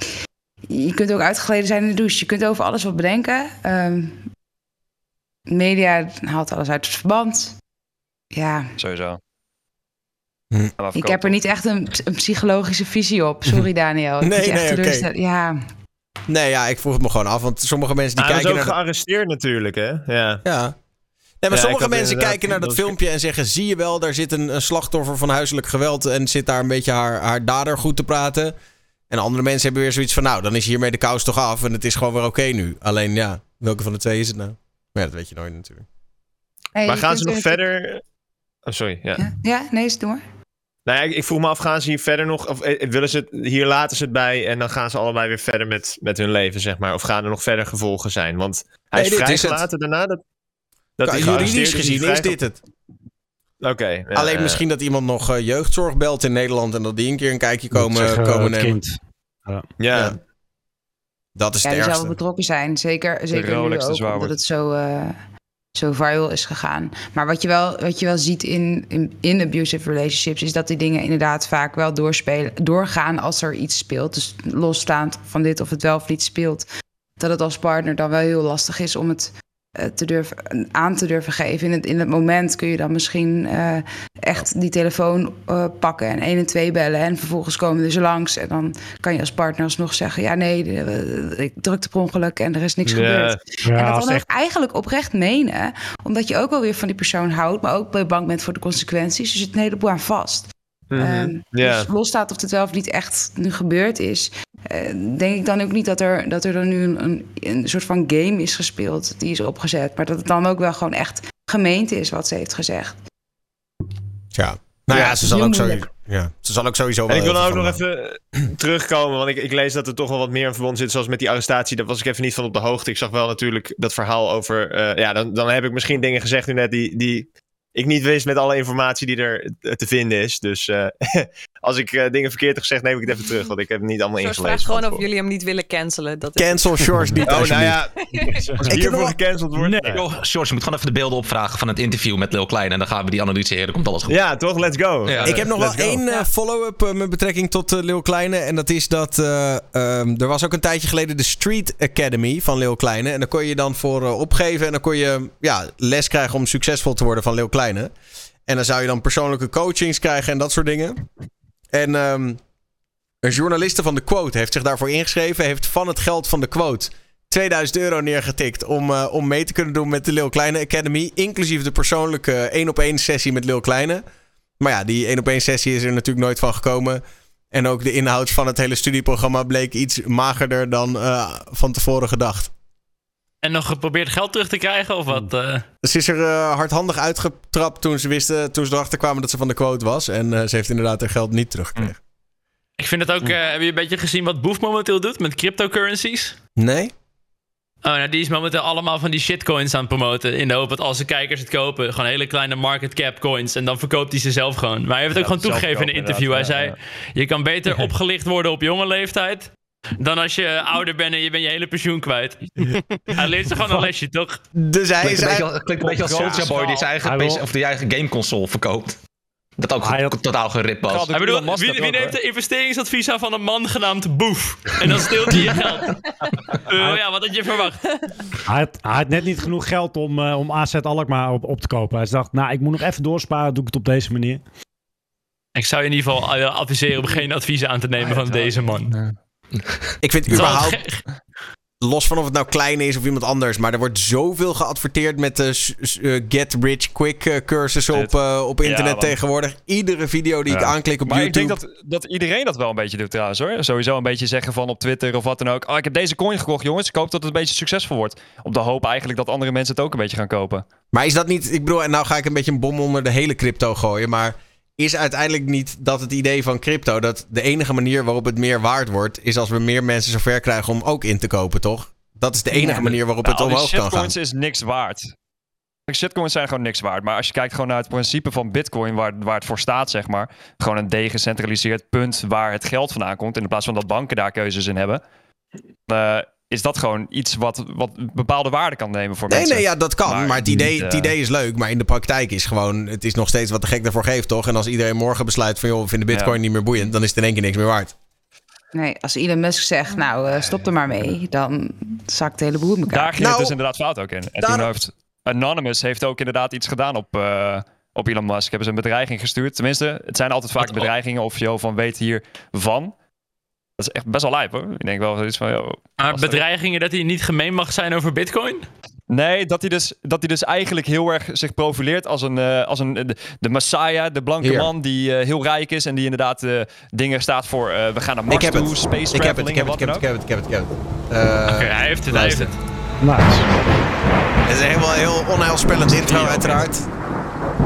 je kunt ook uitgegleden zijn in de douche. Je kunt over alles wat bedenken. Um, media haalt alles uit het verband. Ja. Sowieso. Hm. Ik heb er niet echt een, een psychologische visie op. Sorry, Daniel. Ik Nee, moet je echt nee, oké. teleurstellen. Ja. Nee, ja, ik vroeg het me gewoon af. Want sommige mensen die Hij was kijken ook naar... de- gearresteerd natuurlijk, hè? Ja. Ja. Nee, maar Ja, ik sommige had mensen inderdaad- kijken naar dat dat was- filmpje en zeggen... zie je wel, daar zit een, een slachtoffer van huiselijk geweld... en zit daar een beetje haar, haar dader goed te praten. En andere mensen hebben weer zoiets van... nou, dan is hiermee de kous toch af en het is gewoon weer oké nu. Alleen ja, welke van de twee is het nou? Maar ja, dat weet je nooit natuurlijk. Hey, Maar je gaan kunt ze nog er- verder... Oh, sorry, ja. Ja, ja nee, is het door. Nou ja, ik, ik vroeg me af, gaan ze hier verder nog... Of eh, willen ze het, hier laten ze het bij en dan gaan ze allebei weer verder met, met hun leven, zeg maar. Of gaan er nog verder gevolgen zijn? Want hij Nee, is dit is vrijgelaten daarna. Dat, dat Ja, hij juridisch gearresteerd gezien hij is dit het. Oké. Okay, ja, Alleen ja. misschien dat iemand nog uh, jeugdzorg belt in Nederland en dat die een keer een kijkje komen, Zeg, uh, komen het nemen. kind. Ja. Ja. Ja. Dat is Ja, het die zou ergste. wel betrokken zijn. Zeker, zeker nu Rolex te ook, zwaar omdat wordt. het zo, uh, zo viral is gegaan. Maar wat je wel, wat je wel ziet in, in, in abusive relationships... is dat die dingen inderdaad vaak wel doorspelen, doorgaan als er iets speelt. Dus losstaand van dit of het wel of niet speelt... dat het als partner dan wel heel lastig is om het uh, te durven, aan te durven geven. In het, in het moment kun je dan misschien uh, echt die telefoon uh, pakken... en één en twee bellen en vervolgens komen ze langs... en dan kan je als partner alsnog zeggen... ja, nee, uh, ik drukte per ongeluk en er is niks Ja. gebeurd. Ja, en dat als dan ook echt- eigenlijk oprecht menen... omdat je ook wel weer van die persoon houdt... maar ook bang bent voor de consequenties. Er zit een heleboel aan vast. Mhm. Um, Ja. Dus losstaat of het wel of niet echt nu gebeurd is... Uh, denk ik dan ook niet dat er, dat er dan nu een, een, een soort van game is gespeeld... die is opgezet, maar dat het dan ook wel gewoon echt gemeend is... wat ze heeft gezegd. Ja. Nou ja, Ja, ze, zal heel ook sowieso, moeilijk. ja, ze zal ook sowieso wel En ik wil heel nou ook veel nog van even terugkomen, want ik, ik lees dat er toch wel wat meer in verband zit, zoals met die arrestatie. Daar was ik even niet van op de hoogte. Ik zag wel natuurlijk dat verhaal over... Uh, ja, dan, dan heb ik misschien dingen gezegd nu net die, die ik niet wist met alle informatie die er te vinden is. Dus uh, als ik uh, dingen verkeerd heb gezegd, neem ik het even terug, want ik heb het niet allemaal George ingelezen. vraagt gewoon van of jullie hem niet willen cancelen. Dat is Cancel George niet, Oh, nou alsjeblieft. ja, als Ik heb hiervoor nog- gecanceld wordt... Nee. Nee. Joh, George, je moet gewoon even de beelden opvragen van het interview met Lil Kleine. En dan gaan we die analyseren. Dan komt alles goed. Ja, toch? Let's go. Ja. Ik heb nog wel Let's go. één uh, follow-up uh, met betrekking tot uh, Lil Kleine. En dat is dat uh, um, er was ook een tijdje geleden de Street Academy van Lil Kleine. En daar kon je dan voor uh, opgeven. En dan kon je ja, les krijgen om succesvol te worden van Lil Kleine. En dan zou je dan persoonlijke coachings krijgen en dat soort dingen. En um, een journaliste van The Quote heeft zich daarvoor ingeschreven. Heeft van het geld van The Quote tweeduizend euro neergetikt om, uh, om mee te kunnen doen met de Lil Kleine Academy. Inclusief de persoonlijke één op één sessie met Lil Kleine. Maar ja, die één op één sessie is er natuurlijk nooit van gekomen. En ook de inhoud van het hele studieprogramma bleek iets magerder dan uh, van tevoren gedacht. En nog geprobeerd geld terug te krijgen of wat? Uh... Ze is er uh, hardhandig uitgetrapt toen ze wisten, toen ze erachter kwamen dat ze van de Quote was. En uh, ze heeft inderdaad haar geld niet teruggekregen. Ik vind het ook... Uh, heb je een beetje gezien wat Boef momenteel doet met cryptocurrencies? Nee? Oh, nou, die is momenteel allemaal van die shitcoins aan het promoten. In de hoop dat als de kijkers het kopen, gewoon hele kleine market cap coins. En dan verkoopt hij ze zelf gewoon. Maar hij heeft het ook Ja, gewoon toegegeven in een zelf interview. Hij kopen, zei, je kan beter opgelicht worden op jonge leeftijd dan als je ouder bent en je bent je hele pensioen kwijt. Hij leert ze gewoon een lesje, toch? Dus hij Klinkt is een beetje, eigenlijk... als- klinkt een beetje als Soulja Boy die zijn eigen, Hij wil- P C of die eigen gameconsole verkoopt. Dat ook Hij ge- had- totaal gerip was. Gaat Hij bedoelt, wie, wie neemt de investeringsadvies aan van een man genaamd Boef? En dan steelt hij je geld. Uh, ja, wat had je verwacht? Hij had, hij had net niet genoeg geld om, uh, om A Z Alkmaar op, op te kopen. Hij dacht, nou, ik moet nog even doorsparen, doe ik het op deze manier. Ik zou je in ieder geval uh, adviseren om geen adviezen aan te nemen van deze man. Ik vind Het is al überhaupt... ge- Los van of het nou Kleine is of iemand anders. Maar er wordt zoveel geadverteerd met de s- s- uh, get rich quick uh, cursussen op, uh, op internet Ja, man. tegenwoordig. Iedere video die ik Ja. aanklik op Maar YouTube. ik denk dat, dat iedereen dat wel een beetje doet trouwens hoor. Sowieso een beetje zeggen van op Twitter of wat dan ook. Oh, ik heb deze coin gekocht jongens. Ik hoop dat het een beetje succesvol wordt. Op de hoop eigenlijk dat andere mensen het ook een beetje gaan kopen. Maar is dat niet... Ik bedoel, en nou ga ik een beetje een bom onder de hele crypto gooien. Maar is uiteindelijk niet dat het idee van crypto... dat de enige manier waarop het meer waard wordt... is als we meer mensen zover krijgen om ook in te kopen, toch? Dat is de enige Ja. manier waarop Nou, het al die omhoog kan gaan. shitcoins is niks waard. Shitcoins zijn gewoon niks waard. Maar als je kijkt gewoon naar het principe van Bitcoin, waar, waar het voor staat, zeg maar. Gewoon een degecentraliseerd punt waar het geld vandaan komt. In plaats van dat banken daar keuzes in hebben. Uh, is dat gewoon iets wat, wat bepaalde waarde kan nemen voor Nee, mensen. nee, ja, dat kan. Maar, Maar het, idee, niet, het uh, idee is leuk. Maar in de praktijk is gewoon... Het is nog steeds wat de gek daarvoor geeft, toch? En als iedereen morgen besluit van... joh, we vinden Bitcoin Ja. niet meer boeiend... dan is het in één keer niks meer waard. Nee, als Elon Musk zegt, nou, uh, stop er maar mee, dan zakt de hele boel in elkaar. Daar ging Nou, het dus inderdaad fout ook in. En daar- toen heeft Anonymous heeft ook inderdaad iets gedaan op, uh, op Elon Musk. Hebben ze een bedreiging gestuurd. Tenminste, het zijn altijd vaak Wat- bedreigingen of je van weet hiervan. Dat is echt best wel lijp hoor. Ik denk wel iets van... Yo, Maar was dat- bedreigingen dat hij niet gemeen mag zijn over Bitcoin? Nee, dat hij, dus, dat hij dus eigenlijk heel erg zich profileert als een, uh, als een de, de messiah, de blanke Hier. man die uh, heel rijk is en die inderdaad uh, dingen staat voor uh, we gaan naar Mars Ik heb toe, het. space Ik heb het, traveling ik heb en het, ik wat heb dan het, ik heb ook. het, ik heb het, ik heb het. Uh, Oké, hij heeft het, hij heeft luister. het. Nice. Het is een heel, heel onheilspellend intro, uiteraard.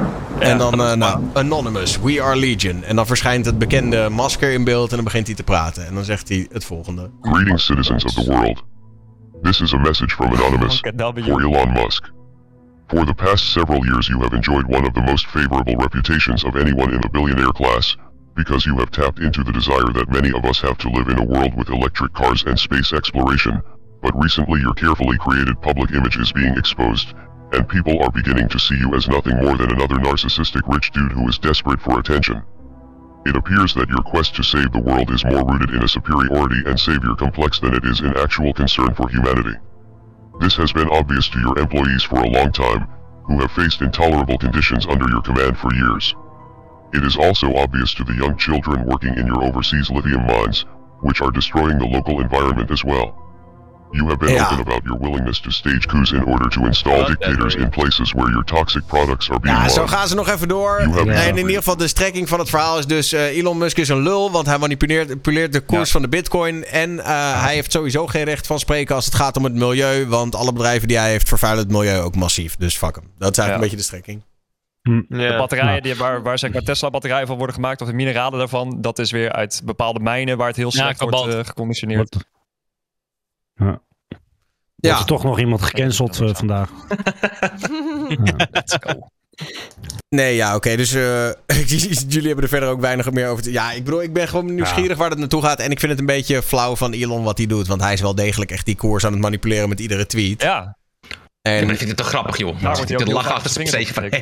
En dan, uh, nou, Anonymous, we are Legion. En dan verschijnt het bekende masker in beeld en dan begint hij te praten. En dan zegt hij het volgende. Greetings, citizens of the world. This is a message from Anonymous for Elon Musk. For the past several years you have enjoyed one of the most favorable reputations of anyone in the billionaire class, because you have tapped into the desire that many of us have to live in a world with electric cars and space exploration, but recently your carefully created public image is being exposed, and people are beginning to see you as nothing more than another narcissistic rich dude who is desperate for attention. It appears that your quest to save the world is more rooted in a superiority and savior complex than it is in actual concern for humanity. This has been obvious to your employees for a long time, who have faced intolerable conditions under your command for years. It is also obvious to the young children working in your overseas lithium mines, which are destroying the local environment as well. You have been Ja. open about your willingness to stage coups in order to install dictators in places where your toxic products are being Ja, zo mined. gaan ze nog even door. You have En in ieder geval de strekking van het verhaal is dus... Uh, Elon Musk is een lul, want hij manipuleert, manipuleert de koers Ja. van de bitcoin. En uh, hij heeft sowieso geen recht van spreken als het gaat om het milieu. Want alle bedrijven die hij heeft vervuilen het milieu ook massief. Dus fuck hem. Dat is eigenlijk Ja. een beetje de strekking. De batterijen die, waar, waar zeg maar Tesla-batterijen van worden gemaakt, of de mineralen daarvan, dat is weer uit bepaalde mijnen waar het heel slecht wordt kobalt. uh, geconditioneerd. Ja. Ja. Wordt er toch nog iemand gecanceld uh, vandaag? Let's go. Nee, ja, oké. Okay, dus uh, jullie hebben er verder ook weinig meer over te... Ja, ik bedoel, ik ben gewoon nieuwsgierig ja. waar dat naartoe gaat. En ik vind het een beetje flauw van Elon wat hij doet. Want hij is wel degelijk echt die koers aan het manipuleren met iedere tweet. Ja. En... Ja, maar ik vind het toch grappig, joh. Daar wordt hij ook te lachen achter zijn steentje van...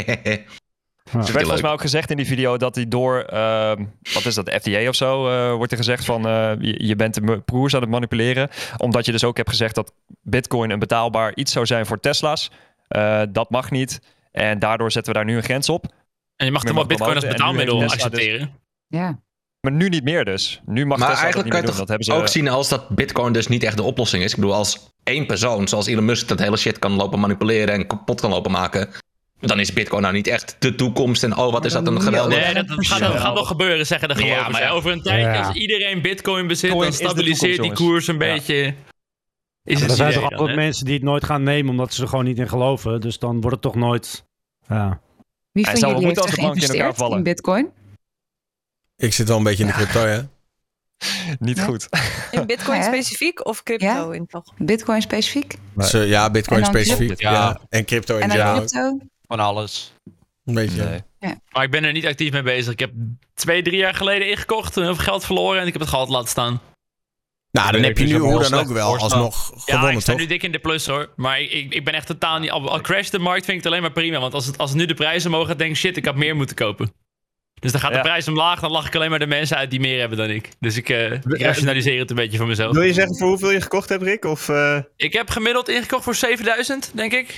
Er werd volgens mij ook gezegd in die video dat hij door, uh, wat is dat, de F D A of zo, uh, wordt er gezegd van uh, je, je bent de koers aan het manipuleren. Omdat je dus ook hebt gezegd dat bitcoin een betaalbaar iets zou zijn voor Tesla's. Uh, dat mag niet. En daardoor zetten we daar nu een grens op. En je mag toch wel bitcoin als betaalmiddel accepteren? Dus... Ja. Maar nu niet meer dus. Nu mag maar Tesla eigenlijk dat niet kan je meer toch doen. Dat ook ze... zien als dat bitcoin dus niet echt de oplossing is. Ik bedoel, als één persoon, zoals Elon Musk, dat hele shit kan lopen manipuleren en kapot kan lopen maken, dan is bitcoin nou niet echt de toekomst. En oh, wat is dat een geweldig... Nee, dat gaat, dat gaat nog gebeuren, zeggen de gelovers. Ja, maar ja. Over een tijdje, ja. als iedereen bitcoin bezit, Coin dan stabiliseert die koers een ja. beetje. Is ja, er zijn toch dan, altijd hè? mensen die het nooit gaan nemen, omdat ze er gewoon niet in geloven. Dus dan wordt het toch nooit... Ja. Wie van jullie heeft er geïnvesteerd in, in bitcoin? Ik zit wel een beetje in de crypto, hè? Niet ja. goed. In bitcoin ja. specifiek of crypto ja? in toch? Bitcoin specifiek? Nee. Ja, bitcoin specifiek. Ja. ja. En crypto in general. Van alles. Een beetje. Nee. Ja. Maar ik ben er niet actief mee bezig. Ik heb twee, drie jaar geleden ingekocht, heel veel geld verloren en ik heb het gehad laten staan. Nou, dan heb je nu hoe dan ook wel alsnog gewonnen, ja, ik sta toch? nu dik in de plus, hoor. Maar ik, ik, ik ben echt totaal niet... Al, al crash de markt vind ik het alleen maar prima. Want als, het, als het nu de prijzen mogen, denk ik, shit, ik had meer moeten kopen. Dus dan gaat de ja. prijs omlaag, dan lach ik alleen maar de mensen uit die meer hebben dan ik. Dus ik, uh, ik rationaliseer het een beetje voor mezelf. Wil je zeggen voor hoeveel je gekocht hebt, Rick? Of, uh... Ik heb gemiddeld ingekocht voor zevenduizend, denk ik.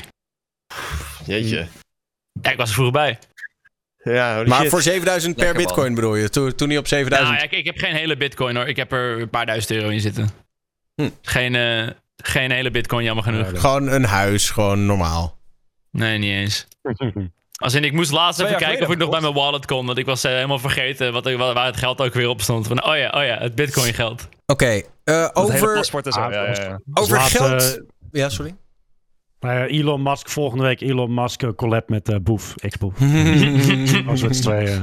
Jeetje. Ja, ik was er vroeger bij. Ja, maar shit. voor zevenduizend per Lekker bitcoin bedoel je? Toen, toen niet op zevenduizend? Nou, ja, ik, ik heb geen hele bitcoin, hoor. Ik heb er een paar duizend euro in zitten. Hm. Geen, uh, geen hele bitcoin, jammer genoeg. Ja, gewoon een huis, gewoon normaal. Nee, niet eens. Als in, ik moest laatst even kijken of ik nog bij mijn wallet kon. Want ik was uh, helemaal vergeten wat, waar het geld ook weer op stond. Van, oh ja, oh ja, het bitcoin geld. Oké, okay, uh, over... paspoort en zo. Ah, ja, ja, ja. Over laat, geld... Uh, ja, sorry. Uh, Elon Musk, volgende week Elon Musk uh, collab met uh, Boef, X-Boef. Als we het twee... Uh,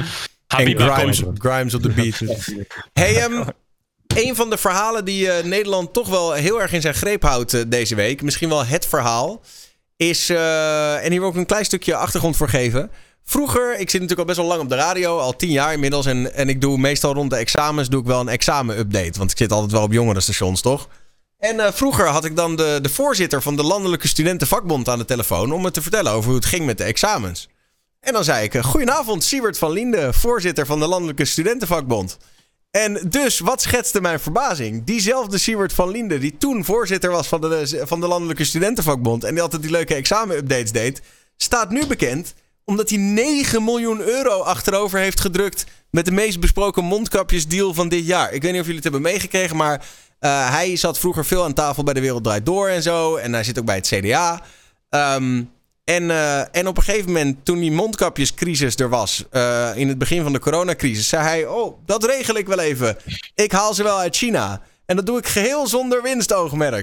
en Grimes, Grimes op de beat. Hey, um, een van de verhalen die uh, Nederland toch wel heel erg in zijn greep houdt uh, deze week, misschien wel het verhaal, is, uh, en hier wil ik een klein stukje achtergrond voor geven. Vroeger, ik zit natuurlijk al best wel lang op de radio, al tien jaar inmiddels, en, en ik doe meestal rond de examens doe ik wel een examen-update, want ik zit altijd wel op jongerenstations, toch? En uh, vroeger had ik dan de, de voorzitter van de Landelijke Studentenvakbond aan de telefoon om me te vertellen over hoe het ging met de examens. En dan zei ik, uh, goedenavond, Siewert van Liende, voorzitter van de Landelijke Studentenvakbond. En dus, wat schetste mijn verbazing? Diezelfde Siewert van Liende, die toen voorzitter was van de, van de Landelijke Studentenvakbond en die altijd die leuke examenupdates deed, staat nu bekend omdat hij negen miljoen euro achterover heeft gedrukt met de meest besproken mondkapjesdeal van dit jaar. Ik weet niet of jullie het hebben meegekregen, maar uh, hij zat vroeger veel aan tafel bij De Wereld Draait Door en zo. En hij zit ook bij het C D A. Um, en, uh, en op een gegeven moment, toen die mondkapjescrisis er was, uh, in het begin van de coronacrisis, zei hij, oh, dat regel ik wel even. Ik haal ze wel uit China. En dat doe ik geheel zonder winstoogmerk.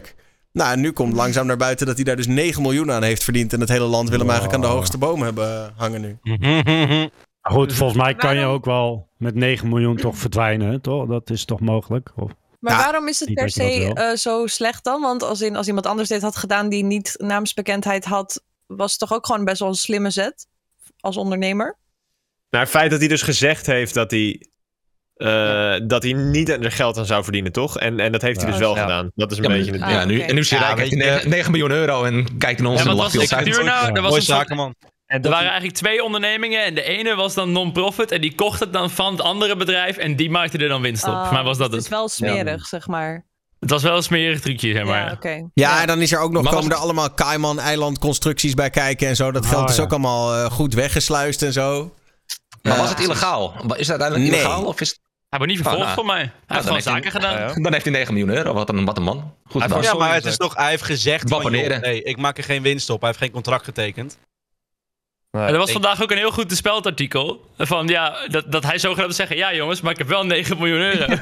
Nou, en nu komt langzaam naar buiten dat hij daar dus negen miljoen aan heeft verdiend. En het hele land wil hem eigenlijk aan de hoogste boom hebben hangen nu. Goed, volgens mij kan je ook wel met negen miljoen toch verdwijnen, toch? Dat is toch mogelijk? Of... Maar Ja, waarom is het niet per dat je dat se wil. eh, zo slecht dan? Want als, in, als iemand anders dit had gedaan die niet naamsbekendheid had, was het toch ook gewoon best wel een slimme zet als ondernemer? Nou, het feit dat hij dus gezegd heeft dat hij, uh, dat hij niet er geld aan zou verdienen, toch? En, en dat heeft hij dus wel Ja. gedaan. Dat is een Ja, beetje het Ah, ja, nu, oké. en nu is hij Ja, rijk, weet heeft je, hij negen miljoen euro en kijkt naar ons Ja, en wat lacht was hij de ons uit. structuur nou? Er was Mooie een soort- zaken, man. Er waren eigenlijk twee ondernemingen en de ene was dan non-profit en die kocht het dan van het andere bedrijf en die maakte er dan winst op. Ah, Voor mij was dat het het. is wel smerig, zeg maar. Het was wel een smerig trucje, zeg maar. Ja, oké. Ja, en dan is er ook nog, Maar was komen er het- allemaal Cayman-eilandconstructies bij kijken en zo. Dat geld Oh, is ja. ook allemaal eh, goed weggesluist en zo. Maar Ja. was het illegaal? Is het uiteindelijk Nee. illegaal? Of is het... Hij wordt niet vervolgd Ah, voor mij. Hij heeft dan gewoon heeft hij- zaken gedaan. Ja, ja. Dan heeft hij negen miljoen euro. Wat een, wat een man. Goed Hij gedaan. was- Ja, maar het Sorry, is toch, hij heeft gezegd van, joh, Wappeneren. nee, ik maak er geen winst op. Hij heeft geen contract getekend. Nee. Er was Ik- vandaag ook een heel goed te speldartikel. Van ja, dat, dat hij zo gaat zeggen: ja, jongens, maar ik heb wel negen miljoen euro.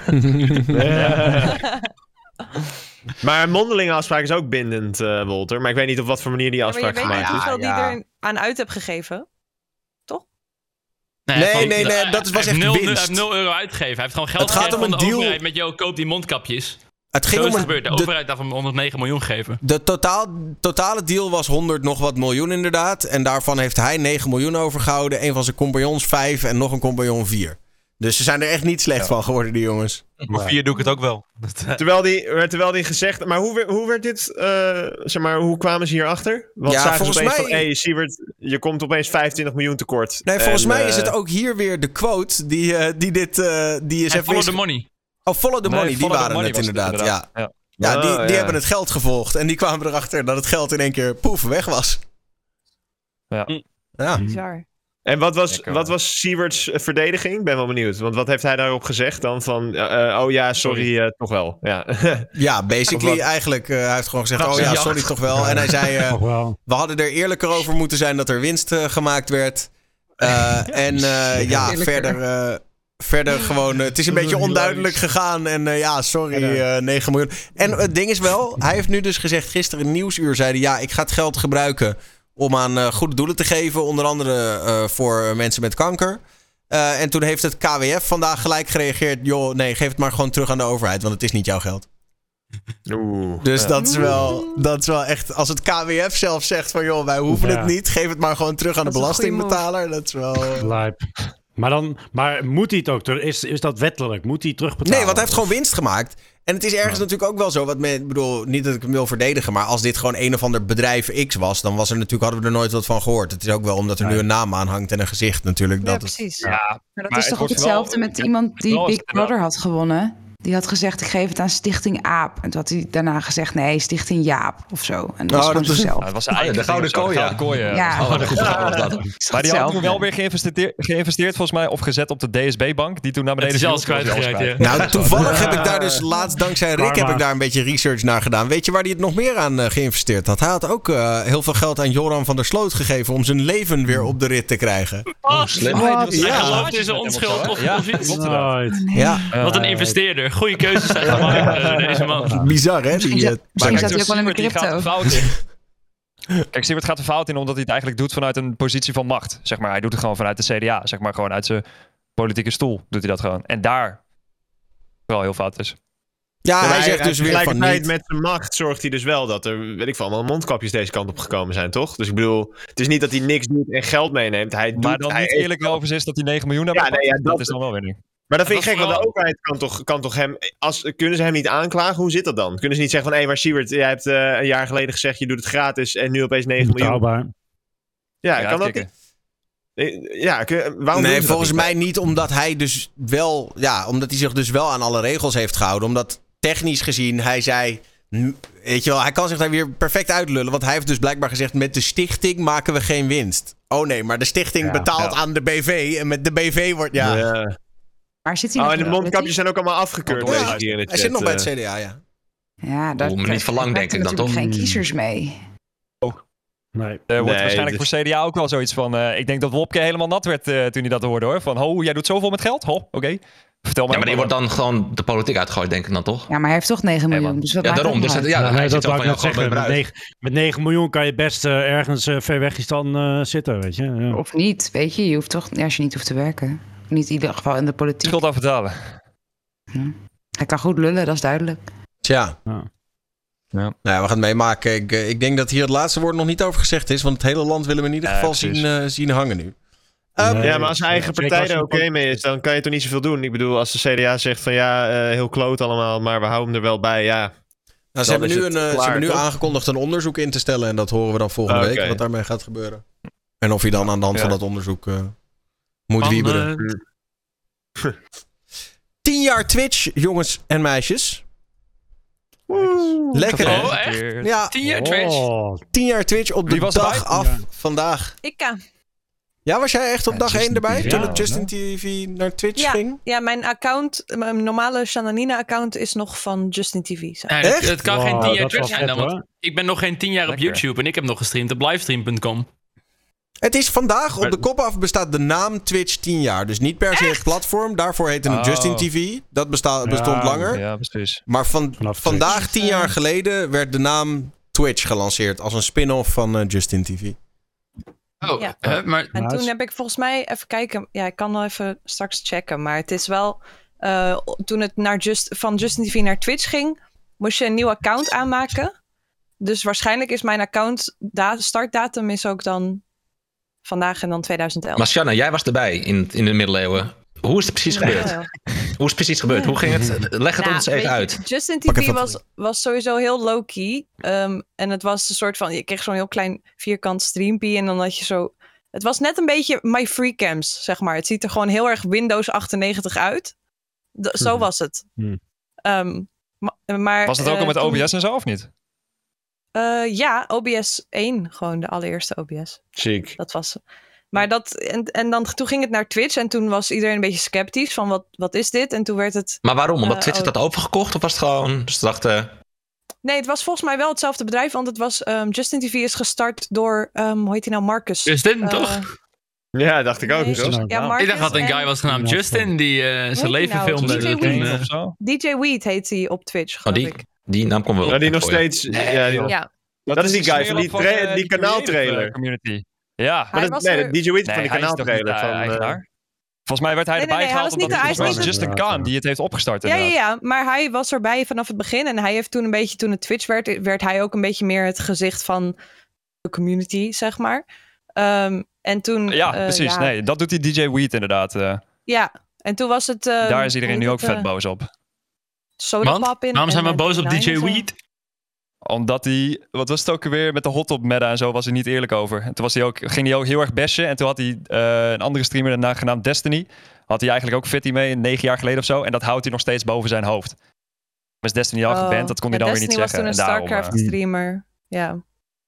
Maar een mondelinge afspraak is ook bindend, uh, Wolter. Maar ik weet niet op wat voor manier die Ja, maar je afspraak weet niet gemaakt is. hoeveel ja. die er aan uit hebt gegeven. Nee, gewoon- nee, nee, dat was hij echt heeft nul, winst. Hij heeft nul euro uitgegeven. Hij heeft gewoon geld Het gaat gekregen om van een de deal. overheid met jou, koop die mondkapjes. Het ging Zo is om het een, gebeurd. De, de, overheid daarvan honderdnegen miljoen gegeven. de totaal, totale deal was honderd nog wat miljoen inderdaad. En daarvan heeft hij negen miljoen overgehouden. Een van zijn compagnons vijf en nog een compagnon vier. Dus ze zijn er echt niet slecht van geworden, die jongens. Voor vier doe ik het ook wel. Terwijl die, terwijl die gezegd... Maar hoe, wer- hoe werd dit... uh, zeg maar, hoe kwamen ze hierachter? Want Ja, zagen ze volgens opeens mij- van... Hé, hey, Siewert, je komt opeens vijfentwintig miljoen tekort. Nee, volgens En, mij is uh, het ook hier weer de quote die, uh, die dit... Uh, die is En even follow is- the money. Oh, follow the Nee, money, die follow the waren money het was het inderdaad. Ja, Ja. ja die, Oh, die ja. hebben het geld gevolgd. En die kwamen erachter dat het geld in één keer poef weg was. Ja. Ja. Bizar. En wat was, Lekker, wat man. was Siewert's uh, verdediging? Ik ben wel benieuwd. Want wat heeft hij daarop gezegd dan? Van, uh, uh, oh ja, sorry, uh, toch wel. Ja. Ja, Of basically wat? eigenlijk. Uh, hij heeft gewoon gezegd, Dat oh is ja, een sorry jacht. toch wel. En hij zei, uh, Toch wel. we hadden er eerlijker over moeten zijn dat er winst uh, gemaakt werd. Uh, en uh, ja, verder... Uh, Verder gewoon, uh, het is een beetje onduidelijk gegaan. En uh, ja, sorry, uh, negen miljoen. En uh, het ding is wel, hij heeft nu dus gezegd... Gisteren in Nieuwsuur zei hij... Ja, ik ga het geld gebruiken om aan uh, goede doelen te geven. Onder andere uh, voor mensen met kanker. Uh, en toen heeft het K W F vandaag gelijk gereageerd... Joh, nee, geef het maar gewoon terug aan de overheid. Want het is niet jouw geld. Oeh. Dus Ja. dat, is wel, dat is wel echt... Als het K W F zelf zegt van... Joh, wij hoeven Ja. het niet. Geef het maar gewoon terug aan de Dat is een goede move. belastingbetaler. Dat is wel... Lijp. Maar, dan, maar moet hij het ook terug? Is, is dat wettelijk? Moet hij terugbetalen? Nee, want hij heeft gewoon winst gemaakt. En het is ergens natuurlijk ook wel zo. Wat me, ik bedoel, niet dat ik hem wil verdedigen. Maar als dit gewoon een of ander bedrijf X was. Dan was er natuurlijk, hadden we er nooit wat van gehoord. Het is ook wel omdat er nu een naam aan hangt en een gezicht natuurlijk. Ja, Dat het, precies. Ja, Maar dat maar is het toch ook wordt wel- hetzelfde met iemand die wel Big eens Brother had gewonnen. Die had gezegd, ik geef het aan Stichting Aap. En toen had hij daarna gezegd, nee, Stichting Jaap of zo. En dat was Oh, gewoon dat is- zichzelf. Ja, het was Oh, ja, eigenlijk de gouden kooi, ja. kooi. Ja. Oh, wat een goed verhaal was dat. Dat is Maar die hadden hetzelfde. toen wel weer geïnvesteerd, geïnvesteerd volgens mij, of gezet op de D S B-bank, die toen naar Het beneden is viel. alles Toen was hij kwijtgeraakt, kwijt. ja. nou, toevallig heb ik daar dus laatst dankzij Rick heb Karma. ik daar een beetje research naar gedaan. Weet je waar hij het nog meer aan uh, geïnvesteerd had? Hij had ook uh, heel veel geld aan Joran van der Sloot gegeven om zijn leven weer op de rit te krijgen. Oh, slim. Hij Ja. gelooft in zijn onschuld of, Ja, of iets. klopt inderdaad. Nooit. Ja, Wat een investeerder. Goede keuzes zijn gemaakt door deze man. bizar hè? Die, uh, Misschien Maar zat hij kijk, ook wel in de Siewert, die gaat crypto. de fout in. Kijk, Siewert gaat er fout in omdat hij het eigenlijk doet vanuit een positie van macht. Zeg maar, hij doet het gewoon vanuit de C D A. Zeg maar, gewoon uit zijn politieke stoel doet hij dat gewoon. En daar wel heel fout is. ja, Maar hij zegt dus weer van tegelijkertijd niet. met zijn macht zorgt hij dus wel dat er, weet ik veel, allemaal mondkapjes deze kant op gekomen zijn, toch? Dus ik bedoel, het is niet dat hij niks doet en geld meeneemt. Hij doet, Maar dan hij niet heeft- eerlijk over is dat hij negen miljoen heeft. Ja, nee, ja, dat, dat- is dan wel weer niet. Maar dat vind ik dat gek, is want de vooral- overheid kan toch, kan toch hem... Als, kunnen ze hem niet aanklagen? Hoe zit dat dan? Kunnen ze niet zeggen van, hé, maar Siewert, jij hebt uh, een jaar geleden gezegd, je doet het gratis en nu opeens negen miljoen. Betrouwbaar. Ja, Ja, kan dat kicken. niet? Ja, kun- waarom doen Nee, ze volgens dat niet? mij niet omdat hij dus wel... Ja, omdat hij zich dus wel aan alle regels heeft gehouden. Omdat technisch gezien hij zei... m, Weet je wel, hij kan zich daar weer perfect uitlullen. Want hij heeft dus blijkbaar gezegd... Met de stichting maken we geen winst. Oh nee, maar de stichting Ja, betaalt ja. aan de B V. En met de B V wordt... Ja, Ja. Maar zit hij Oh, nog en de in de mondkapjes zijn ook allemaal afgekeurd. Oh, lees hij- ik hier in de hij zit chat, nog bij eh. het C D A, ja. Ja, daar Oeh, maar niet voor lang, denk ik dan, toch? geen kiezers mee. Nee. Er wordt Nee, waarschijnlijk dus- voor C D A ook wel zoiets van... eh, ik denk dat Wopke helemaal nat werd eh, toen hij dat hoorde, hoor. Van, ho, jij doet zoveel met geld? Ho, oké. Vertel mij Ja, maar die ook wordt dan gewoon de politiek uitgegooid, denk ik dan toch? Ja, maar hij heeft toch negen miljoen. Dus wat Ja, maakt daarom. dat Dus nou het- uit? ja, Ja, hij nee, zegt dat wel wou ik van, net ja, zeggen. gooi Met me eruit. negen, met negen miljoen kan je best uh, ergens uh, ver weg dan uh, zitten, weet je. Ja. Of niet, weet je. Je hoeft toch, ja, als je niet hoeft te werken. Niet in ieder geval in de politiek. schuld afbetalen. Ja. Hij kan goed lullen, dat is duidelijk. Tja. Ja. Ja. Nou ja, we gaan het meemaken. Ik, uh, ik denk dat hier het laatste woord nog niet over gezegd is. Want het hele land willen we in ieder Ja, geval precies. zien, uh, zien hangen nu. Um, Nee, Ja, maar als zijn eigen zeker partij als er je oké ook- mee is, dan kan je toch niet zoveel doen. Ik bedoel, als de C D A zegt van ja, uh, heel kloot allemaal, maar we houden hem er wel bij, ja. Nou, ze Dan hebben is nu, het een, uh, klaar, ze hebben nu toch? aangekondigd een onderzoek in te stellen. En dat horen we dan volgende Ah, week. oké. Wat daarmee gaat gebeuren. En of hij dan aan de hand Ja. van dat onderzoek uh, moet Spannend. wieberen. Tien jaar Twitch, jongens en meisjes. Lekker, hè? Oh, echt? Ja, Tien jaar Twitch. Oh, tien jaar Twitch op de Wie was dag erbij? af Ja. vandaag. Ik, Ja, was jij echt op Ja, dag Justin één erbij? T V, Toen ja, het Justin T V naar Twitch ja, ging? ja, mijn account, mijn normale Shananina-account is nog van Justin T V. zeg. Ja, Echt? het, het kan Wow, geen tien jaar dat is wel Twitch zijn vet, dan, want hoor. ik ben nog geen tien jaar op Lekker. YouTube en ik heb nog gestreamd op livestream punt com. Het is vandaag, op de kop af bestaat de naam Twitch tien jaar. Dus niet per se het platform. Daarvoor heette het Oh. Justin T V. Dat besta- bestond Ja, langer. Ja, precies. Maar van, Vanaf vandaag, Twitch. tien jaar geleden, werd de naam Twitch gelanceerd. Als een spin-off van uh, Justin T V. Oh, Ja. hè, maar En Nice. toen heb ik volgens mij, even kijken, ja, ik kan wel even straks checken. Maar het is wel, eh, toen het naar Just, van Justin T V naar Twitch ging, moest je een nieuw account aanmaken. Dus waarschijnlijk is mijn account, da- startdatum is ook dan vandaag en dan tweeduizend elf. Maar Shanna, jij was erbij in, in de middeleeuwen. Hoe is het precies gebeurd? Ja, ja. Hoe is het precies gebeurd? Hoe ging het? Leg het Nou, ons even weet je, uit. Justin Pak T V even was, wat- was sowieso heel low-key. Um, en het was een soort van... Je kreeg zo'n heel klein vierkant streampie. En dan had je zo... Het was net een beetje My Free Cams, zeg maar. Het ziet er gewoon heel erg Windows achtennegentig uit. D- zo Mhm. was het. Mhm. Um, ma- maar, Was het ook eh, al met toen- O B S en zo, of niet? Eh, ja, O B S één. Gewoon de allereerste O B S. Ziek. Dat was... Maar dat... En, en dan, toen ging het naar Twitch. En toen was iedereen een beetje sceptisch. Van wat, wat is dit? En toen werd het... Maar waarom? Omdat Eh, Twitch oh. het had overgekocht? Of was het gewoon... Dus ze dachten... Nee, het was volgens mij wel hetzelfde bedrijf, want het was um, Justin T V is gestart door, um, hoe heet hij nou, Marcus? Justin, Eh, toch? Ja, dacht ik ook. nee, toch? Ja, Ik Marcus dacht dat een guy en was genaamd Ja, Justin die eh, heet zijn die leven nou? filmde. D J Dat Weed. toen, eh, Of zo? D J Weed heet hij op Twitch, Oh, geloof die, ik. die naam komt wel Ja, die nog voor je. steeds... Ja, die, Ja, dat is die de guy van die, smeerlap tra- eh, die creative, kanaaltrailer. eh, Community. Ja. Hij Maar was dat, nee, er- de D J Weed van Nee, die hij is toch niet kanaaltrailer. de Van, eh, eigenaar? Volgens mij werd hij Nee, nee, erbij nee, hij gehaald was niet omdat de- het hij is was niet Justin Khan die het heeft opgestart. ja, ja, inderdaad. ja, maar hij was erbij vanaf het begin en hij heeft toen een beetje, toen het Twitch werd, werd hij ook een beetje meer het gezicht van de community, zeg maar. Um, en toen... Ja, eh, precies. ja, Nee, dat doet die D J Weed inderdaad. eh. ja, en toen was het... um, Daar is iedereen hoe nu heet ook het, vet eh, boos op. Sodapop Want? in. Waarom zijn we en, eh, boos op B nine D J en zo. Weed? Omdat hij, wat was het ook alweer, met de hot top meta en zo was hij niet eerlijk over. En toen was hij ook, ging hij ook heel erg bashen. En toen had hij uh, een andere streamer daarna genaamd Destiny. Had hij eigenlijk ook fitty mee, negen jaar geleden of zo. En dat houdt hij nog steeds boven zijn hoofd. Maar is Destiny al Oh, geband, dat kon hij ja, dan weer niet Destiny zeggen. was toen En een daarom, StarCraft uh, streamer. Ja.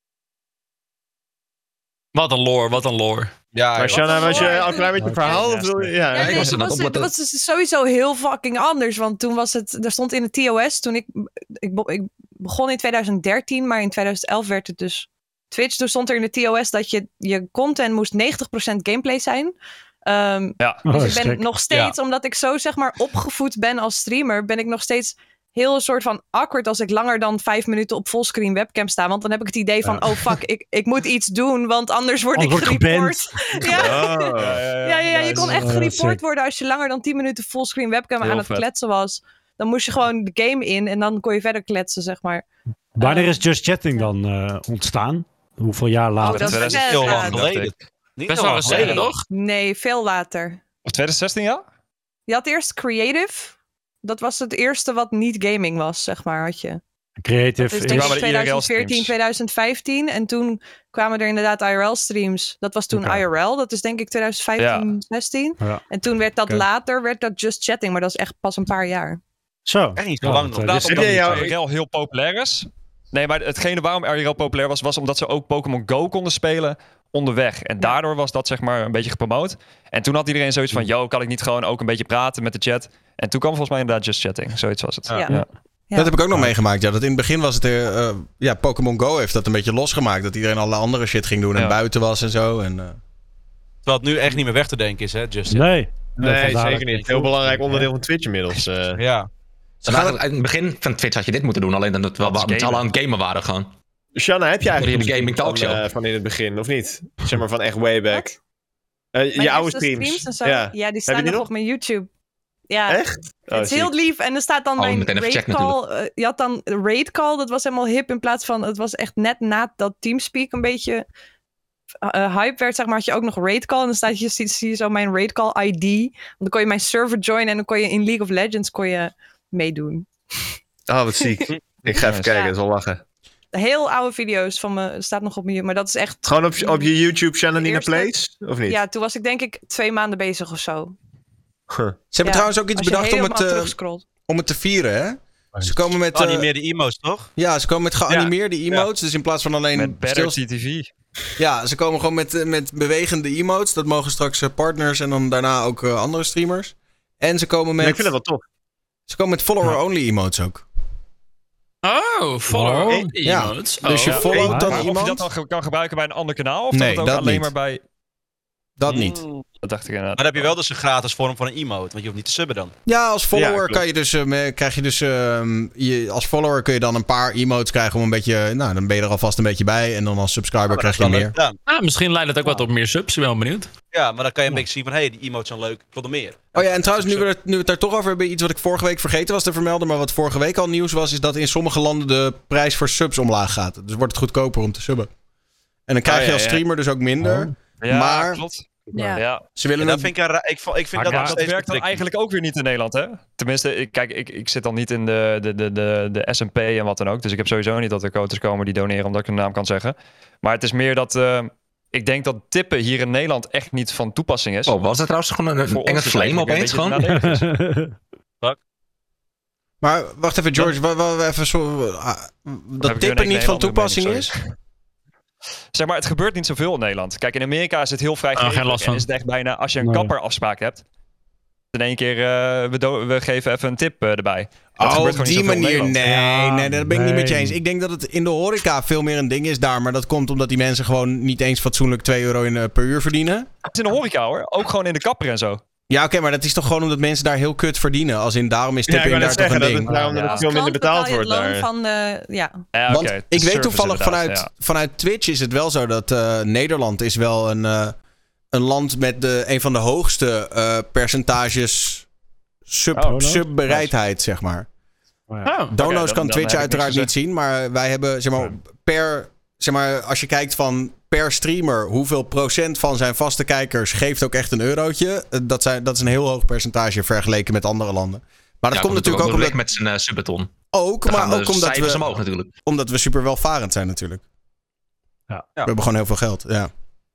Wat een lore, wat een lore. Ja, Maar joh. Shanna, was je Ja, al klaar met je verhaal? Of wil je- ja, Ja, ik nee, was toen er was net het, op dat was dus sowieso heel fucking anders. Want toen was het, er stond in de T O S, toen ik, ik, be- ik begon in twintig dertien, maar in twintig elf werd het dus Twitch. Toen stond er in de T O S dat je, je content moest negentig procent gameplay zijn. Um, ja. Oh, dus dat ik is ben gek. nog steeds, omdat ik zo zeg maar opgevoed ben als streamer, ben ik nog steeds heel een soort van awkward als ik langer dan vijf minuten op fullscreen webcam sta. Want dan heb ik het idee van, Ja. oh fuck, ik, ik moet iets doen, want anders word Anders ik word ik gereport. Ja. Oh. Ja, ja, ja. Ja, ja, ja, je kon echt Ja, dat is gereport sick. worden als je langer dan tien minuten fullscreen webcam Heel aan het vet. kletsen was. Dan moest je gewoon de game in en dan kon je verder kletsen, zeg maar. Wanneer is Just Chatting dan uh, ontstaan? Hoeveel jaar later? Oh, dat is twintig vet Heel lang laat. geleden. Niet Best heel wel lang recent, geleden. toch? Nee, veel later. Of twintig zestien, ja? Je had eerst Creative. Dat was het eerste wat niet gaming was, zeg maar, had je. Creative Dus is... denk ik kwamen de I R L twintig veertien, streams. twintig vijftien. En toen kwamen er inderdaad I R L streams. Dat was toen Oké. I R L. Dat is denk ik twintig vijftien, zestien. Ja. En toen werd dat Oké. later, werd dat Just Chatting. Maar dat is echt pas een paar jaar. Zo. Echt niet zo Ja, lang dat, nog. uh, Laat dit- op Heb jij dan jou- niet. I R L heel populair is. Nee, maar hetgene waarom I R L populair was, was omdat ze ook Pokémon Go konden spelen onderweg. En daardoor was dat zeg maar een beetje gepromoot. En toen had iedereen zoiets van, yo, kan ik niet gewoon ook een beetje praten met de chat? En toen kwam volgens mij inderdaad Just Chatting. Zoiets was het. Ja. Ja. Ja. Dat heb ik ook nog meegemaakt. Ja, dat in het begin was het... er, uh, ja, Pokémon Go heeft dat een beetje losgemaakt. Dat iedereen alle andere shit ging doen en Ja. buiten was en zo. En, uh, Terwijl het nu echt niet meer weg te denken is, hè, Justin? Nee. Nee, zeker niet. Heel belangrijk onderdeel van Twitch inmiddels. Uh. Ja. Ze gaan in het begin van Twitch had je dit moeten doen, alleen dat we met alle aan het gamen waren gewoon. Shanna, heb je eigenlijk de gaming talkshow van, uh, van in het begin, of niet? Zeg maar van echt way back. Uh, je oude streams. streams en zo, ja. ja, die staan nog op mijn YouTube. Ja, echt? Oh, het is heel lief. En er staat dan oh, mijn raid call. Uh, je had dan raid call, dat was helemaal hip. In plaats van, het was echt net na dat Teamspeak een beetje uh, hype werd, zeg maar, had je ook nog raid call. En dan staat je, zie, zie je zo mijn raid call I D. Want dan kon je mijn server joinen en dan kon je in League of Legends kon je meedoen. Oh, wat ziek. Ik ga even kijken, ja. dat is wel lachen. Heel oude video's van me, staat nog op mijn, maar dat is echt... Gewoon op, op je YouTube channel Nina eerste... Plays, of niet? Ja, toen was ik denk ik twee maanden bezig of zo. Huh. Ze hebben ja, trouwens ook iets bedacht om het, uh, om het te vieren, hè? Ze komen met... Uh, Geanimeerde emotes, toch? Ja, ze komen met geanimeerde ja. emotes, ja. dus in plaats van alleen... Met Better T V. Ja, ze komen gewoon met, met bewegende emotes. Dat mogen straks partners en dan daarna ook uh, andere streamers. En ze komen met... Ja, ik vind dat wel tof. Ze komen met follower-only emotes ook. Oh, follower-only ja. emotes. Oh. Dus je followt ja, dan maar iemand... Of je dat dan kan gebruiken bij een ander kanaal? Of nee, dat, het ook dat alleen niet. maar bij... Dat niet. Mm, dat dacht ik inderdaad. Maar dan heb je wel dus een gratis vorm van een emote, want je hoeft niet te subben dan. Ja, als follower ja, kan je dus, uh, krijg je dus, uh, je, als follower kun je dan een paar emotes krijgen om een beetje, nou dan ben je er alvast een beetje bij en dan als subscriber ja, krijg je meer. Ah, misschien leidt het ook wat op meer subs, ik ben wel benieuwd. Ja, maar dan kan je een beetje zien van, hé, hey, die emotes zijn leuk, ik wil er meer. Oh ja, en trouwens, nu we, het, nu we het daar toch over hebben, iets wat ik vorige week vergeten was te vermelden, maar wat vorige week al nieuws was, is dat in sommige landen de prijs voor subs omlaag gaat. Dus wordt het goedkoper om te subben. En dan krijg oh, ja, je als streamer ja. dus ook minder. Oh. Ja, maar klopt. Ja. ja. Ze willen ja, dat vind ik, een ra- ik, ik vind dat, ja, dat, dat werkt dan eigenlijk ook weer niet in Nederland, hè? Tenminste, ik, kijk, ik, ik zit dan niet in de, de, de, de, de S en P en wat dan ook. Dus ik heb sowieso niet dat er coaches komen die doneren omdat ik hun naam kan zeggen. Maar het is meer dat... Uh, ik denk dat tippen hier in Nederland echt niet van toepassing is. Oh, was dat trouwens gewoon een, een enge flame opeens gewoon? Maar wacht even, George. Dat, wa, wa, even zo, uh, dat tippen niet van toepassing is? Zeg maar, het gebeurt niet zoveel in Nederland. Kijk, in Amerika is het heel vrij oh, en is het echt bijna... Als je een nee. kapperafspraak hebt... in één keer, uh, we, do- we geven even een tip uh, erbij. Dat oh, op die manier? Nee, ja, nee, dat ben ik nee. niet met je eens. Ik denk dat het in de horeca veel meer een ding is daar. Maar dat komt omdat die mensen gewoon niet eens fatsoenlijk twee euro in, uh, per uur verdienen. Het is in de horeca hoor. Ook gewoon in de kapper en zo. Ja, oké, okay, maar dat is toch gewoon omdat mensen daar heel kut verdienen. Als in, daarom is tippen ja, daar toch een ding. Het, daarom dat het veel minder betaald wordt daar. Van de, ja. Ja, Want okay, ik weet toevallig vanuit, ja. vanuit Twitch is het wel zo dat uh, Nederland is wel een, uh, een land met de, een van de hoogste uh, percentages sub, oh, subbereidheid, zeg maar. Oh, ja. oh, Dono's okay, kan dan, Twitch dan uiteraard niet zien, maar wij hebben, zeg maar, per, zeg maar, als je kijkt van per streamer, hoeveel procent van zijn vaste kijkers geeft ook echt een eurotje. Dat, zijn, dat is een heel hoog percentage vergeleken met andere landen. Maar dat ja, komt natuurlijk ook omdat... met zijn uh, subbeton. Ook, maar ook omdat we, omhoog, natuurlijk. omdat we super welvarend zijn natuurlijk. Ja. Ja. We hebben gewoon heel veel geld, ja.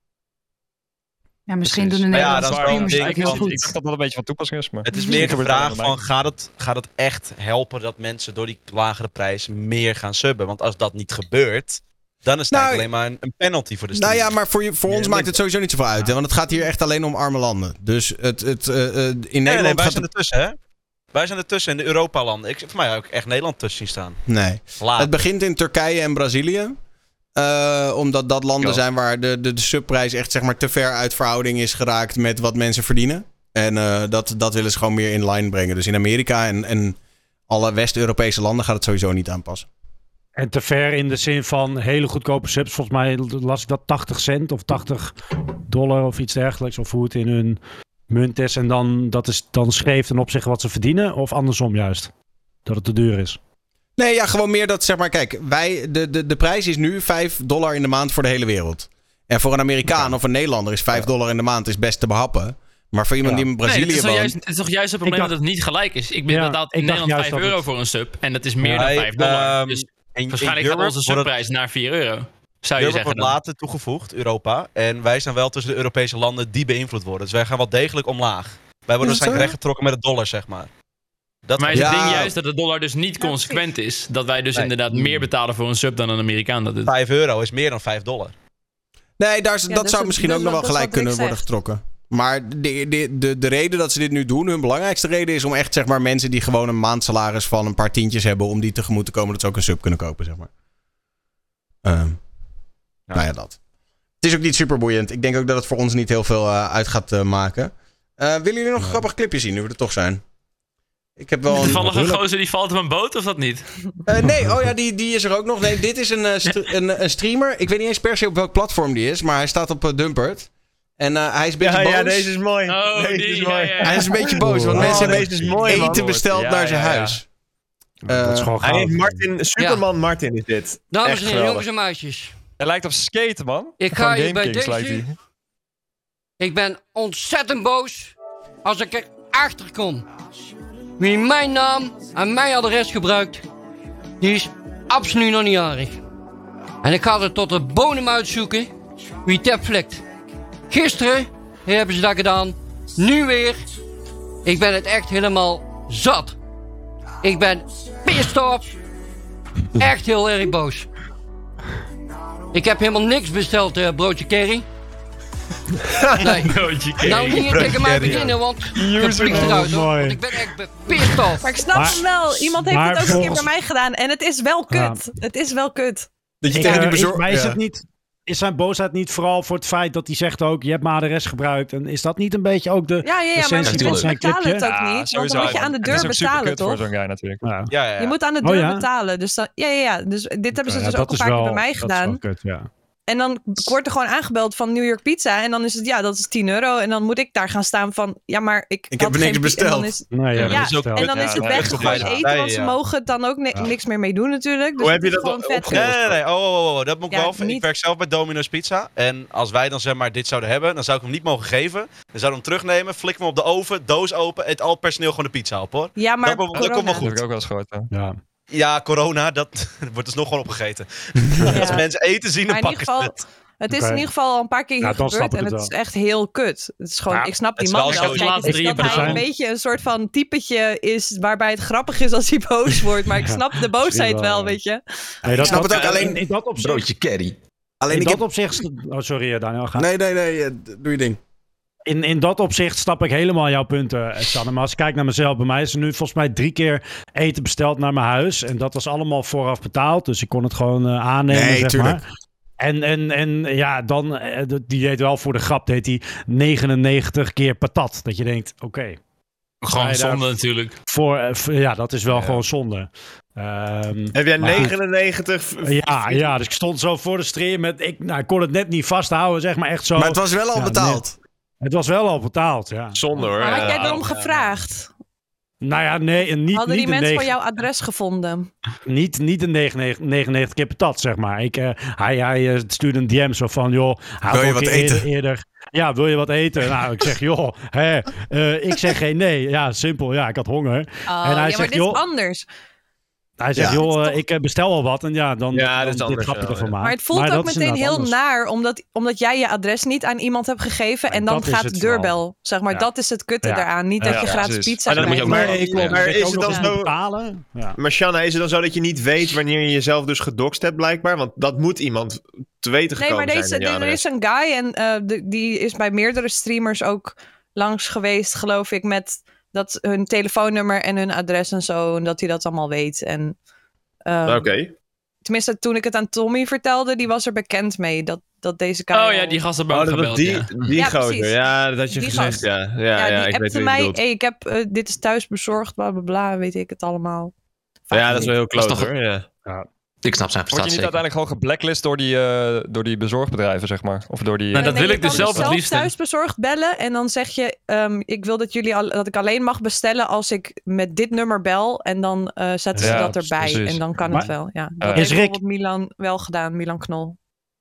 Ja, misschien doen de Nederlandse ja, streamers ik, ook heel ik, goed. Ik dacht dat dat een beetje van toepassing is. Maar het is meer de vraag van, gaat het, gaat het echt helpen dat mensen door die lagere prijs meer gaan subben? Want als dat niet gebeurt, dan is het nou, alleen maar een, een penalty voor de streamer. Nou ja, maar voor, je, voor ons maakt het sowieso niet zoveel uit. Hè? Want het gaat hier echt alleen om arme landen. Dus het, het, uh, uh, in Nederland nee, nee, wij gaat zijn ertussen, hè? Wij zijn ertussen in de Europa-landen. Ik, voor mij ook echt Nederland tussen zien staan. Nee. Later. Het begint in Turkije en Brazilië. Uh, omdat dat landen zijn waar de, de, de subprijs echt zeg maar te ver uit verhouding is geraakt met wat mensen verdienen. En uh, dat, dat willen ze gewoon meer in line brengen. Dus in Amerika en, en alle West-Europese landen gaat het sowieso niet aanpassen. En te ver in de zin van hele goedkope subs. Volgens mij las ik dat tachtig cent of tachtig dollar of iets dergelijks. Of hoe het in hun munt is. En dan, dat is dan scheef ten opzichte wat ze verdienen. Of andersom juist. Dat het te duur is. Nee, ja, gewoon meer dat, zeg maar, kijk, wij, de, de, de prijs is nu vijf dollar in de maand voor de hele wereld. En voor een Amerikaan of een Nederlander is vijf dollar in de maand is best te behappen. Maar voor iemand ja. die in Brazilië nee, het is woont... Juist, het is toch juist het probleem dacht, dat het niet gelijk is. Ik ben ja, inderdaad in Nederland vijf euro het... voor een sub. En dat is meer ja, dan vijf dollar. Um, dus in, waarschijnlijk in gaat onze subprijs naar vier euro. Zou je zeggen wordt dan. later toegevoegd, Europa. En wij zijn wel tussen de Europese landen die beïnvloed worden. Dus wij gaan wel degelijk omlaag. Wij worden waarschijnlijk rechtgetrokken met de dollar, zeg maar. Dat maar is het ja. ding juist dat de dollar dus niet consequent is. Dat wij dus nee. inderdaad meer betalen voor een sub dan een Amerikaan dat doet. vijf euro is meer dan vijf dollar. Nee, daar, ja, dat dus zou het, misschien dus ook nog wel gelijk kunnen zegt. worden getrokken. Maar de, de, de, de reden dat ze dit nu doen, hun belangrijkste reden is om echt zeg maar mensen die gewoon een maandsalaris van een paar tientjes hebben, om die tegemoet te komen dat ze ook een sub kunnen kopen, zeg maar. Uh, ja. Nou ja, dat. Het is ook niet super boeiend. Ik denk ook dat het voor ons niet heel veel uh, uit gaat uh, maken. Uh, willen jullie nog een grappig clipje zien, nu we er toch zijn? Ik heb wel een... Toevallig een gozer die valt op een boot, of dat niet? Uh, nee, oh ja, die, die is er ook nog. Nee, dit is een, uh, st- een, een streamer. Ik weet niet eens per se op welk platform die is, maar hij staat op uh, Dumpert. En uh, hij is een beetje ja, boos. Ja, deze is mooi. Oh, deze die, is mooi. ja, ja, ja. Hij is een beetje boos, want oh, mensen deze hebben is mooi, eten man. besteld Ja, naar zijn ja, ja. huis. Uh, dat is gewoon Hij goud. heeft Martin, Superman Martin is dit. Dames Echt en heren, geweldig. jongens en meisjes. Hij lijkt op skaten, man. Ik Gewoon ga hier Game bij Kings lijkt deze... hij. Ik ben ontzettend boos als ik erachter kom. Wie mijn naam en mijn adres gebruikt, die is absoluut nog niet jarig. En ik ga er tot de bodem uitzoeken wie het flikt. Gisteren hebben ze dat gedaan, nu weer. Ik ben het echt helemaal zat. Ik ben pissed off. Echt heel erg boos. Ik heb helemaal niks besteld, uh, broodje curry. Nee, nou niet tegen mij beginnen, want je vliegt eruit hoor. Want ik ben echt pissed off. Maar ik snap Maar- hem wel. Iemand heeft maar het ook een keer volgens- bij mij gedaan. En het is wel kut. Het is wel kut. dat je Ik, tegen die uh, is- bezorger... maar is Ja. het niet... Is zijn boosheid niet vooral voor het feit dat hij zegt ook... je hebt mijn adres gebruikt. En is dat niet een beetje ook de Ja, ja, ja maar essentie van mensen zijn betalen clipje? het ook niet. Want sowieso. dan moet je aan de Het deur is ook super betalen, kut voor toch? zo'n guy natuurlijk. Ja. Ja, ja, ja. Je moet aan de Oh, deur ja? betalen. Dus dan, ja, ja, ja. Dus dit hebben ze Ja, dus dat ook een is paar keer wel- bij mij dat is wel gedaan. kut, ja. En dan wordt er gewoon aangebeld van New York Pizza. En dan is het, ja, dat is tien euro. En dan moet ik daar gaan staan van, ja, maar ik Ik had heb niks geen pi- besteld. En dan is, Nee, ja, ja, dat is ook en dan Ja, is het nee, weg dat is gegooid toch eten, bijna- want ze ja. mogen het dan ook ni- Ja. niks meer mee doen natuurlijk. Dus Hoe heb het je is dat gewoon op- vet. opgelost? Nee, nee, nee. Oh, oh, oh, oh, dat moet ik Ja, wel. Ik niet- werk zelf bij Domino's Pizza. En als wij dan zeg maar dit zouden hebben, dan zou ik hem niet mogen geven. Dan zouden we hem terugnemen, flikken hem op de oven, doos open, eet al het personeel gewoon de pizza op hoor. Ja, maar dat, dat komt wel corona. Dat heb goed. ik ook wel eens gehoord. Ja. Ja. Ja, corona, dat wordt dus nog gewoon opgegeten. Ja. Als mensen eten zien, Maar dan in ieder pakken ze geval, het. het is Oké. in ieder geval al een paar keer Ja, hier dan gebeurd. snap ik En het het is wel. echt heel kut. Het is gewoon, Ja, ik snap het die is man wel wel. zo- Kijk, laatste het is drie dat hij zijn- een beetje een soort van typetje is waarbij het grappig is als hij boos wordt. Maar ik snap de boosheid wel, wel, ja. weet je. Nee, dat, snap het dat- ook, alleen- in, in dat opzicht... Broodje curry. Alleen In ik dat heb... opzicht... Oh, sorry eh, Daniel, ga. Nee, nee, nee. eh, Doe je ding. In, in dat opzicht snap ik helemaal jouw punten, eh, Sanne. Maar als ik kijk naar mezelf, bij mij is er nu volgens mij drie keer eten besteld naar mijn huis. En dat was allemaal vooraf betaald. Dus ik kon het gewoon eh, aannemen, Nee, zeg tuurlijk. maar. En, en, en ja, dan, eh, die deed wel voor de grap, deed hij negenennegentig keer patat. Dat je denkt, oké. Gewoon Ja, daar- zonde natuurlijk. Voor, eh, voor- ja, dat is wel Ja. gewoon zonde. Ehm, Heb jij maar- negenennegentig... f- Ja, ja, dus ik stond zo voor de stream met, ik, nou, ik kon het net niet vasthouden, zeg maar echt zo. Maar het was wel al Ja, betaald. Het was wel al betaald, ja. Zonde hoor. Maar had ja. jij erom gevraagd? Nou ja, nee, en niet, Hadden niet die een mensen negen- van jouw adres gevonden? Niet, niet een negenennegentig, negenennegentig keer patat, zeg maar. Ik, eh, hij hij eh, stuurde een D M zo van, joh... Hij Wil je had ook wat een keer eten? Eerder, eerder, ja, wil je wat eten? Nou, ik zeg, joh, hè, eh, ik zeg geen nee. Ja, simpel, ja, ik had honger. Oh, En hij ja, maar zegt, dit joh, is anders. hij zegt, Ja. joh, eh, ik eh, bestel al wat. En ja, dan, Ja, dan dat is dit anders, grapje ja, ervan ja. maken. Maar het voelt Maar ook dat is meteen inderdaad heel anders. naar, omdat, omdat jij je adres niet aan iemand hebt gegeven. En dan Dat is gaat het de deurbel. Zeg maar, Ja. dat is het kutte Ja. eraan. Niet Ja, dat je ja, gratis precies. pizza Maar dan moet krijgt. je ook Maar- maar- Ja. maar Dat je is ook het nog dan eens moet zo... betalen? Ja. Maar Shanna, is het dan zo dat je niet weet wanneer je jezelf dus gedoxt hebt blijkbaar? Want dat moet iemand te weten Nee, gekomen maar deze, zijn. in je er adres. is een guy en eh, de- die is bij meerdere streamers ook langs geweest, geloof ik, met dat hun telefoonnummer en hun adres en zo. En dat hij dat allemaal weet. En, ehm, Oké. Tenminste, toen ik het aan Tommy vertelde, die was er bekend mee. Dat, dat deze guy Oh al- ja, die gast hebben Oh, ook dat was gebeld. die, ja. die Ja, gozer. precies. Ja, dat had je Die gezegd. gast. Ja, ja, Ja, ja, die ik weet appte wie je mij, bedoelt. hey, ik heb, eh, dit is thuis bezorgd, bla bla bla, weet ik het allemaal. Ja, dat is wel heel Dat is kloot toch- hoor. Ja. Ik snap zijn Word je niet frustratie. uiteindelijk gewoon geblacklist door die, eh, door die bezorgbedrijven, zeg maar? Of door die... Nou, dat Nee, wil je ik dus kan zelf het liefst. thuis bezorgd bellen en dan zeg je, ehm, ik wil dat jullie al, dat ik alleen mag bestellen als ik met dit nummer bel en dan eh, zetten ze Ja, dat erbij precies. en dan kan Maar- het wel. Ja, dat Uh, heeft is Rick- bijvoorbeeld Milan wel gedaan, Milan Knol.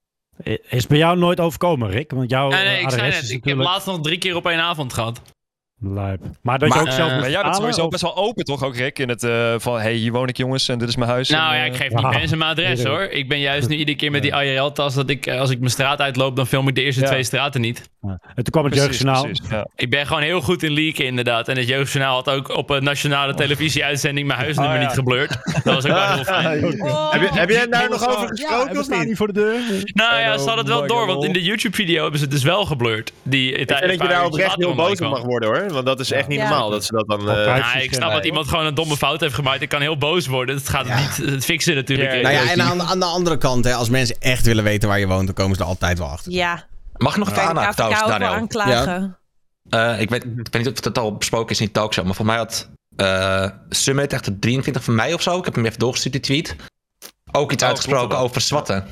Is het bij jou nooit overkomen, Rick? Want jouw Ja, nee, eh, ik adres zei is net, ik heb natuurlijk laatst nog drie keer op één avond gehad. lijp. Maar dat Maar, je ook zelf eh, moet Maar jij bent betalen, sowieso of- best wel open, toch ook, Rick? In het eh, van, hey, hier woon ik jongens en dit is mijn huis. Nou en, ja, eh, ik geef niet ja. mensen mijn adres Iedereen. hoor. Ik ben juist nu iedere keer met die I R L-tas dat ik, eh, als ik mijn straat uitloop, dan film ik de eerste Ja. twee straten niet. Ja. En toen kwam het precies, Jeugdjournaal. precies, ja. Ik ben gewoon heel goed in leaken inderdaad. En het Jeugdjournaal had ook op een nationale televisieuitzending mijn huisnummer Oh, ja. niet geblurred. Dat was ook wel heel fijn. Oh. Heb, je, heb jij daar nog over Ja, gesproken en we of staan niet? niet voor de deur. Nou ja, Hello, ze hadden het wel my door, God. want in de YouTube-video hebben ze het dus wel geblurred. Die, Ik vind dat je daar oprecht heel boos op mag worden hoor. Want dat is echt niet Ja. normaal dat ze dat dan... Op eh, vijf- Ja, ik snap dat iemand gewoon een domme fout heeft gemaakt. Ik kan heel boos worden. Het gaat Ja. niet het fixen natuurlijk. Ja, Nou ja, en aan, aan de andere kant, hè, als mensen echt willen weten waar je woont, dan komen ze er altijd wel achter. Ja, Mag ik nog kan even je de aanhaken K V K trouwens, ook wel Daniel? aanklagen. Uh, ik, weet, ik weet niet of het al besproken is in die talkshow, maar voor mij had uh, Summit echt de drieëntwintig van mei of zo. Ik heb hem even doorgestuurd, die tweet. Ook iets oh, uitgesproken over zwatten.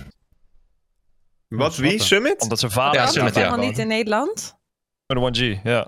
Wat? Wie? Summit? Omdat zijn vader... Ja, Summit, ja. Helemaal niet in Nederland? one G, ja.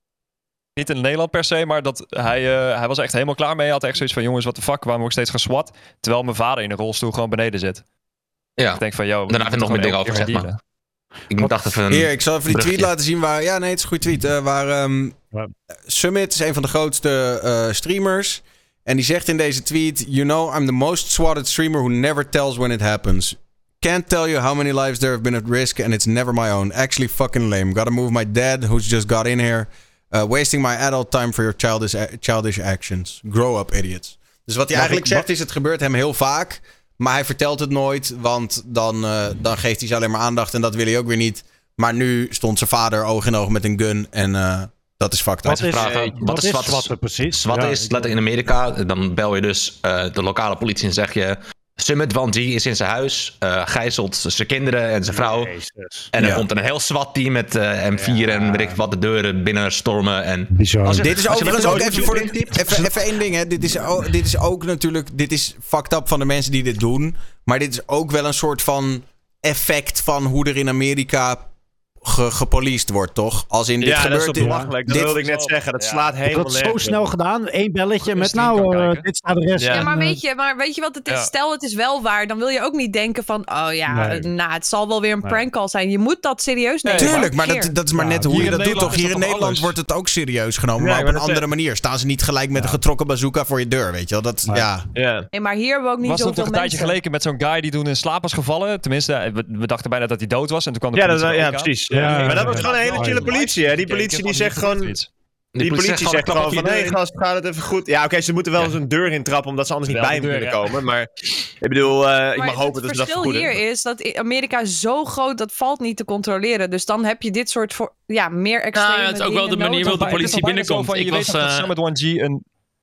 Niet in Nederland per se, maar dat hij, uh, hij was echt helemaal klaar mee. Hij had echt zoiets van, jongens, wat de fuck, waarom word ik steeds geswat? Terwijl mijn vader in een rolstoel gewoon beneden zit. Ja. Ik denk van, yo... Daarna heb ik nog meer dingen over gezegd, maar... Ik moet dacht even een Hier, ik zal even die tweet laten zien waar... Ja, nee, het is een goede tweet. Uh, waar um, Summit is een van de grootste uh, streamers. En die zegt in deze tweet... You know, I'm the most swatted streamer who never tells when it happens. Can't tell you how many lives there have been at risk and it's never my own. Actually fucking lame. Gotta move my dad who's just got in here. Uh, wasting my adult time for your childish, childish actions. Grow up, idiots. Dus wat hij eigenlijk zegt is, het gebeurt hem heel vaak... Maar hij vertelt het nooit, want dan, uh, dan geeft hij ze alleen maar aandacht en dat wil hij ook weer niet. Maar nu stond zijn vader oog in oog met een gun en uh, dat is fucked up. Wat is, vragen, wat wat is zwatten precies? Zwatten ja, is letterlijk in Amerika, dan bel je dus uh, de lokale politie en zeg je... Summit one G is in zijn huis, uh, gijzelt zijn kinderen en zijn vrouw. Jezus. En er ja. komt een heel SWAT-team met uh, M vier ja. en weet ik wat de deuren binnen stormen. En als je, dit is overigens ook even voor de, even, even één ding, hè. Dit is, ook, dit is ook natuurlijk, dit is fucked up van de mensen die dit doen. Maar dit is ook wel een soort van effect van hoe er in Amerika ge, gepoliced wordt, toch? Als in dit ja, gebeurt... dat is belachelijk. Dat dit, wilde ik net zeggen. Dat ja. slaat helemaal nergens. Dat is zo snel gedaan. Eén belletje met nou, uh, dit staat de rest. Ja, en, maar, weet je, maar weet je wat het is? Ja. Stel, het is wel waar. Dan wil je ook niet denken van... Oh ja, nee. nou, het zal wel weer een nee. prank call zijn. Je moet dat serieus nemen. Nee, tuurlijk, maar dat, dat is maar ja. net hoe je dat doet, toch? Hier in Nederland alles. wordt het ook serieus genomen. Nee, maar op maar een andere is... manier. Staan ze niet gelijk met ja. een getrokken bazooka voor je deur, weet je wel? Dat, nee. ja. Ja. Nee, maar hier hebben we ook niet was zoveel mensen. Was nog een tijdje geleden met zo'n guy die toen in slaap was gevallen? Tenminste, we, we dachten bijna dat hij dood was. En toen kwam de politie. Ja, precies. Maar dat was gewoon een hele chille politie, hè? Die politie die zegt gewoon... Die politie zegt gewoon van, nee gast, gaat het even goed. Ja, oké, okay, ze moeten wel eens een deur intrappen, omdat ze anders niet bij me kunnen komen. Maar ik bedoel, uh, ik mag hopen dat ze dat vergoeden. Het verschil hier is dat Amerika zo groot, dat valt niet te controleren. Dus dan heb je dit soort, voor, ja, meer extreme dingen. Ja, het is ook wel de manier waarop de politie binnenkomt. Ik was met one G een...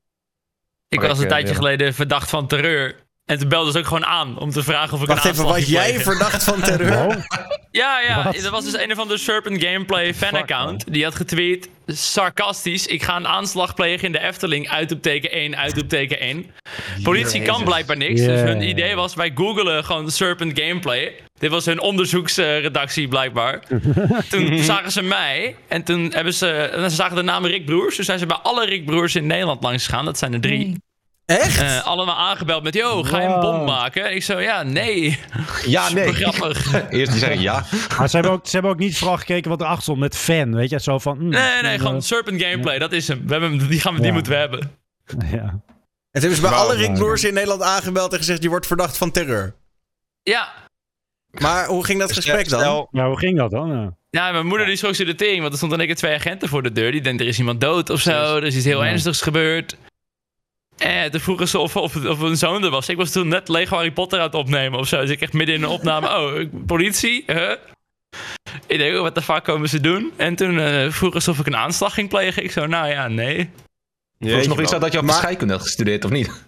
Ik was een tijdje geleden verdacht van terreur. En toen belden ze ook gewoon aan om te vragen of ik Wacht een aanslag even, was jij verdacht van terreur? Ja, ja. Wat? Er was dus een of andere Serpent Gameplay fan-account. Die had getweet, sarcastisch... Ik ga een aanslag plegen in de Efteling. Uitroepteken één, uitroepteken één. Politie Jezus. kan blijkbaar niks. Yeah. Dus hun idee was, wij googelen gewoon Serpent Gameplay. Dit was hun onderzoeksredactie blijkbaar. Toen zagen ze mij. En toen hebben ze... Ze zagen de naam Rick Broers. Dus zijn ze bij alle Rick Broers in Nederland langs gegaan. Dat zijn er drie. Mm. Echt? Uh, allemaal aangebeld met, yo, ga je een bom maken? Ik zo, ja, nee. Ja, nee. Super grappig. Eerst die zeggen ja. Maar ze hebben, ook, ze hebben ook niet vooral gekeken wat erachter stond met fan, weet je? Zo van... Mm, nee, nee, uh, gewoon Serpent Gameplay, ja. dat is hem. We hebben hem die, gaan we, die ja. moeten we hebben. Ja. En toen hebben ze bij wow, alle Rick Broers in Nederland aangebeld en gezegd, je wordt verdacht van terreur. Ja. Maar hoe ging dat gesprek dan? Ja, hoe ging dat dan? Ja. Ja, mijn moeder die schrok zich de tering, want er stonden in één keer twee agenten voor de deur. Die denkt, er is iemand dood of zo, er is iets heel ja. ernstigs gebeurd. En toen vroegen ze of, of, of een zoon er was. Ik was toen net Lego Harry Potter aan het opnemen of zo. Dus ik echt midden in een opname. Oh, politie? Huh? Ik denk, wat de fuck komen ze doen? En toen uh, vroegen ze of ik een aanslag ging plegen. Ik zo, nou ja, nee. Volgens nog iets dat je op maar... scheikunde had gestudeerd, of niet?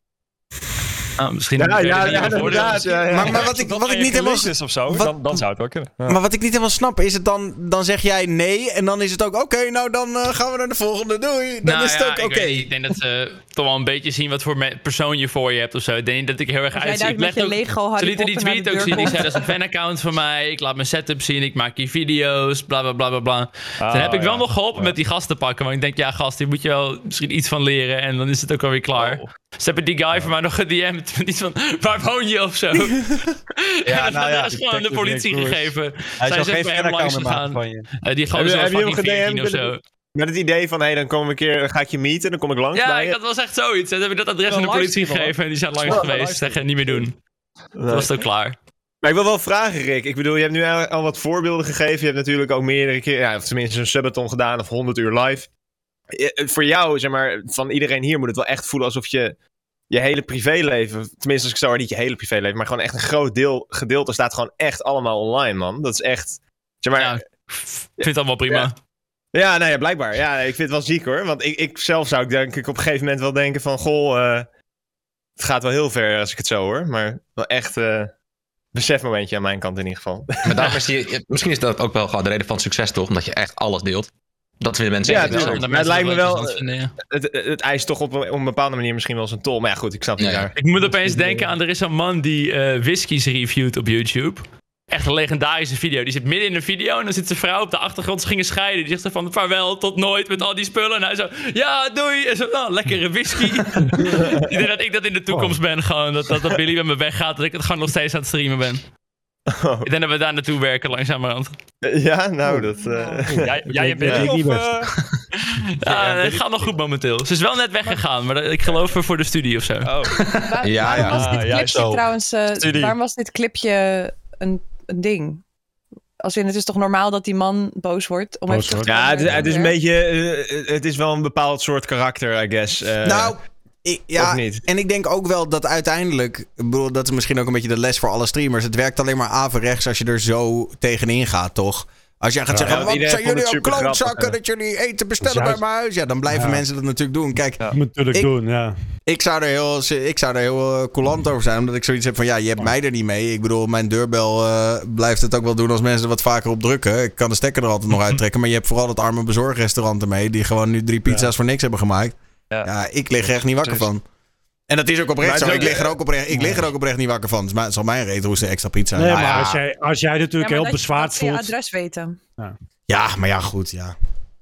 Oh, misschien ja, ja, ja, inderdaad. Ja, ja. Maar, maar wat ik, wat ik niet helemaal... is of zo, wat, dan, dan zou het wel kunnen. Ja. Maar wat ik niet helemaal snap, is het dan... Dan zeg jij nee en dan is het ook... Oké, okay, nou dan uh, gaan we naar de volgende. Doei. Dan nou, is het ja, ook oké. Okay. Ik, ik denk dat ze toch wel een beetje zien wat voor persoon je voor je hebt of zo. Ik denk dat ik heel erg uitzie. Ik leg ook... Lego, ze lieten die tweet ook zien. Ik zei, dat is een fanaccount van mij. Ik laat mijn setup zien. Ik maak hier video's. Bla, bla, bla, bla, bla. Oh, toen heb ik wel ja. nog geholpen ja. met die gasten pakken. Want ik denk, ja gast, hier moet je wel misschien iets van leren. En dan is het ook alweer klaar. Oh. Ze hebben die guy ja. voor mij nog gedM'd met iets van, waar woon je of zo? Ja, en nou ja, dat is gewoon aan de politie gegeven. Hij Zij zou geen fan account maken van je. Uh, die gewoon zo fucking veertien of zo. Met het idee van, hé, hey, dan kom ik een keer, ga ik je meeten, dan kom ik langs. Ja, ik, dat was echt zoiets. Dan heb ik dat adres aan de politie gegeven en die zijn langs geweest. Zeggen, niet meer doen. Dat was het ook klaar. Maar ik wil wel vragen, Rick. Ik bedoel, je hebt nu al wat voorbeelden gegeven. Je hebt natuurlijk ook meerdere keer, ja, of tenminste een subathon gedaan of honderd uur live. Voor jou, zeg maar, van iedereen hier moet het wel echt voelen alsof je je hele privéleven, tenminste als ik zo niet je hele privéleven, maar gewoon echt een groot deel, gedeelte staat gewoon echt allemaal online, man. Dat is echt, zeg maar... Ja, ik vind het allemaal prima. Ja. Ja, nou ja, blijkbaar. Ja, ik vind het wel ziek hoor. Want ik, ik zelf zou ik denk ik op een gegeven moment wel denken van, goh, uh, het gaat wel heel ver als ik het zo hoor. Maar wel echt uh, besefmomentje aan mijn kant in ieder geval. Maar daarom is die, misschien is dat ook wel gewoon de reden van succes toch? Omdat je echt alles deelt. Dat vinden mensen Ja, echt dus, interessant. maar het lijkt me wel... Vinden, ja. het, het eist toch op een, op een bepaalde manier misschien wel zijn tol. Maar ja, goed, ik snap niet Ja, ja. daar. Ik moet opeens denken aan, er is een man die uh, whiskies reviewt op YouTube. Echt een legendarische video. Die zit midden in een video en dan zit zijn vrouw op de achtergrond. Ze gingen scheiden. Die zegt zo van, vaarwel, tot nooit met al die spullen. En hij zo, ja, doei. En zo, nou, lekkere whisky. Ik denk dat ik dat in de toekomst ben gewoon. Dat, dat, dat Billy met me weggaat. Dat ik het gewoon nog steeds aan het streamen ben. Oh. Ik denk dat we daar naartoe werken langzamerhand. Ja, nou, dat... Uh... Jij, jij en Billy ik of... niet Uh... Ja, het gaat nog goed momenteel. Ze is wel net weggegaan, maar ik geloof voor voor de studie of zo. Oh. Waar, Ja, waarom ja. was dit Ah, clipje juist zo. trouwens... uh, Studie. waarom was dit clipje een, een ding? Als in, het is toch normaal dat die man boos wordt? Om Boos even terug te Ja, komen het, naar het is een onderwerp? beetje... uh, het is wel een bepaald soort karakter, I guess. Uh, Nou, ik, ja, of niet? en ik denk ook wel dat uiteindelijk... Ik bedoel, dat is misschien ook een beetje de les voor alle streamers. Het werkt alleen maar averechts als je er zo tegenin gaat, toch? Als jij gaat Ja, zeggen, want wat iedereen zijn vond jullie het ook super klootzakken grappig, dat jullie eten bestellen Dus bij mijn huis? Ja, dan blijven Ja. mensen dat natuurlijk doen. Kijk, Dat moet natuurlijk Ik- doen, ja. ik zou er heel, ik zou er heel uh, coulant over zijn. Omdat ik zoiets heb van, ja, je hebt mij er niet mee. Ik bedoel, mijn deurbel uh, blijft het ook wel doen als mensen er wat vaker op drukken. Ik kan de stekker er altijd nog uittrekken. Maar je hebt vooral dat arme bezorgrestaurant ermee. Die gewoon nu drie pizza's Ja. voor niks hebben gemaakt. Ja. Ja, ik lig er echt niet wakker Dus- van. En dat is ook oprecht Maar zo. het Ik is ook- lig er ook oprecht, ik lig er ook oprecht niet wakker van. Dus maar het zal mijn reet roesten extra pizza. Nee, Ja, maar ja. als jij, als jij natuurlijk Ja, maar heel dat je- bezwaard dat ze je voelt... adres weten. Ja, maar ja, goed, ja.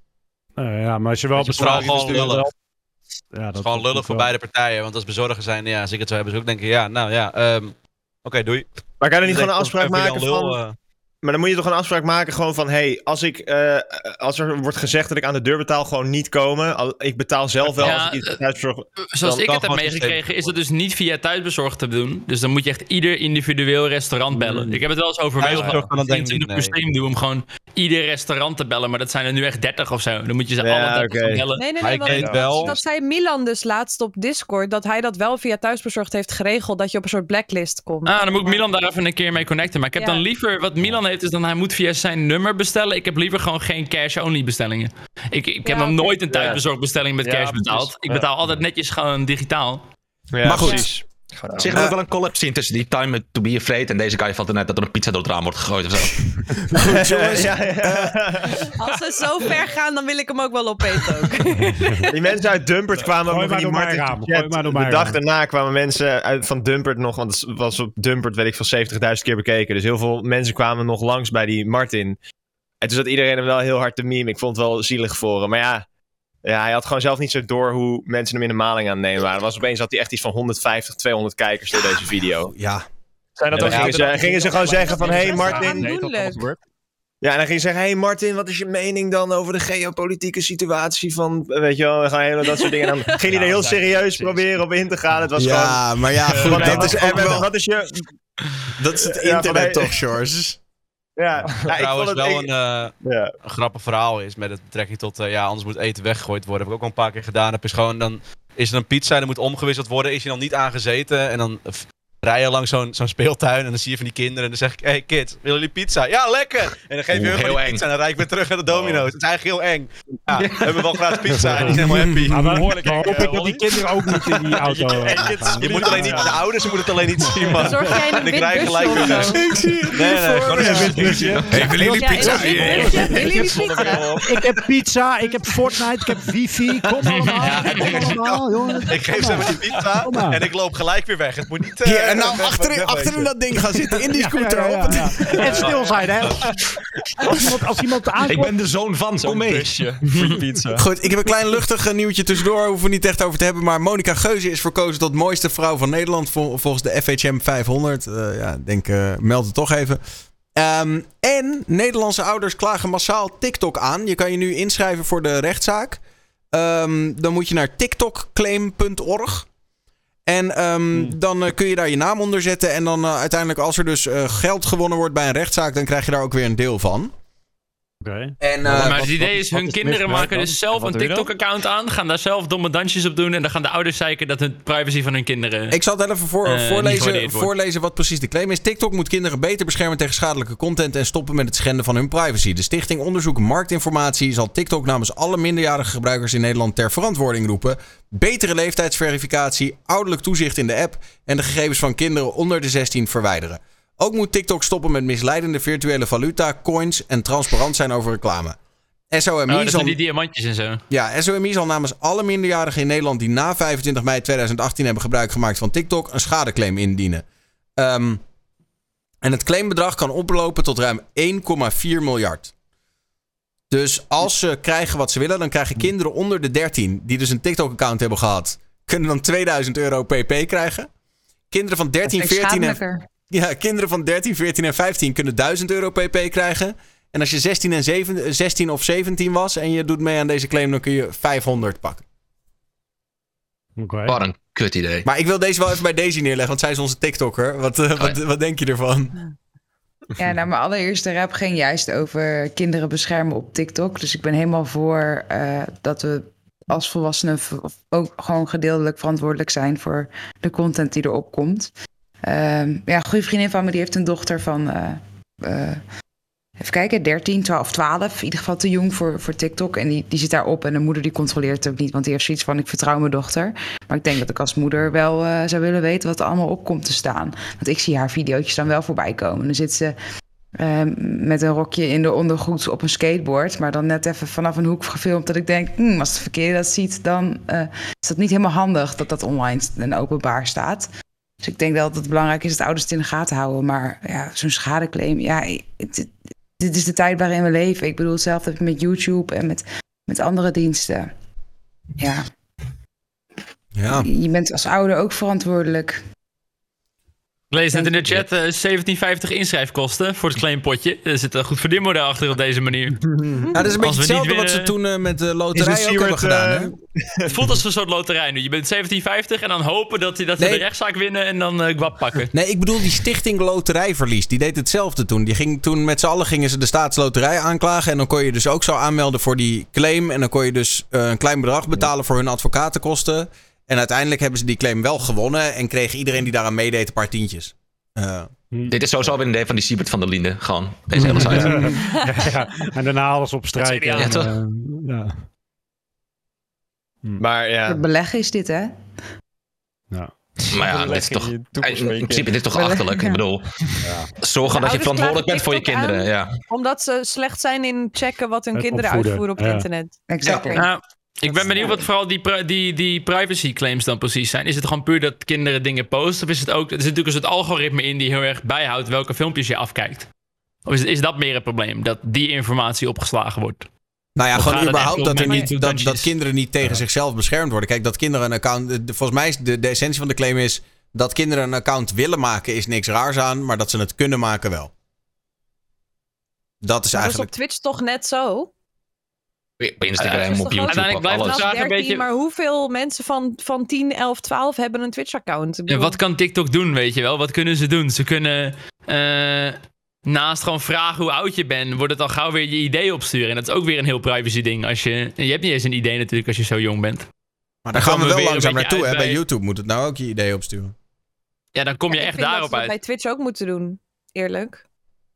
Uh, ja, maar als je wel Het is bezwaard vooral gewoon voelt... lullig. Ja, Het is gewoon lullig voor beide partijen. Want als bezorger zijn, ja, als ik het zo heb, is ook denken, ja, nou ja, um, oké, okay, doei. Maar kan je er niet Dan gewoon een denk ik, afspraak dan maken vind je dan van... lul, uh, Maar dan moet je toch een afspraak maken gewoon van... Hé, hey, als, ik, uh, als er wordt gezegd dat ik aan de deur betaal, gewoon niet komen. Al, ik betaal zelf wel Ja, als ik iets thuis verzorg. Zoals Dan ik kan het heb gewoon meegekregen, is het dus niet via thuisbezorgd te doen. Dus dan moet je echt ieder individueel restaurant bellen. Ik heb het wel eens overweegd Thuisbezorgd kan dat dat ik denk ik een niet, stream doe om gewoon ieder restaurant te bellen. Maar dat zijn er nu echt dertig of zo. Dan moet je ze Ja, allemaal dertig oké. bellen. Nee, nee, Maar nee. ik want weet wel- Dat zei Milan dus laatst op Discord. Dat hij dat wel via thuisbezorgd heeft geregeld. Dat je op een soort blacklist komt. Ah, dan moet ik Milan daar even een keer mee connecten. Maar ik heb Ja. dan liever, wat Milan heeft, is dan hij moet via zijn nummer bestellen. Ik heb liever gewoon geen cash-only bestellingen. Ik, ik heb Ja, nog oké. nooit een thuisbezorgd bestelling met Ja, cash precies. betaald. Ik Ja. betaal altijd netjes gewoon digitaal. Ja, Maar goed. precies. Op zich wil ik wel een collab zien tussen die Time to Be Afraid en deze guy valt er net dat er een pizza door het raam wordt gegooid of zo. Goed, jongens. Ja, ja. Als ze zo ver gaan, dan wil ik hem ook wel opeten ook. Die mensen uit Dumpert kwamen ook Gooi nog in die maar door mijn Martin raam, chat. gooi maar door De mijn dag raam. daarna kwamen mensen uit, van Dumpert nog, want het was op Dumpert, weet ik veel, zeventigduizend keer bekeken. Dus heel veel mensen kwamen nog langs bij die Martin. En toen zat iedereen hem wel heel hard te meme. Ik vond het wel zielig voor hem. Maar ja, ja, hij had gewoon zelf niet zo door hoe mensen hem in de maling aan het nemen waren. Er was opeens had hij echt iets van honderdvijftig, tweehonderd kijkers door deze video. Ja. Zijn dat En ook dan gingen ze, gingen ze gewoon zeggen van, hé hey, Martin... Nee, dat is wel Ja, en dan ging je zeggen, hé hey Martin, wat is je mening dan over de geopolitieke situatie van, weet je wel, we gaan hele dat soort dingen. En dan ging hij er heel serieus proberen op in te gaan. Het was gewoon... Ja, maar ja, goed, Wat- dat is en ook wat- wel... Wat is je... Dat is het Ja, van, internet hey- toch, Shores? Ja, ja, ik trouwens vond het... wel ik- een, uh, ja. een grappig verhaal is met het betrekking tot, uh, ja, anders moet eten weggegooid worden. Heb ik ook al een paar keer gedaan. Heb is gewoon, dan is er een pizza en er moet omgewisseld worden. Is hij dan niet aangezeten en dan... f- rij je langs zo'n zo'n speeltuin en dan zie je van die kinderen en dan zeg ik, hey kids, willen jullie pizza? Ja, lekker! En dan geef je Oeh, hun heel gewoon die eng. pizza en dan rijd ik weer terug naar de Domino's. Het is eigenlijk heel eng. Ja, we hebben wel gratis pizza en die zijn helemaal happy. Maar Behoorlijk dan eng, hoop eh, ik dat die Ollie. kinderen ook niet in die auto... eh, gaan. Je moet alleen niet, de ouders moeten het alleen niet zien, man. Zorg jij in een En ik wit rij busje gelijk of weer weg. zo? Ik zie het Nee, nee, gewoon me. een wit busje. Hey, willen jullie Ja, in pizza? een wit Ja. busje. Willen jullie pizza? Ik heb pizza, ik heb Fortnite, ik heb wifi. Kom allemaal, kom allemaal, jongen. Ik geef ze even die pizza Kom maar. en ik loop gelijk weer weg. Het moet niet... uh, Hier, en nou weg- achter, weg- achter in weg- dat ding gaan zitten, in die scooter. Ja, ja, Op het- ja, ja. En stil zijn, hè. Als iemand, als iemand Ik aankomt... ben de zoon van, kom Zo'n mee. busje voor je pizza. Goed, ik heb een klein luchtig eh, nieuwtje tussendoor. Hoeven we niet echt over te hebben. Maar Monica Geuze is verkozen tot mooiste vrouw van Nederland. vol- volgens de F H M vijfhonderd. Uh, ja, ik denk, uh, meld het toch even. Um, en Nederlandse ouders klagen massaal TikTok aan. Je kan je nu inschrijven voor de rechtszaak. Um, dan moet je naar tiktok claim punt org. En um, hmm. dan uh, kun je daar je naam onder zetten. En dan uh, uiteindelijk als er dus uh, geld gewonnen wordt bij een rechtszaak, dan krijg je daar ook weer een deel van. Okay. En, uh, maar wat, het idee is, wat hun is kinderen misbruik maken dan? dus zelf Wat een doe je dan? TikTok-account aan. Gaan daar zelf domme dansjes op doen. En dan gaan de ouders zeiken dat hun privacy van hun kinderen... Ik zal het even voor, Uh, niet voorlezen, gewaardeerd wordt. voorlezen wat precies de claim is. TikTok moet kinderen beter beschermen tegen schadelijke content en stoppen met het schenden van hun privacy. De Stichting Onderzoek Marktinformatie zal TikTok namens alle minderjarige gebruikers in Nederland ter verantwoording roepen. Betere leeftijdsverificatie, ouderlijk toezicht in de app en de gegevens van kinderen onder de zestien verwijderen. Ook moet TikTok stoppen met misleidende virtuele valuta, coins en transparant zijn over reclame. S O M I Oh, dat zal... zijn die diamantjes en zo. Ja, S O M I zal namens alle minderjarigen in Nederland die na vijfentwintig mei tweeduizend achttien hebben gebruik gemaakt van TikTok een schadeclaim indienen. Um, en het claimbedrag kan oplopen tot ruim één komma vier miljard. Dus als ze krijgen wat ze willen, dan krijgen kinderen onder de dertien, die dus een TikTok-account hebben gehad, kunnen dan tweeduizend euro P P krijgen. Kinderen van dertien, veertien en, ja, kinderen van dertien, veertien en vijftien kunnen duizend euro P P krijgen. En als je zestien, en zeven, zestien of zeventien was en je doet mee aan deze claim, dan kun je vijfhonderd pakken. Okay. Wat een kut idee. Maar ik wil deze wel even bij Daisy neerleggen, want zij is onze TikToker. Wat, uh, wat, wat denk je ervan? Ja, nou, mijn allereerste rap ging juist over kinderen beschermen op TikTok. Dus ik ben helemaal voor uh, dat we als volwassenen v- ook gewoon gedeeltelijk verantwoordelijk zijn voor de content die erop komt. Uh, ja, een goede vriendin van me die heeft een dochter van, uh, uh, even kijken, dertien, twaalf, twaalf. In ieder geval te jong voor, voor TikTok. En die, die zit daarop en de moeder die controleert het ook niet. Want die heeft zoiets van, ik vertrouw mijn dochter. Maar ik denk dat ik als moeder wel uh, zou willen weten wat er allemaal op komt te staan. Want ik zie haar videootjes dan wel voorbij komen. Dan zit ze uh, met een rokje in de ondergoed op een skateboard. Maar dan net even vanaf een hoek gefilmd dat ik denk, hmm, als de verkeerde dat ziet, dan uh, is dat niet helemaal handig dat dat online en openbaar staat. Dus ik denk wel dat het belangrijk is dat ouders het in de gaten houden. Maar ja, zo'n schadeclaim, ja, het, dit is de tijd waarin we leven. Ik bedoel, hetzelfde heb ik met YouTube en met, met andere diensten. Ja. Ja. Je bent als ouder ook verantwoordelijk. Ik lees net in de chat uh, zeventien vijftig inschrijfkosten voor het claimpotje. Er zit een goed verdienmodel achter op deze manier. Ja, dat is een beetje hetzelfde wat ze toen uh, met de loterij ook hebben gedaan. Hè? Het voelt als een soort loterij nu. Je bent zeventien vijftig en dan hopen dat, die, dat ze Nee. de rechtszaak winnen en dan uh, gwap pakken. Nee, ik bedoel die Stichting Loterijverlies. Die deed hetzelfde toen. Die ging, toen met z'n allen gingen ze de staatsloterij aanklagen. En dan kon je dus ook zo aanmelden voor die claim. En dan kon je dus uh, een klein bedrag betalen voor hun advocatenkosten. En uiteindelijk hebben ze die claim wel gewonnen. En kreeg iedereen die daaraan meedeed een paar tientjes. Uh, Dit is sowieso weer een idee van die Siebert van der Linde. Gewoon, deze hele site. Ja, ja, ja. En daarna alles op strijk. Ja, en, toch? uh, ja. Maar ja. Het beleggen is dit, hè? Ja. Maar ja, dit is toch, in principe dit is toch achterlijk. Ik bedoel, ja. zorgen dat je verantwoordelijk bent voor je kinderen. Aan, Ja. Omdat ze slecht zijn in checken wat hun Het kinderen opvoeden, uitvoeren op ja. internet. Exact. Oké. Nou, ik ben benieuwd wat vooral die, pri- die, die privacy claims dan precies zijn. Is het gewoon puur dat kinderen dingen posten? Of is het ook... Er zit natuurlijk een soort algoritme in die heel erg bijhoudt welke filmpjes je afkijkt. Of is, het, is dat meer het probleem? Dat die informatie opgeslagen wordt? Nou ja, Of gewoon gaat het überhaupt echt om dat, er met niet, dat, dansjes? dat kinderen niet tegen zichzelf beschermd worden. Kijk, dat kinderen een account... de- Volgens mij is de, de essentie van de claim is... dat kinderen een account willen maken is niks raars aan... maar dat ze het kunnen maken wel. Dat is Dat is eigenlijk... op Twitch toch net zo? Op Instagram, op YouTube, uiteindelijk op blijft alles. het vraag een dertien, beetje... Maar hoeveel mensen van, van tien, elf, twaalf hebben een Twitch-account? Ik Ja, bedoel, wat kan TikTok doen, weet je wel? Wat kunnen ze doen? Ze kunnen uh, naast gewoon vragen hoe oud je bent... wordt het al gauw weer je idee opsturen. En dat is ook weer een heel privacy ding. Als je, je hebt niet eens een idee natuurlijk als je zo jong bent. Maar daar gaan we komen we wel weer langzaam een beetje naartoe. Hè? uit Bij bij- YouTube moet het nou ook je idee opsturen. Ja, dan kom je ja, ik echt vind dat daarop ze dat uit. bij Twitch ook moeten doen. Eerlijk.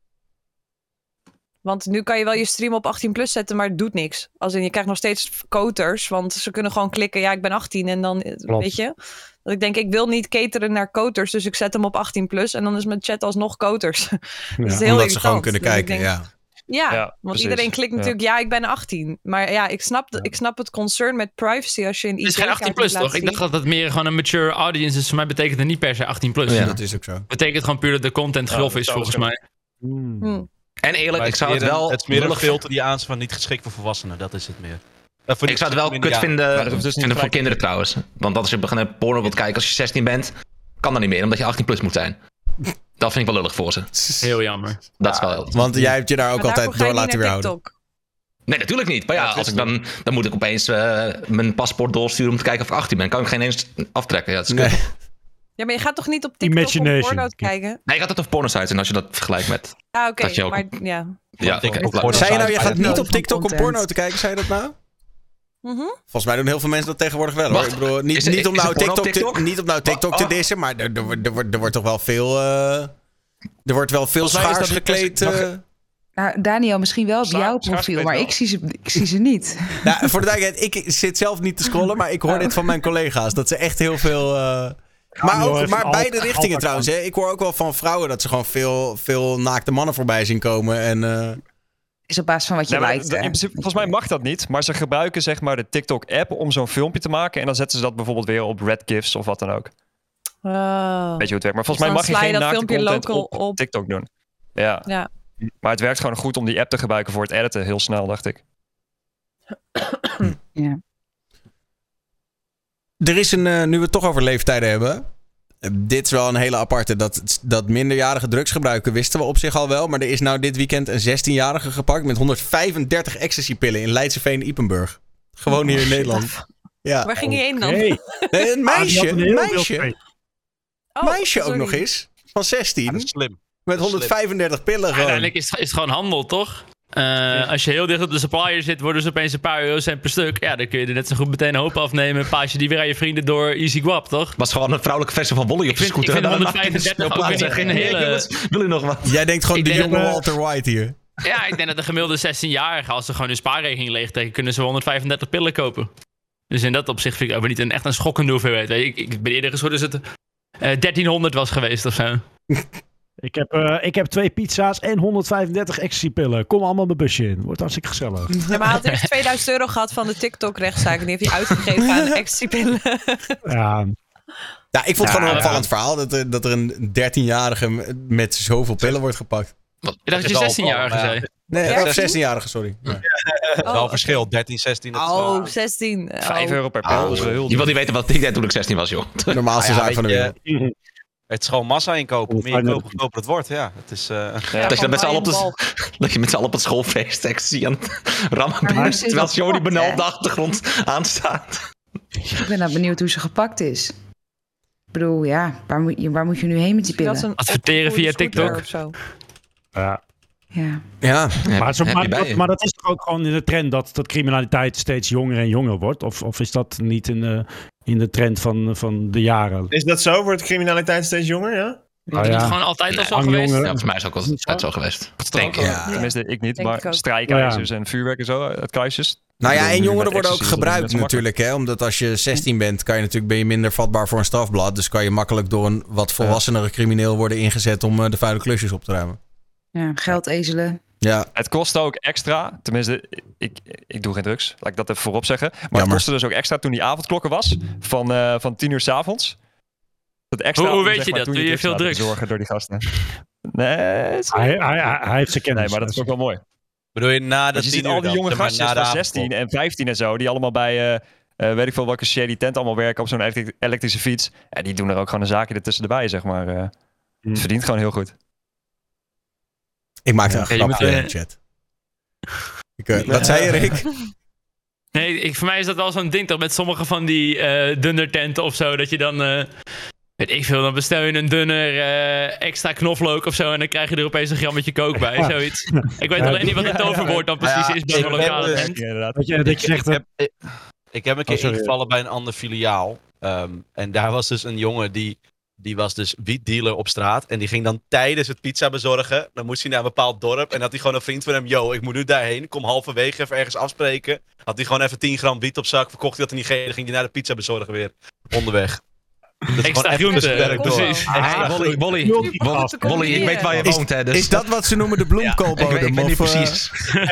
Want nu kan je wel je stream op achttien plus zetten, maar het doet niks. Als in, je krijgt nog steeds koters, want ze kunnen gewoon klikken, ja, ik ben achttien en dan, Klopt. weet je. Dat ik denk, ik wil niet cateren naar koters, dus ik zet hem op achttien plus en dan is mijn chat alsnog koters. Dat is heel Omdat ze irritant. gewoon kunnen Dus ik kijken, denk, ja. Ja, Ja, want precies. iedereen klikt Ja. natuurlijk, ja. ik ben achttien. Maar ja, ik snap, de- ik snap het concern met privacy als je een Het is I D geen achttien plus, laat toch? Ik dacht zien. dat het meer gewoon een mature audience is. Voor mij betekent het niet per se achttien plus. Ja. Dat is ook zo. Betekent gewoon puur dat de content Ja, grof dat is, zou volgens zo. mij. Hmm. Hm. En eerlijk, Maar ik zou het meer een- wel... Het is meer een lullig filter die aanzet van niet geschikt voor volwassenen. Dat is het meer. Uh, voor Ik zou het wel niet- kut ja. vinden, Maar dat hoeft dus niet vinden voor gelijk- kinderen trouwens. Want als je begint porno wilt kijken als je zestien bent, kan dat niet meer, omdat je achttien plus moet zijn. Dat vind ik wel lullig voor ze. Heel jammer. Dat is wel... Want jij hebt je daar ook Maar daarvoor altijd ga je door niet laten naar weerhouden. TikTok. Nee, natuurlijk niet. Maar ja, Ja, als ik dan, dan moet ik opeens uh, mijn paspoort doorsturen om te kijken of ik achttien ben. Kan ik geen eens aftrekken. Ja, dat is kut. Nee. Ja, maar je gaat toch niet op TikTok om Imagination. porno te kijken? Nee, ik had het over porno-sites en als je dat vergelijkt met... Ah, oké. Dat je ook- Maar ja. Ja, ik, ik, Zei je nou, je gaat niet op Van TikTok om content. porno te kijken? Zei je dat nou? Mhm. Volgens mij doen heel veel mensen dat tegenwoordig wel, hoor. Wacht, Ik bedoel, niet, is er- niet om is er nou porno op TikTok, TikTok? Te, niet om nou TikTok Wacht, te oh. dissen, maar er, er, wordt- er, wordt- er wordt toch wel veel... eh, er wordt wel veel Volgens mij is schaars dat niet gekleed. best- mag eh. Nou, Daniel, misschien wel op Schaar- jouw schaars profiel, weet maar wel. ik zie, ze, ik zie ze niet. Nou, voor de duidelijkheid, ik zit zelf niet te scrollen, maar ik hoor Oh. dit van mijn collega's. Dat ze echt heel veel... eh, maar joh, ook, even maar al- beide altijd richtingen aan. trouwens. Hè. Ik hoor ook wel van vrouwen dat ze gewoon veel, veel naakte mannen voorbij zien komen. En, eh, is op basis van wat je Nee, maar lijkt. in principe, volgens mij mag dat niet. Maar ze gebruiken zeg maar de TikTok-app om zo'n filmpje te maken. En dan zetten ze dat bijvoorbeeld weer op Redgifs of wat dan ook. Oh. Weet je hoe het werkt. Maar volgens Dus mij dan mag je sla je geen dat naakte filmpje content local op, op. TikTok doen. Ja. Ja. Maar het werkt gewoon goed om die app te gebruiken voor het editen. Heel snel, dacht ik. Ja. Er is een, uh, nu we het toch over leeftijden hebben. Uh, dit is wel een hele aparte. Dat, dat minderjarige drugs gebruiken wisten we op zich al wel. Maar er is nou dit weekend een zestienjarige gepakt met honderdvijfendertig ecstasypillen in Leidseveen-Ipenburg. Gewoon hier in Nederland. Ja. Waar ging je heen dan? Nee, een meisje. Ah, Een meisje. Oh, meisje ook sorry. nog eens. Van zestien. Dat is slim. Met honderdvijfendertig pillen gewoon. Uiteindelijk is het, is het gewoon handel, toch? Uh, als je heel dicht op de supplier zit, worden ze opeens een paar eurocent per stuk. Ja, dan kun je er net zo goed meteen een hoop afnemen. Paas je die weer aan je vrienden door Easy Guap, toch? Was gewoon een vrouwelijke versie van Wally op de scooter. Ik vind honderdvijfendertig ook weer geen hele... Wil u nog wat? Jij denkt gewoon Ik de denk jonge dat- Walter White hier. Ja, ik denk dat de gemiddelde zestienjarige, als ze gewoon hun spaarrekening leegtrekken, kunnen ze wel honderdvijfendertig pillen kopen. Dus in dat opzicht vind ik ook weer niet een echt een schokkende hoeveelheid. Weet je, ik, ik ben eerder eens dat het uh, dertienhonderd was geweest of zo. Ik heb, uh, ik heb twee pizza's en honderdvijfendertig ecstasy-pillen. Kom allemaal mijn busje in. Wordt hartstikke gezellig. Ja, maar hij had eerst tweeduizend euro gehad van de TikTok-rechtszaak. En die heeft hij uitgegeven aan ecstasypillen. Ja. Ja, ik vond het Ja, gewoon een ja. opvallend verhaal. Dat er, dat er een dertienjarige met zoveel pillen wordt gepakt. Ik dacht dat je zestienjarige zei. Nee, Ja. of zestienjarige, sorry. Ja. Wel Oh, verschil, dertien, zestien. dat is wel- Oh, zestien. Oh. vijf euro per pil, dat is wel heel Je duur. wil niet weten wat ik deed toen ik zestien was, joh. De normaalste Nou ja, zaak van de weet wereld. je, Het is gewoon massa inkopen. Hoe meer je Fijn koopt, hoe goedkoper het wordt. Ja, het is... eh, Ja, dat, je gewoon met z'n allen op bij een de, balk. dat je met z'n allen op het schoolfeest ecstasy aan het rammen Maar bent. hoe is Terwijl dat Jody gepakt, Benal hè? op de achtergrond aanstaat. Ik ben nou benieuwd hoe ze gepakt is. Ik bedoel, ja, waar moet je, waar moet je nu heen met die Dat is pillen? een Adverteren via opgevoerde scooter TikTok. of zo. Ja. Ja. Ja, Maar, zo, heb maar, je bij dat, je. maar dat is toch ook gewoon in de trend dat, dat criminaliteit steeds jonger en jonger wordt? Of, of is dat niet in de, in de trend van, van de jaren? Is dat zo? Wordt criminaliteit steeds jonger, ja? Is Ah, het ja. niet gewoon altijd al zo Lang geweest? jongen. Ja, volgens mij is het ook altijd zo geweest. Denk ik. Ja. Tenminste, ik niet, Denk ik maar ook. strijkijzers en vuurwerk en zo, uit kluisjes. Nou ja, Ik bedoel, en nu jongeren met worden ook ecstasy is dat gebruikt net zo makkelijk. natuurlijk. Hè? Omdat als je zestien bent, kan je natuurlijk, ben je minder vatbaar voor een strafblad. Dus kan je makkelijk door een wat volwassenere crimineel worden ingezet om uh, de vuile klusjes op te ruimen. Ja, geldezelen. Ja, Het kostte ook extra. Tenminste, ik, ik doe geen drugs. Laat ik dat even voorop zeggen. Maar Jammer. het kostte dus ook extra toen die avondklokken was. Van, uh, van tien uur 's avonds. Dat extra Hoe- hoe om, weet zeg je maar, dat? toen Doe je veel laten drugs? bezorgen door die gasten. Nee, het- Hij, hij, hij, hij heeft zijn kennis. nee, maar dat is ook wel mooi. bedoel je na de Want je ziet tien al uur die dan, jonge zeg maar, gastjes na de van avondklok. zestien en vijftien en zo. Die allemaal bij, uh, uh, weet ik veel welke shady tent allemaal werken op zo'n elektri- elektrische fiets. En die doen er ook gewoon een zaakje ertussen erbij, zeg maar. Uh, Hmm. Het verdient gewoon heel goed. ik maakte een Ja, je grapje moet, in uh, de chat. Ik, uh, wat zei je, Rick? Nee, ik, voor mij is dat wel zo'n ding toch met sommige van die eh dunner tenten of zo. Dat je dan, eh, weet ik veel, dan bestel je een dunner eh, extra knoflook of zo. En dan krijg je er opeens een grammetje kook bij, zoiets. Ik weet Ja, alleen niet wat het ja, ja, toverwoord dan precies ja, is bij ik een ben lokale dus- tent. Inderdaad. Dat je, dat je Ik, zegt, ik, heb, ik, ik heb een keer Oh, sorry. ingevallen bij een ander filiaal. Ehm, en daar was dus een jongen die, die was dus wietdealer op straat. En die ging dan tijdens het pizza bezorgen. Dan moest hij naar een bepaald dorp. En had hij gewoon een vriend van hem. Yo, ik moet nu daarheen. Kom halverwege even ergens afspreken. Had hij gewoon even tien gram wiet op zak. Verkocht hij dat in diegene. Ging hij naar de pizza bezorgen weer. Onderweg. Dat is Extra gewoon even groente, tussenwerk door. precies. Hey, Wolly, Wolly, Wolly, Wolly, ik weet waar je Is- woont, hè. Dus... Is dat wat ze noemen de ik weet, bloemkoolbodem? ik weet niet of, uh, precies.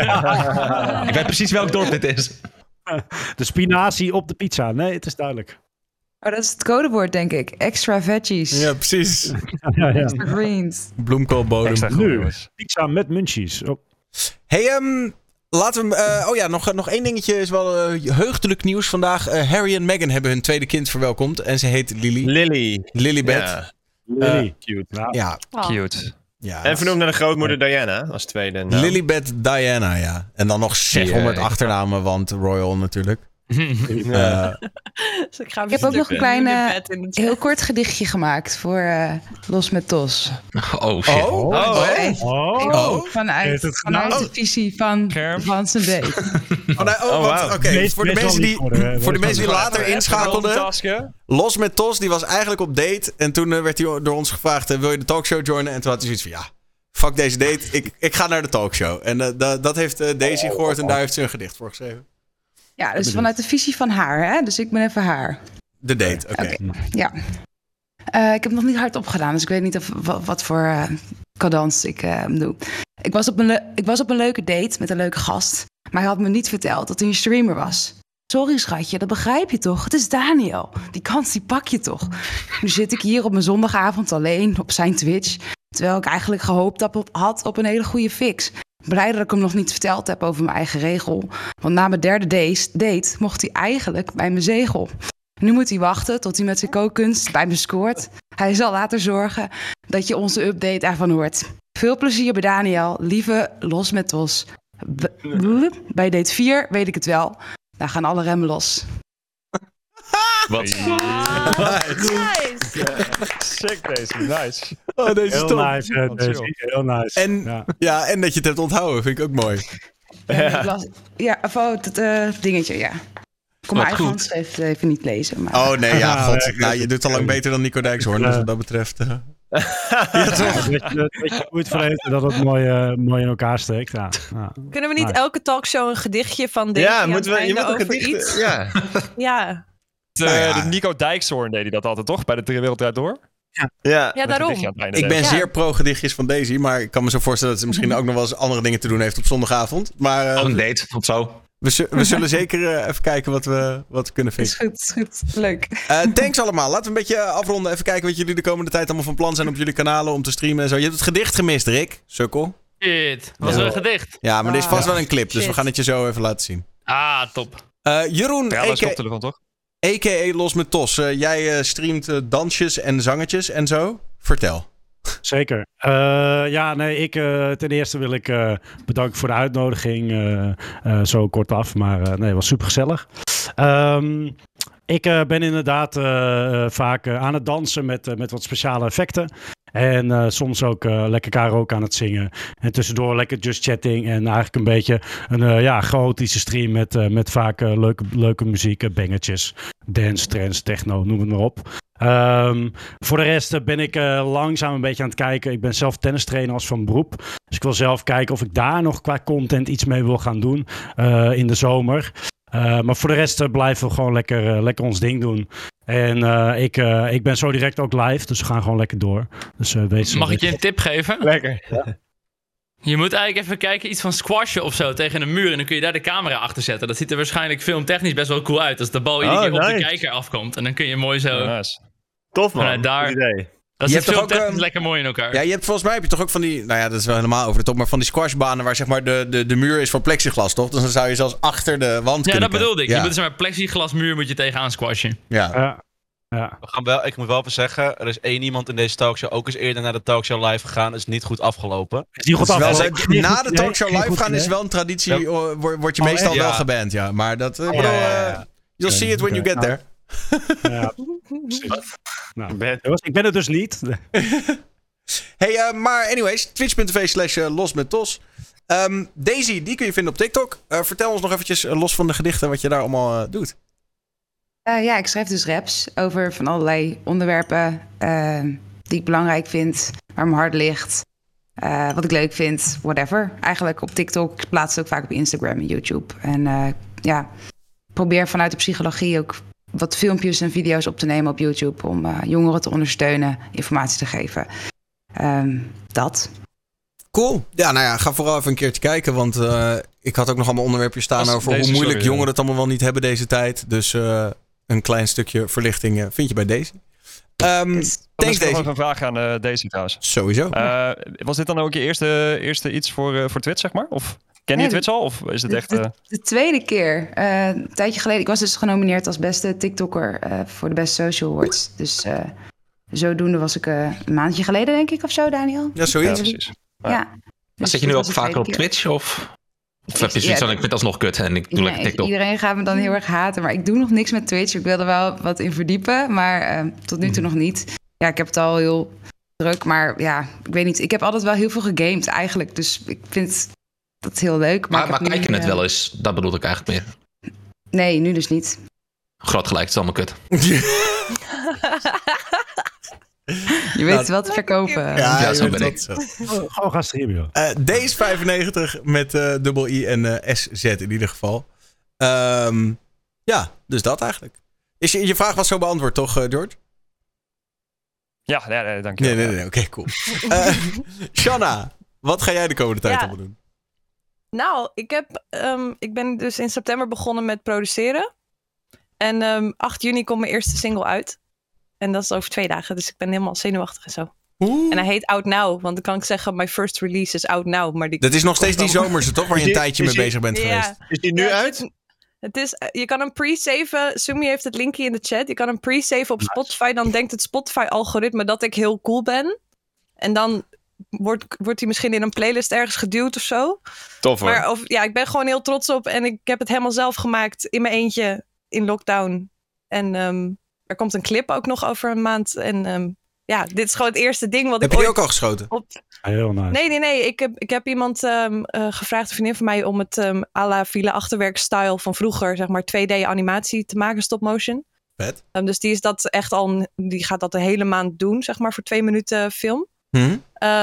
ik weet precies welk dorp dit is. de spinazie op de pizza. Nee, het is duidelijk. Oh, dat is het codewoord, denk ik. Extra veggies. ja, precies. Ja, ja. Extra greens. Bloemkoolbodem. Extra goed, Nu, jongens. pizza met munchies. Oh. Hey, um, laten we... uh, oh ja, nog, nog één dingetje is wel uh, heugdelijk nieuws vandaag. Uh, Harry en Meghan hebben hun tweede kind verwelkomd. En ze heet Lily. Lily. Lilibet. Ja, Lily. cute. Ja. Ja. Oh. Cute. ja. En vernoemd naar de grootmoeder Diana als tweede naam. Lilibet Diana, ja. En dan nog zeshonderd Jee. achternamen, want Royal natuurlijk. Uh, Dus ik ga Ik heb ook nog een klein, eh, bed in het heel kort gedichtje gemaakt voor eh, Los met Tos. Oh, shit. oh? Oh, hè? Oh. Oh. Vanuit, Heeft het gedaan? vanuit de visie van, Scherm. van zijn date. Oh, nee, oh, Oh, want- wauw. Oké, Meest- voor de meest mensen wel die, niet voor de- voor de meest mensen die wel later Even inschakelden. multitasken. Los met Tos, die was eigenlijk op date. En toen uh, werd hij door ons gevraagd, uh, wil je de talkshow joinen? En toen had hij zoiets van, ja, fuck deze date. Ik, ik ga naar de talkshow. En uh, da- dat heeft uh, Daisy gehoord en daar heeft ze een gedicht voor geschreven. Ja, dus vanuit de visie van haar, hè? Dus ik ben even haar. De date, oké. Oké. Ja. Eh, ik heb nog niet hardop gedaan, dus ik weet niet of, wat, wat voor eh cadans ik eh, doe. Ik was, op een le- ik was op een leuke date met een leuke gast. Maar hij had me niet verteld dat hij een streamer was. Sorry schatje, dat begrijp je toch? Het is Daniel. Die kans die pak je toch? Nu zit ik hier op mijn zondagavond alleen op zijn Twitch. Terwijl ik eigenlijk gehoopt had op, had op een hele goede fix. Blij dat ik hem nog niet verteld heb over mijn eigen regel. Want na mijn derde date, date mocht hij eigenlijk bij mijn zegel. Nu moet hij wachten tot hij met zijn kookkunst bij me scoort. Hij zal later zorgen dat je onze update ervan hoort. Veel plezier bij Daniel. Lieve Los met Tos. B- bij date vier weet ik het wel. Daar gaan alle remmen los. Wat? Nice. Sick deze, nice. Oh, deze is Heel top. nice, uh, deze. Heel nice. En, ja. ja, en dat je het hebt onthouden, vind ik ook mooi. Ja, ik las- ja of oh, dat uh, dingetje, ja. Ik kon mijn eigen goed. handschrift even niet lezen. Maar... Oh nee, ja, Ah, god. ja, Nou, je doet het al lang beter dan Nico Dijkshoorn, dus wat dat betreft... Uh... ja, toch? Dat je, dat je goed voor heeft en dat het mooi, uh, mooi in elkaar steekt. Ja. Ja. Kunnen we niet Nice. elke talkshow een gedichtje van Davy Ja, aan moeten het we, je einde moet een over gedicht... iets? Ja. Ja, De, Nou ja. de Nico Dijkshoorn deed hij dat altijd, toch? Bij de Drie Wereld Draait Door? Ja. ja Met een daarom. gedichtje aan het einde Ik ben deed. Ja. zeer pro-gedichtjes van Daisy, maar ik kan me zo voorstellen dat ze misschien ook nog wel eens andere dingen te doen heeft op zondagavond. Maar uh, Of een date, of zo. we, zu- we zullen zeker uh, even kijken wat we, wat we kunnen Is vinden. goed, is goed. Leuk. Uh, thanks allemaal. Laten we een beetje afronden. Even kijken wat jullie de komende tijd allemaal van plan zijn op jullie kanalen om te streamen en zo. Je hebt het gedicht gemist, Rick. Sukkel. Shit, was Ja. er een gedicht? Ja, maar er is vast Ah, wel een clip, dus shit. we gaan het je zo even laten zien. Ah, top. Uh, Jeroen, Ja, dat is a.k.a. koptelefoon, toch? a k a. Los met Tos. Uh, jij uh, streamt uh, dansjes en zangetjes en zo. Vertel. Zeker. Uh, ja, nee, ik uh, ten eerste wil ik uh, bedanken voor de uitnodiging. Uh, uh, zo kort af, maar uh, nee, het was super gezellig. Um, ik uh, ben inderdaad uh, uh, vaak uh, aan het dansen met, uh, met wat speciale effecten. En uh, soms ook uh, lekker karaoke aan het zingen. En tussendoor lekker just chatting. En eigenlijk een beetje een uh, ja, chaotische stream met, uh, met vaak uh, leuke, leuke muziek, uh, bangertjes, dance, trance, techno, noem het maar op. Um, voor de rest uh, ben ik uh, langzaam een beetje aan het kijken. Ik ben zelf tennistrainer als van beroep. Dus ik wil zelf kijken of ik daar nog qua content iets mee wil gaan doen uh, in de zomer. Uh, maar voor de rest uh, blijven we gewoon lekker, uh, lekker ons ding doen. En uh, ik, uh, ik ben zo direct ook live, dus we gaan gewoon lekker door. Dus, uh, weet Mag ik je een tip geven? Lekker. Je moet eigenlijk even kijken, iets van squashen of zo tegen een muur. En dan kun je daar de camera achter zetten. Dat ziet er waarschijnlijk filmtechnisch best wel cool uit. Als de bal iedere Oh, keer op nice. de kijker afkomt. En dan kun je mooi zo... Ja, nice. Tof man, Vanuit daar. goed idee. Dat Je zit hebt toch ook, filmtechnisch um, lekker mooi in elkaar. Ja, je hebt volgens mij heb je toch ook van die... Nou ja, dat is wel helemaal over de top. Maar van die squashbanen waar zeg maar de, de, de muur is van plexiglas, toch? Dus dan zou je zelfs achter de wand Ja, kunnen dat bedoelde ik. Ja. Je moet zeg maar plexiglasmuur moet je tegenaan squashen. Ja. Ja. Ja. We gaan wel, ik moet wel even zeggen, er is één iemand in deze talkshow ook eens eerder naar de talkshow live gegaan. Is niet goed afgelopen. Is die goed Het is wel afgelopen? zo- na de talkshow Nee, live goed gaan is idee. wel een traditie. Ja. oh, Word, word je Oh, meestal echt? wel Ja. geband, ja. Maar dat... Uh, Ja, bedoel, ja, ja, uh, ja. you'll see it when you Oké, get nou. there. Ja, precies. Nou, jongens, ik ben het dus niet. Hey, uh, maar anyways, twitch.tv slash uh, los met Tos. Um, Daisy, die kun je vinden op TikTok. Uh, vertel ons nog eventjes, uh, los van de gedichten, wat je daar allemaal uh, doet. Uh, ja, ik schrijf dus raps over van allerlei onderwerpen uh, die ik belangrijk vind, waar mijn hart ligt, uh, wat ik leuk vind, whatever. Eigenlijk op TikTok, ik plaats het ook vaak op Instagram en YouTube. En uh, ja, ik probeer vanuit de psychologie ook wat filmpjes en video's op te nemen op YouTube om uh, jongeren te ondersteunen, informatie te geven. Um, dat. Cool. Ja, nou ja, ga vooral even een keertje kijken. Want uh, ik had ook nog allemaal onderwerpjes staan Als over deze, hoe moeilijk sorry, jongeren het allemaal wel niet hebben deze tijd. Dus uh, een klein stukje verlichting uh, vind je bij Daisy. Um, Dus, thanks Ik heb nog Daisy. even een vraag aan uh, Daisy trouwens. Sowieso. Uh, was dit dan ook je eerste, eerste iets voor, uh, voor Twitch, zeg maar? Of ken je Nee, Twitch al? Of is het de, echt... Uh... de, de tweede keer. Uh, een tijdje geleden. Ik was dus genomineerd als beste TikToker uh, voor de Best Social Awards. Dus uh, zodoende was ik uh, een maandje geleden, denk ik, of zo, Daniel. Ja, zoiets. Ja, precies. Ja. Maar Dus zit je dit nu ook was de vaker op tweede keer. Twitch? Of, of heb je Ja, zoiets van, ik vind het alsnog kut en ik doe Ja, lekker TikTok? iedereen gaat me dan heel erg haten, maar ik doe nog niks met Twitch. Ik wil er wel wat in verdiepen, maar uh, tot nu toe nog niet. Ja, ik heb het al heel druk, maar ja, ik weet niet. Ik heb altijd wel heel veel gegamed eigenlijk, dus ik vind dat heel leuk. Maar, ik maar heb kijk je nu, het uh, wel eens? Dat bedoel ik eigenlijk meer. Nee, nu dus niet. Groot gelijk, het is allemaal kut. Je weet Nou, het wel te verkopen. Ja, Ja, je zo weet ben dat ik. zo. Gewoon gaan streamen, joh. Uh, Daisy vijfennegentig met uh, dubbel I en uh, S Z in ieder geval. Um, ja, dus dat eigenlijk. Is je, je vraag was zo beantwoord, toch, uh, George? Ja, nee, nee, dank je Nee, wel. nee, nee. Oké, okay, cool. Uh, Shanna, Wat ga jij de komende tijd Ja. allemaal doen? Nou, ik, heb, um, ik ben dus in september begonnen met produceren. En um, acht juni komt mijn eerste single uit. En dat is over twee dagen, dus ik ben helemaal zenuwachtig en zo. Oeh. En hij heet Out Now, want dan kan ik zeggen, my first release is Out Now. Maar die Dat is nog steeds die zomerse, toch? Waar je een tijdje mee Is die- bezig bent Ja. geweest. Is die nu Ja, uit? Het, het is, je kan hem pre-saven. Sumi heeft het linkje in de chat. Je kan hem pre-saven op Spotify. Dan denkt het Spotify-algoritme dat ik heel cool ben. En dan wordt, wordt hij misschien in een playlist ergens geduwd of zo. Tof hoor. Maar of, ja, ik ben gewoon heel trots op. En ik heb het helemaal zelf gemaakt in mijn eentje in lockdown. En um, er komt een clip ook nog over een maand. En um, ja, dit is gewoon het eerste ding wat Heb ik je die ooit ook al geschoten? Op... Heel nice. Nee, nee, nee. Ik heb, ik heb iemand um, uh, gevraagd, een vriendin van mij, om het um, à la Villa Achterwerk-style van vroeger, zeg maar twee D-animatie te maken, stop-motion. Vet. Um, dus die is dat echt al, die gaat dat de hele maand doen, zeg maar, voor twee minuten film. Hm? Um,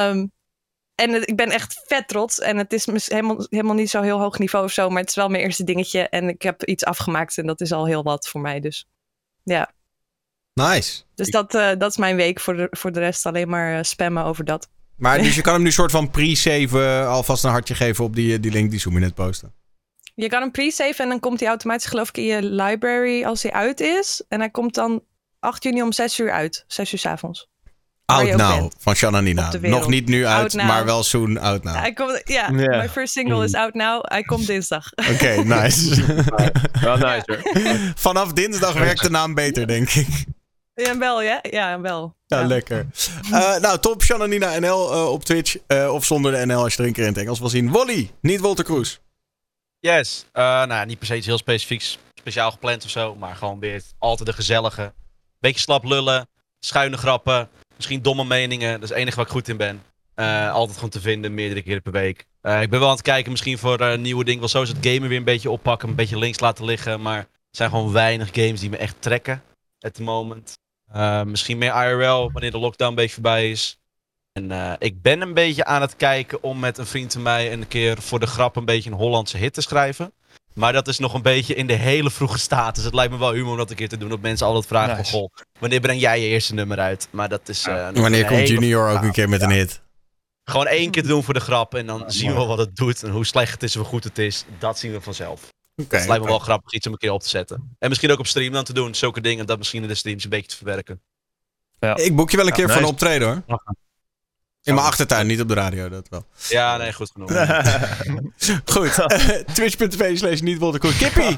en het, ik ben echt vet trots. En het is mis- helemaal, helemaal niet zo heel hoog niveau of zo, maar het is wel mijn eerste dingetje. En ik heb iets afgemaakt en dat is al heel wat voor mij. Dus ja. Nice. Dus dat, uh, dat is mijn week. Voor de, voor de rest alleen maar uh, spammen over dat. Maar dus je kan hem nu soort van pre-saven, alvast een hartje geven op die, die link die Sumi net postte. Je kan hem pre-saven en dan komt hij automatisch geloof ik in je library als hij uit is. En hij komt dan acht juni om zes uur uit. zes uur 's avonds. Waar Out je ook Now bent. van Shanna Nina. Op de wereld. Nog niet nu uit, Out now. maar wel soon Out Now. Hij komt, ja, Ja. mijn first single is Out Now. Hij komt dinsdag. Oké, nice. Wel nice hoor. Vanaf dinsdag werkt de naam beter, denk ik. Ja, wel, ja. Ja, wel. Ja, lekker. Uh, nou, top. Shanna Nina N L uh, op Twitch. Uh, of zonder de N L als je er een keer in het Engels wil zien. Wally, niet Wolter Kroes. Yes. Uh, nou, ja, niet per se iets heel specifieks, speciaal gepland of zo. Maar gewoon weer altijd de gezellige. Beetje slap lullen. Schuine grappen. Misschien domme meningen. Dat is het enige waar ik goed in ben. Uh, altijd gewoon te vinden, meerdere keren per week. Uh, ik ben wel aan het kijken misschien voor uh, nieuwe dingen. Ik wil sowieso het gamen weer een beetje oppakken. Een beetje links laten liggen. Maar er zijn gewoon weinig games die me echt trekken. At the moment. Uh, misschien meer I R L wanneer de lockdown een beetje voorbij is. En uh, ik ben een beetje aan het kijken om met een vriend van mij een keer voor de grap een beetje een Hollandse hit te schrijven. Maar dat is nog een beetje in de hele vroege status. Het lijkt me wel humor om dat een keer te doen. Dat mensen altijd vragen Nice. van, goh, wanneer breng jij je eerste nummer uit? Maar dat is... Uh, nog Wanneer een komt hele Junior vroege ook een keer met status, een ja. hit? Gewoon één keer doen voor de grap en dan Ja, zien we mooi. wel wat het doet. En hoe slecht het is en hoe goed het is, dat zien we vanzelf. Oké, dat lijkt me oké. wel grappig iets om een keer op te zetten. En misschien ook op stream dan te doen. Zulke dingen, dat misschien in de streams een beetje te verwerken. Ja. Ik boek je wel een Ja, keer voor nice. een optreden, hoor. In mijn achtertuin, niet op de radio, dat wel. Ja, nee, goed genoeg. Goed. Twitch punt t v slash niet Wolter Kroes. Kippie!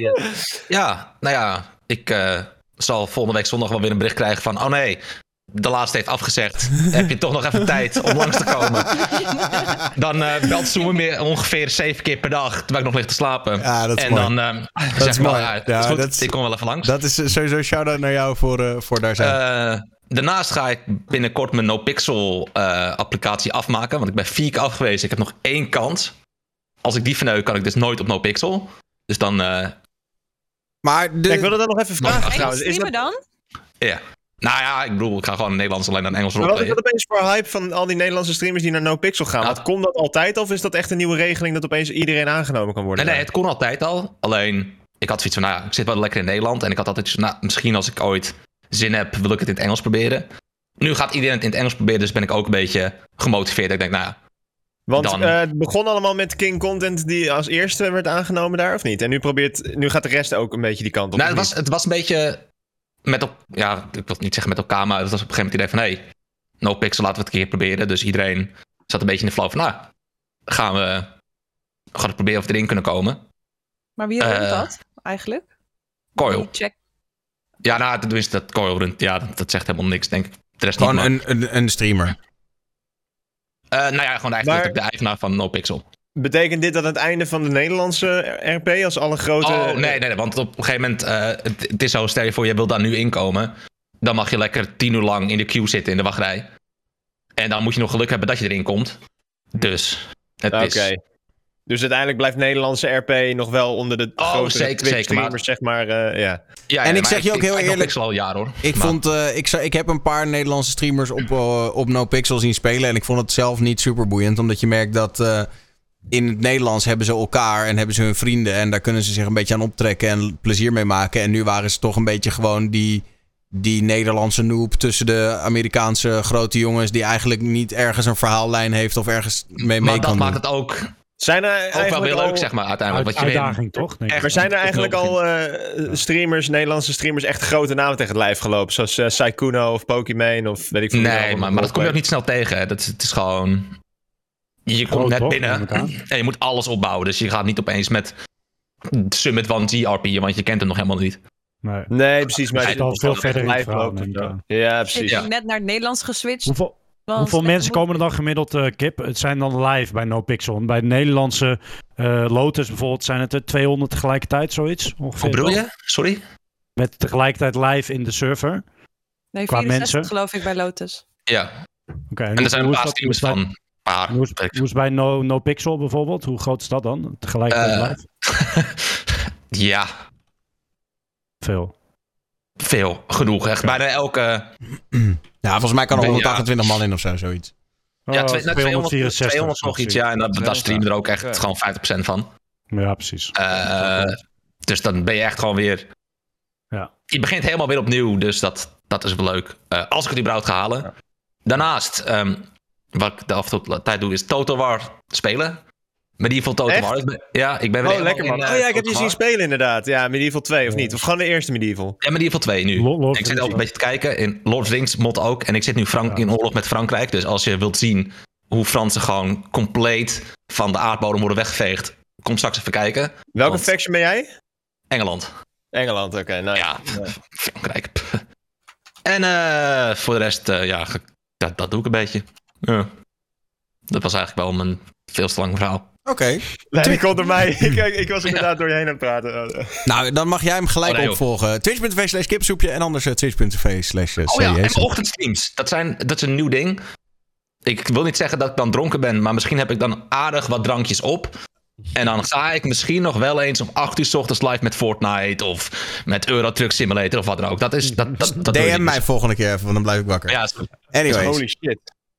Ja, nou ja, ik eh, zal volgende week zondag wel weer een bericht krijgen van... Oh nee, de laatste heeft afgezegd. Heb je toch nog even tijd om langs te komen? Dan eh belt Zoom meer ongeveer zeven keer per dag, terwijl ik nog lig te slapen. Ja, dat is en mooi. dan eh Dat zeg is ik wel, mooi. ja, dat Ja, is goed, dat is- ik kom wel even langs. Dat is eh, sowieso shout-out naar jou voor, eh, voor daar zijn. Eh, daarnaast ga ik binnenkort mijn NoPixel eh applicatie afmaken. Want ik ben vier keer afgewezen. Ik heb nog één kans. Als ik die verneuk, kan ik dus nooit op NoPixel. Dus dan... eh, maar de... Ja, ik wilde dat nog even vragen Engels trouwens. Is streamen dat, dan? ja. Nou ja, ik bedoel, ik ga gewoon Nederlands alleen naar Engels maar wat is roleplayen. dat opeens voor hype van al die Nederlandse streamers die naar NoPixel gaan? Nou, Want kon dat altijd of is dat echt een nieuwe regeling dat opeens iedereen aangenomen kan worden? Nee, nee, het kon altijd al. Alleen, ik had zoiets van, nou ja, ik zit wel lekker in Nederland. En ik had altijd zoiets van, nou, misschien als ik ooit zin heb, wil ik het in het Engels proberen. Nu gaat iedereen het in het Engels proberen, dus ben ik ook een beetje gemotiveerd. Ik denk, nou ja, Want dan- eh, het begon allemaal met King Content die als eerste werd aangenomen daar, of niet? En nu, probeert, nu gaat de rest ook een beetje die kant op. nou, of het, was, niet? het was een beetje met op, ja, ik wil niet zeggen met elkaar, maar het was op een gegeven moment het idee van, hé, hey, NoPixel, laten we het een keer proberen. Dus iedereen zat een beetje in de flow van, nou, gaan we, gaan het proberen of we erin kunnen komen. Maar wie runt Eh, dat eigenlijk? Coil. Check. Ja, nou, tenminste, dat Coil runt, ja, dat, dat zegt helemaal niks, denk ik. De rest Gewoon niet, maar- een, een, een streamer. Eh, nou ja, gewoon eigenlijk Maar- de eigenaar van NoPixel. Betekent dit dat het einde van de Nederlandse R P als alle grote... Oh, nee, nee, nee, want op een gegeven moment, eh, het, het is zo, stel je voor, je wilt daar nu inkomen. Dan mag je lekker tien uur lang in de queue zitten in de wachtrij. En dan moet je nog geluk hebben dat je erin komt. Dus, het Oké. is... Dus uiteindelijk blijft Nederlandse R P nog wel onder de Oh, grote zeker, Twitch zeker, maar- streamers, zeg maar, eh, ja. Ja, En ja, ik maar zeg je ook heel kijk eerlijk- NoPixel al een jaar, hoor. Ik, Maar- vond, eh, ik, zou- ik heb een paar Nederlandse streamers op, eh, op NoPixel zien spelen. En ik vond het zelf niet super boeiend. Omdat je merkt dat eh, in het Nederlands hebben ze elkaar en hebben ze hun vrienden. En daar kunnen ze zich een beetje aan optrekken en plezier mee maken. En nu waren ze toch een beetje gewoon die die Nederlandse noob tussen de Amerikaanse grote jongens die eigenlijk niet ergens een verhaallijn heeft of ergens mee mee Maar kan dat doen. maakt het ook, Zijn er ook wel eigenlijk weer leuk, al, zeg maar, uiteindelijk. Uit, Wat je uitdaging, toch? Denk ik. echt maar zijn er eigenlijk opnieuw al uh, streamers, Nederlandse streamers, echt grote namen tegen het lijf gelopen? Zoals uh, Saikuno of Pokimane of weet ik veel. Nee, maar, maar dat kom je ook niet snel tegen. Hè. Dat is, het is gewoon... Je komt Groot, net toch? binnen en je moet alles opbouwen. Dus je gaat niet opeens met Summit One G R P, want je kent hem nog helemaal niet. Nee, Nee, precies. Maar Hij als zit al je veel echt verder in het live verhaal, loopt of denk ik, zo. ja. Ja, Ik precies. ben net naar het Nederlands geswitcht. Hoeveel, want hoeveel het mensen moet- komen er dan gemiddeld, uh, Kip? Het zijn dan live bij NoPixel. En bij de Nederlandse uh, Lotus bijvoorbeeld zijn het er tweehonderd tegelijkertijd, zoiets ongeveer. Wat bedoel toch? je? Sorry? Met tegelijkertijd live in de server. Nee, qua vierenzestig mensen? geloof ik bij Lotus. Ja. Okay, En er zijn een hoe is paar dat- streamers hoe is van. bij- Paar. Hoe is, hoe is het bij no, NoPixel bijvoorbeeld? Hoe groot is dat dan? Tegelijkertijd Eh, live? Ja, Veel. veel. Genoeg. Echt bijna elke... Ja, volgens mij kan er Ja. honderdachentwintig man in of zo, zoiets. Oh, Ja, twee, nou, tweehonderd, tweehonderdvierenzestig tweehonderd nog iets. Ja, en dat, daar streamen er ook echt Ja. gewoon vijftig procent van. Ja, precies. Eh, dus dan ben je echt gewoon weer... Ja. Je begint helemaal weer opnieuw, dus dat, dat is wel leuk. Uh, als ik het überhaupt ga halen. Ja. Daarnaast, um, wat ik de afgelopen tijd doe, is Total War spelen. Medieval Total Echt? War. Ik ben- ja, ik ben weer Oh, helemaal lekker man. in, uh, Oh ja, ik heb je Total zien War. spelen inderdaad. Ja, Medieval twee of Ja. niet? Of gewoon de eerste Medieval? Ja, Medieval twee nu. Lord- Lord ik zit Rings, ook een ja. beetje te kijken. In Lord of the Rings mod ook. En ik zit nu Frank- Ja. in oorlog met Frankrijk. Dus als je wilt zien hoe Fransen gewoon compleet van de aardbodem worden weggeveegd, kom straks even kijken. Welke Want- faction ben jij? Engeland. Engeland, oké. nice. Ja, Frankrijk. Pff. En eh, voor de rest, eh, ja, ge- dat, dat doe ik een beetje. Ja. Dat was eigenlijk wel mijn veel te lang verhaal. Oké. Nee, die komt door mij. ik, ik was inderdaad door je heen aan het praten. Nou, dan mag jij hem gelijk Oh, nee, joh. opvolgen. Twitch.tv slash kipsoepje en anders uh, twitch.tv slash Oh ja, en CJ's. ochtendstreams. Dat, zijn, dat is een nieuw ding. Ik wil niet zeggen dat ik dan dronken ben, maar misschien heb ik dan aardig wat drankjes op. En dan ga ik misschien nog wel eens om acht uur 's ochtends live met Fortnite of met Euro Truck Simulator of wat dan ook. Dat is... Dat, dat, dat doe je D M niet. mij volgende keer even, want dan blijf ik wakker. Ja, is goed. Anyways. Holy shit.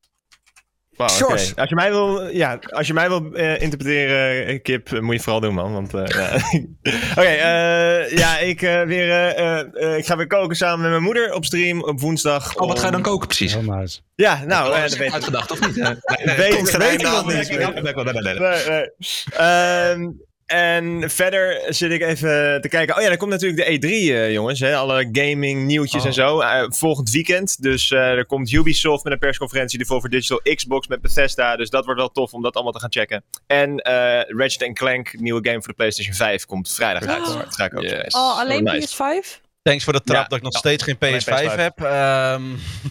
Wow, Sjors. oké. Als je mij wil, ja, als je mij wil eh, interpreteren, eh, Kip, eh, moet je vooral doen, man. Want, eh, ja. Oké, eh, ja, ik, eh, weer, eh, eh, ik ga weer koken samen met mijn moeder op stream op woensdag. Oh, wat ga je dan om- koken precies? Heel nice. Ja, nou, Oh, eh, dat dat is weet uitgedacht, of niet? Nee, ik. Weet, Komt weet geen ik nog naam niet. nee, nee, nee, nee, nee. Nee, nee. Ehm, en verder zit ik even te kijken. Oh ja, dan komt natuurlijk de E drie, eh, jongens. Hè? Alle gaming nieuwtjes Oh. en zo. Eh, volgend weekend. Dus eh, er komt Ubisoft met een persconferentie. De voor Digital Xbox met Bethesda. Dus dat wordt wel tof om dat allemaal te gaan checken. En eh Ratchet and Clank, nieuwe game voor de PlayStation vijf, komt vrijdag uit. Oh. Dat ga ik ook Yes. checken. Oh, alleen nice. P S vijf? Thanks voor de trap Ja. dat ik nog Ja. steeds geen P S vijf, Alleen P S vijf. heb. Ehm,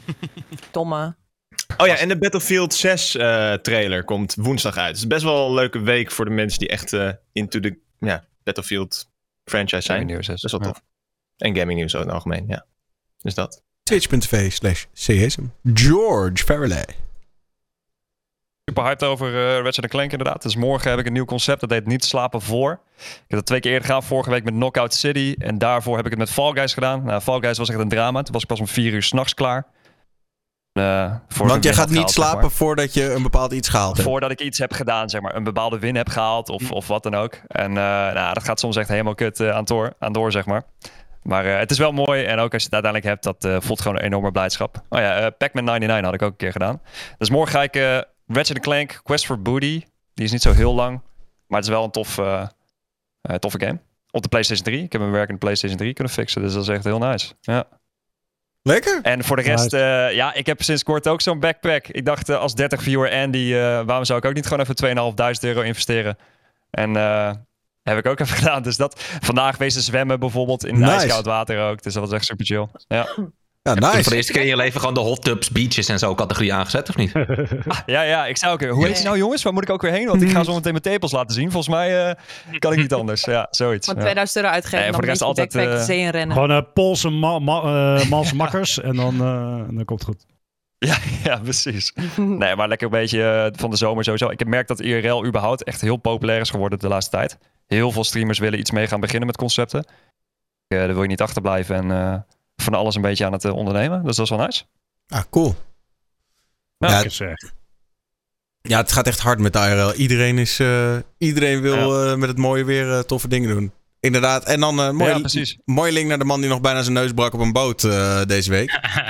Domme. Oh ja, en de Battlefield zes eh, trailer komt woensdag uit. Dus best wel een leuke week voor de mensen die echt eh, into de ja, Battlefield franchise zijn. Nieuws is. Dat is wel tof. En gaming nieuws in het algemeen, ja. Dus dat. Twitch.tv slash CJSM. George Farrelly. Super hyped over uh, Ratchet and Clank inderdaad. Dus morgen heb ik een nieuw concept. Dat heet Niet Slapen Voor. Ik heb dat twee keer eerder gedaan. Vorige week met Knockout City. En daarvoor heb ik het met Fall Guys gedaan. Nou, Fall Guys was echt een drama. Toen was ik pas om vier uur 's nachts klaar. Uh, Want jij gaat niet slapen voordat je een bepaald iets gehaald hebt. Voordat ik iets heb gedaan, zeg maar. Een bepaalde win heb gehaald of, of wat dan ook. En uh, nou, dat gaat soms echt helemaal kut uh, aan, door, aan door, zeg maar. Maar uh, het is wel mooi. En ook als je het uiteindelijk hebt, dat uh, voelt gewoon een enorme blijdschap. Oh ja, uh, Pac-Man negenennegentig had ik ook een keer gedaan. Dus morgen ga ik uh, Ratchet and Clank Quest for Booty. Die is niet zo heel lang. Maar het is wel een tof, uh, uh, toffe game. Op de PlayStation drie. Ik heb mijn werk in de PlayStation drie kunnen fixen. Dus dat is echt heel nice. Ja. Lekker. En voor de rest, uh, ja, ik heb sinds kort ook zo'n backpack. Ik dacht, uh, als dertig viewer Andy, uh, waarom zou ik ook niet gewoon even tweeduizend vijfhonderd euro investeren? En uh, heb ik ook even gedaan. Dus dat, vandaag wezen zwemmen bijvoorbeeld in Nice. ijskoud water ook. Dus dat was echt super chill. Ja, Ja, Heb je nice. voor de eerste keer in je leven gewoon de hot tubs, beaches en zo categorie aangezet, of niet? ja, ja, ik zou ook... Hoe heet je nou, jongens? Waar moet ik ook weer heen? Want ik ga zo meteen mijn tepels laten zien. Volgens mij uh, kan ik niet anders. Ja, zoiets. Van Ja. tweeduizend euro uitgeven Nee, en voor dan de een rest beetje altijd, backpack de uh, zee in rennen. Gewoon uh, Poolse ma ma uh, Malse makkers en dan, uh, en dan komt het goed. Ja, ja, precies. Nee, maar lekker een beetje uh, van de zomer sowieso. Ik heb gemerkt dat I R L überhaupt echt heel populair is geworden de laatste tijd. Heel veel streamers willen iets mee gaan beginnen met concepten. Uh, daar wil je niet achterblijven en uh, van alles een beetje aan het uh, ondernemen. Dus dat is wel nice. Ah, cool. Nou, Ja, Ik zeg. Ja, het gaat echt hard met de I R L. Iedereen, is, uh, iedereen wil Ja. uh, met het mooie weer uh, toffe dingen doen. Inderdaad. En dan uh, mooi, Ja, precies. mooi link naar de man die nog bijna zijn neus brak op een boot uh, deze week.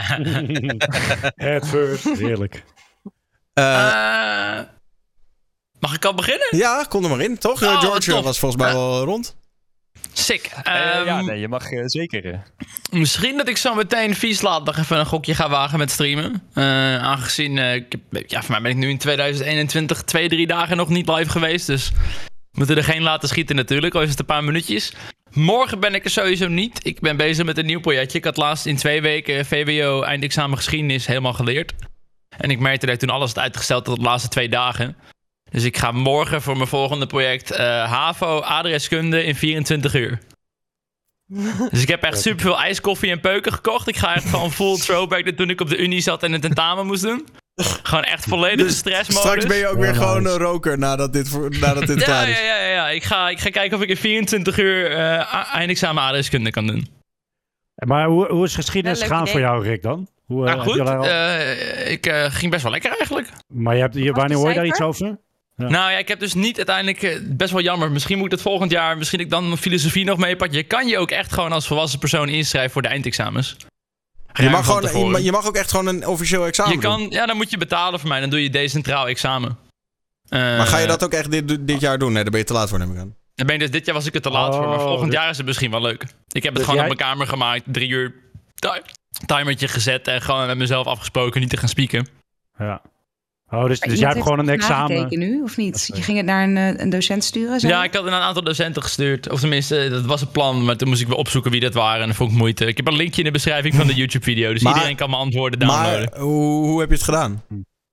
Head first. Heerlijk. Uh, Uh, mag ik al beginnen? ja, kom er maar in, toch? Oh, George tof. was volgens mij Uh, wel rond. Sick. Eh, Ehm, ja, nee, je mag uh, zeker. Uh. Misschien dat ik zo meteen vies laat nog even een gokje ga wagen met streamen. Uh, aangezien, uh, ik heb, ja, voor mij ben ik nu in tweeduizend eenentwintig twee, drie dagen nog niet live geweest. Dus we moeten er geen laten schieten natuurlijk, al is het een paar minuutjes. Morgen ben ik er sowieso niet. Ik ben bezig met een nieuw projectje. Ik had laatst in twee weken V W O eindexamen geschiedenis helemaal geleerd. En ik merkte dat ik toen alles had uitgesteld tot de laatste twee dagen. Dus ik ga morgen voor mijn volgende project uh, HAVO adreskunde in vierentwintig uur. Dus ik heb echt superveel ijskoffie en peuken gekocht. Ik ga echt gewoon full throwback toen ik op de Unie zat en een tentamen moest doen. Gewoon echt volledige Dus stressmodus. straks ben je ook weer Ja, gewoon nice. een roker nadat dit, voor- nadat dit Ja, klaar ja, is. ja, ja, ja. Ik ga, ik ga kijken of ik in vierentwintig uur uh, a- eindexamen adreskunde kan doen. Maar hoe, hoe is geschiedenis Leuk gegaan idee. voor jou, Rick, dan? Hoe, eh, Nou goed, heb je daar al- uh, ik uh, ging best wel lekker eigenlijk. Maar je hebt, je, Wat wanneer is hoor je daar cijfer? iets over? Ja. Nou ja, ik heb dus niet uiteindelijk... uh, best wel jammer. Misschien moet ik het volgend jaar... Misschien ik dan filosofie nog meepak. Je kan je ook echt gewoon als volwassen persoon inschrijven voor de eindexamens. Je Ruim mag, van gewoon, je, tevoren. ma- je mag ook echt gewoon een officieel examen Je doen. kan, ja, dan moet je betalen voor mij. Dan doe je decentraal examen. Uh, Maar ga je dat ook echt dit, dit jaar doen? Nee, daar ben je te laat voor, neem ik aan. Dan ben ik dus, dit jaar was ik er te laat voor. Maar Oh, volgend dus- jaar is het misschien wel leuk. Ik heb het Dus gewoon jij- op mijn kamer gemaakt. Drie uur ti- timertje gezet. En gewoon met mezelf afgesproken niet te gaan spieken. Ja. Oh, dus, dus Iemand jij hebt heeft gewoon een het examen. nagekeken nu, of niet? Je ging het naar een, eh, een docent sturen? Zo? Ja, ik had het naar een aantal docenten gestuurd. Of tenminste, dat was een plan. Maar toen moest ik weer opzoeken wie dat waren. En dat vond ik moeite. Ik heb een linkje in de beschrijving van de YouTube-video. Dus Maar- iedereen kan mijn antwoorden downloaden. Maar hoe, hoe heb je het gedaan?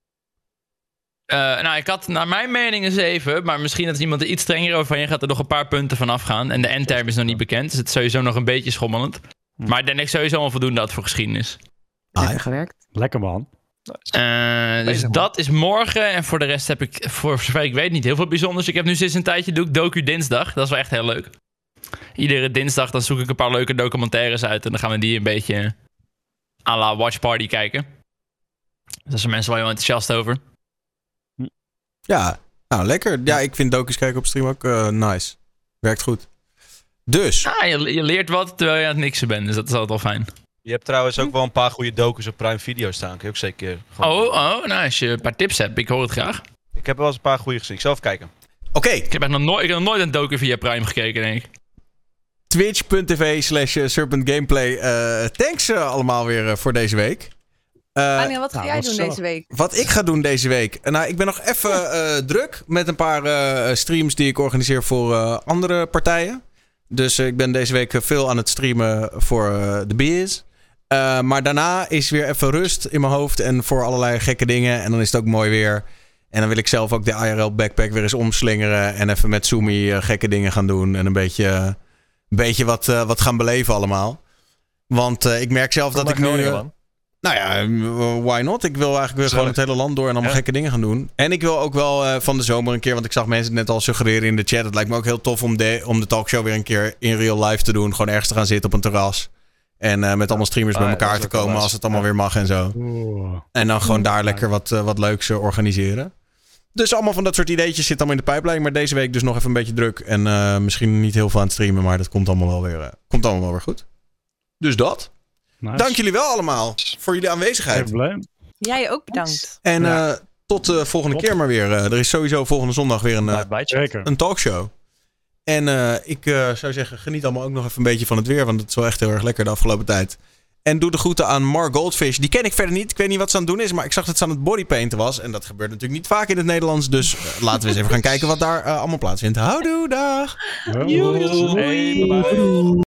Uh, nou, ik had naar mijn mening een zeven. Maar misschien dat iemand er iets strenger overheen gaat er nog een paar punten van afgaan. En de endterm is nog niet bekend. Dus het is sowieso nog een beetje schommelend. Maar ik denk dat ik sowieso al voldoende had voor geschiedenis. Lekker gewerkt. Lekker, man. Uh, dus Bezig, man. dat is morgen. En voor de rest heb ik, voor zover ik weet, niet heel veel bijzonders. Ik heb nu sinds een tijdje doe ik Docu Dinsdag. Dat is wel echt heel leuk. Iedere dinsdag dan zoek ik een paar leuke documentaires uit. En dan gaan we die een beetje à la Watch Party kijken. Dus daar zijn mensen wel heel enthousiast over. Ja, nou lekker. Ja, ik vind docus kijken op stream ook uh, nice. Werkt goed. Dus. Ah, je, je leert wat terwijl je aan het niksen bent. Dus dat is altijd wel fijn. Je hebt trouwens ook wel een paar goede docus op Prime Video staan. Kun je ook zeker... gewoon- Oh, oh, nou, als je een paar tips hebt, ik hoor het graag. Ik heb wel eens een paar goede gezien. Ik zal even kijken. Oké. Okay. Ik heb echt nog nooit, ik heb nog nooit een docu via Prime gekeken, denk ik. Twitch.tv slash Serpent Gameplay. Uh, thanks uh, allemaal weer uh, voor deze week. Uh, Daniel, wat ga nou, jij wat doen zo. deze week? Wat ik ga doen deze week? Nou, ik ben nog even uh, druk met een paar uh, streams die ik organiseer voor uh, andere partijen. Dus uh, ik ben deze week veel aan het streamen voor uh, de biz. Uh, maar daarna is weer even rust in mijn hoofd en voor allerlei gekke dingen. En dan is het ook mooi weer. En dan wil ik zelf ook de I R L backpack weer eens omslingeren. En even met Sumi uh, gekke dingen gaan doen. En een beetje, uh, een beetje wat, uh, wat gaan beleven allemaal. Want uh, ik merk zelf Kom dat ik naar nu... Groningen, Uh, man. nou ja, uh, why not? Ik wil eigenlijk weer gewoon het hele land door en allemaal Ja. gekke dingen gaan doen. En ik wil ook wel uh, van de zomer een keer, want ik zag mensen het net al suggereren in de chat. Het lijkt me ook heel tof om de, om de talkshow weer een keer in real life te doen. Gewoon ergens te gaan zitten op een terras. En uh, met allemaal streamers Ah, bij ja, elkaar dat is te ook wel komen nice. als het allemaal weer mag en zo. Oeh. En dan gewoon daar lekker wat, uh, wat leuks uh, organiseren. Dus allemaal van dat soort ideetjes zit allemaal in de pijplijn. Maar deze week dus nog even een beetje druk. En uh, misschien niet heel veel aan het streamen, maar dat komt allemaal wel weer, uh, komt allemaal wel weer goed. Dus dat. Nice. Dank jullie wel allemaal voor jullie aanwezigheid. Geen probleem. Jij ook bedankt. En Ja. uh, tot de volgende Top. keer maar weer. Uh, er is sowieso volgende zondag weer een, uh, Bye, bye, chat. Zeker. een talkshow. En uh, ik uh, zou zeggen, geniet allemaal ook nog even een beetje van het weer. Want het is wel echt heel erg lekker de afgelopen tijd. En doe de groeten aan Mark Goldfish. Die ken ik verder niet. Ik weet niet wat ze aan het doen is. Maar ik zag dat ze aan het bodypainten was. En dat gebeurt natuurlijk niet vaak in het Nederlands. Dus uh, laten we eens even gaan kijken wat daar uh, allemaal plaatsvindt. Houdoe, dag! Hoi. Hey, bye bye.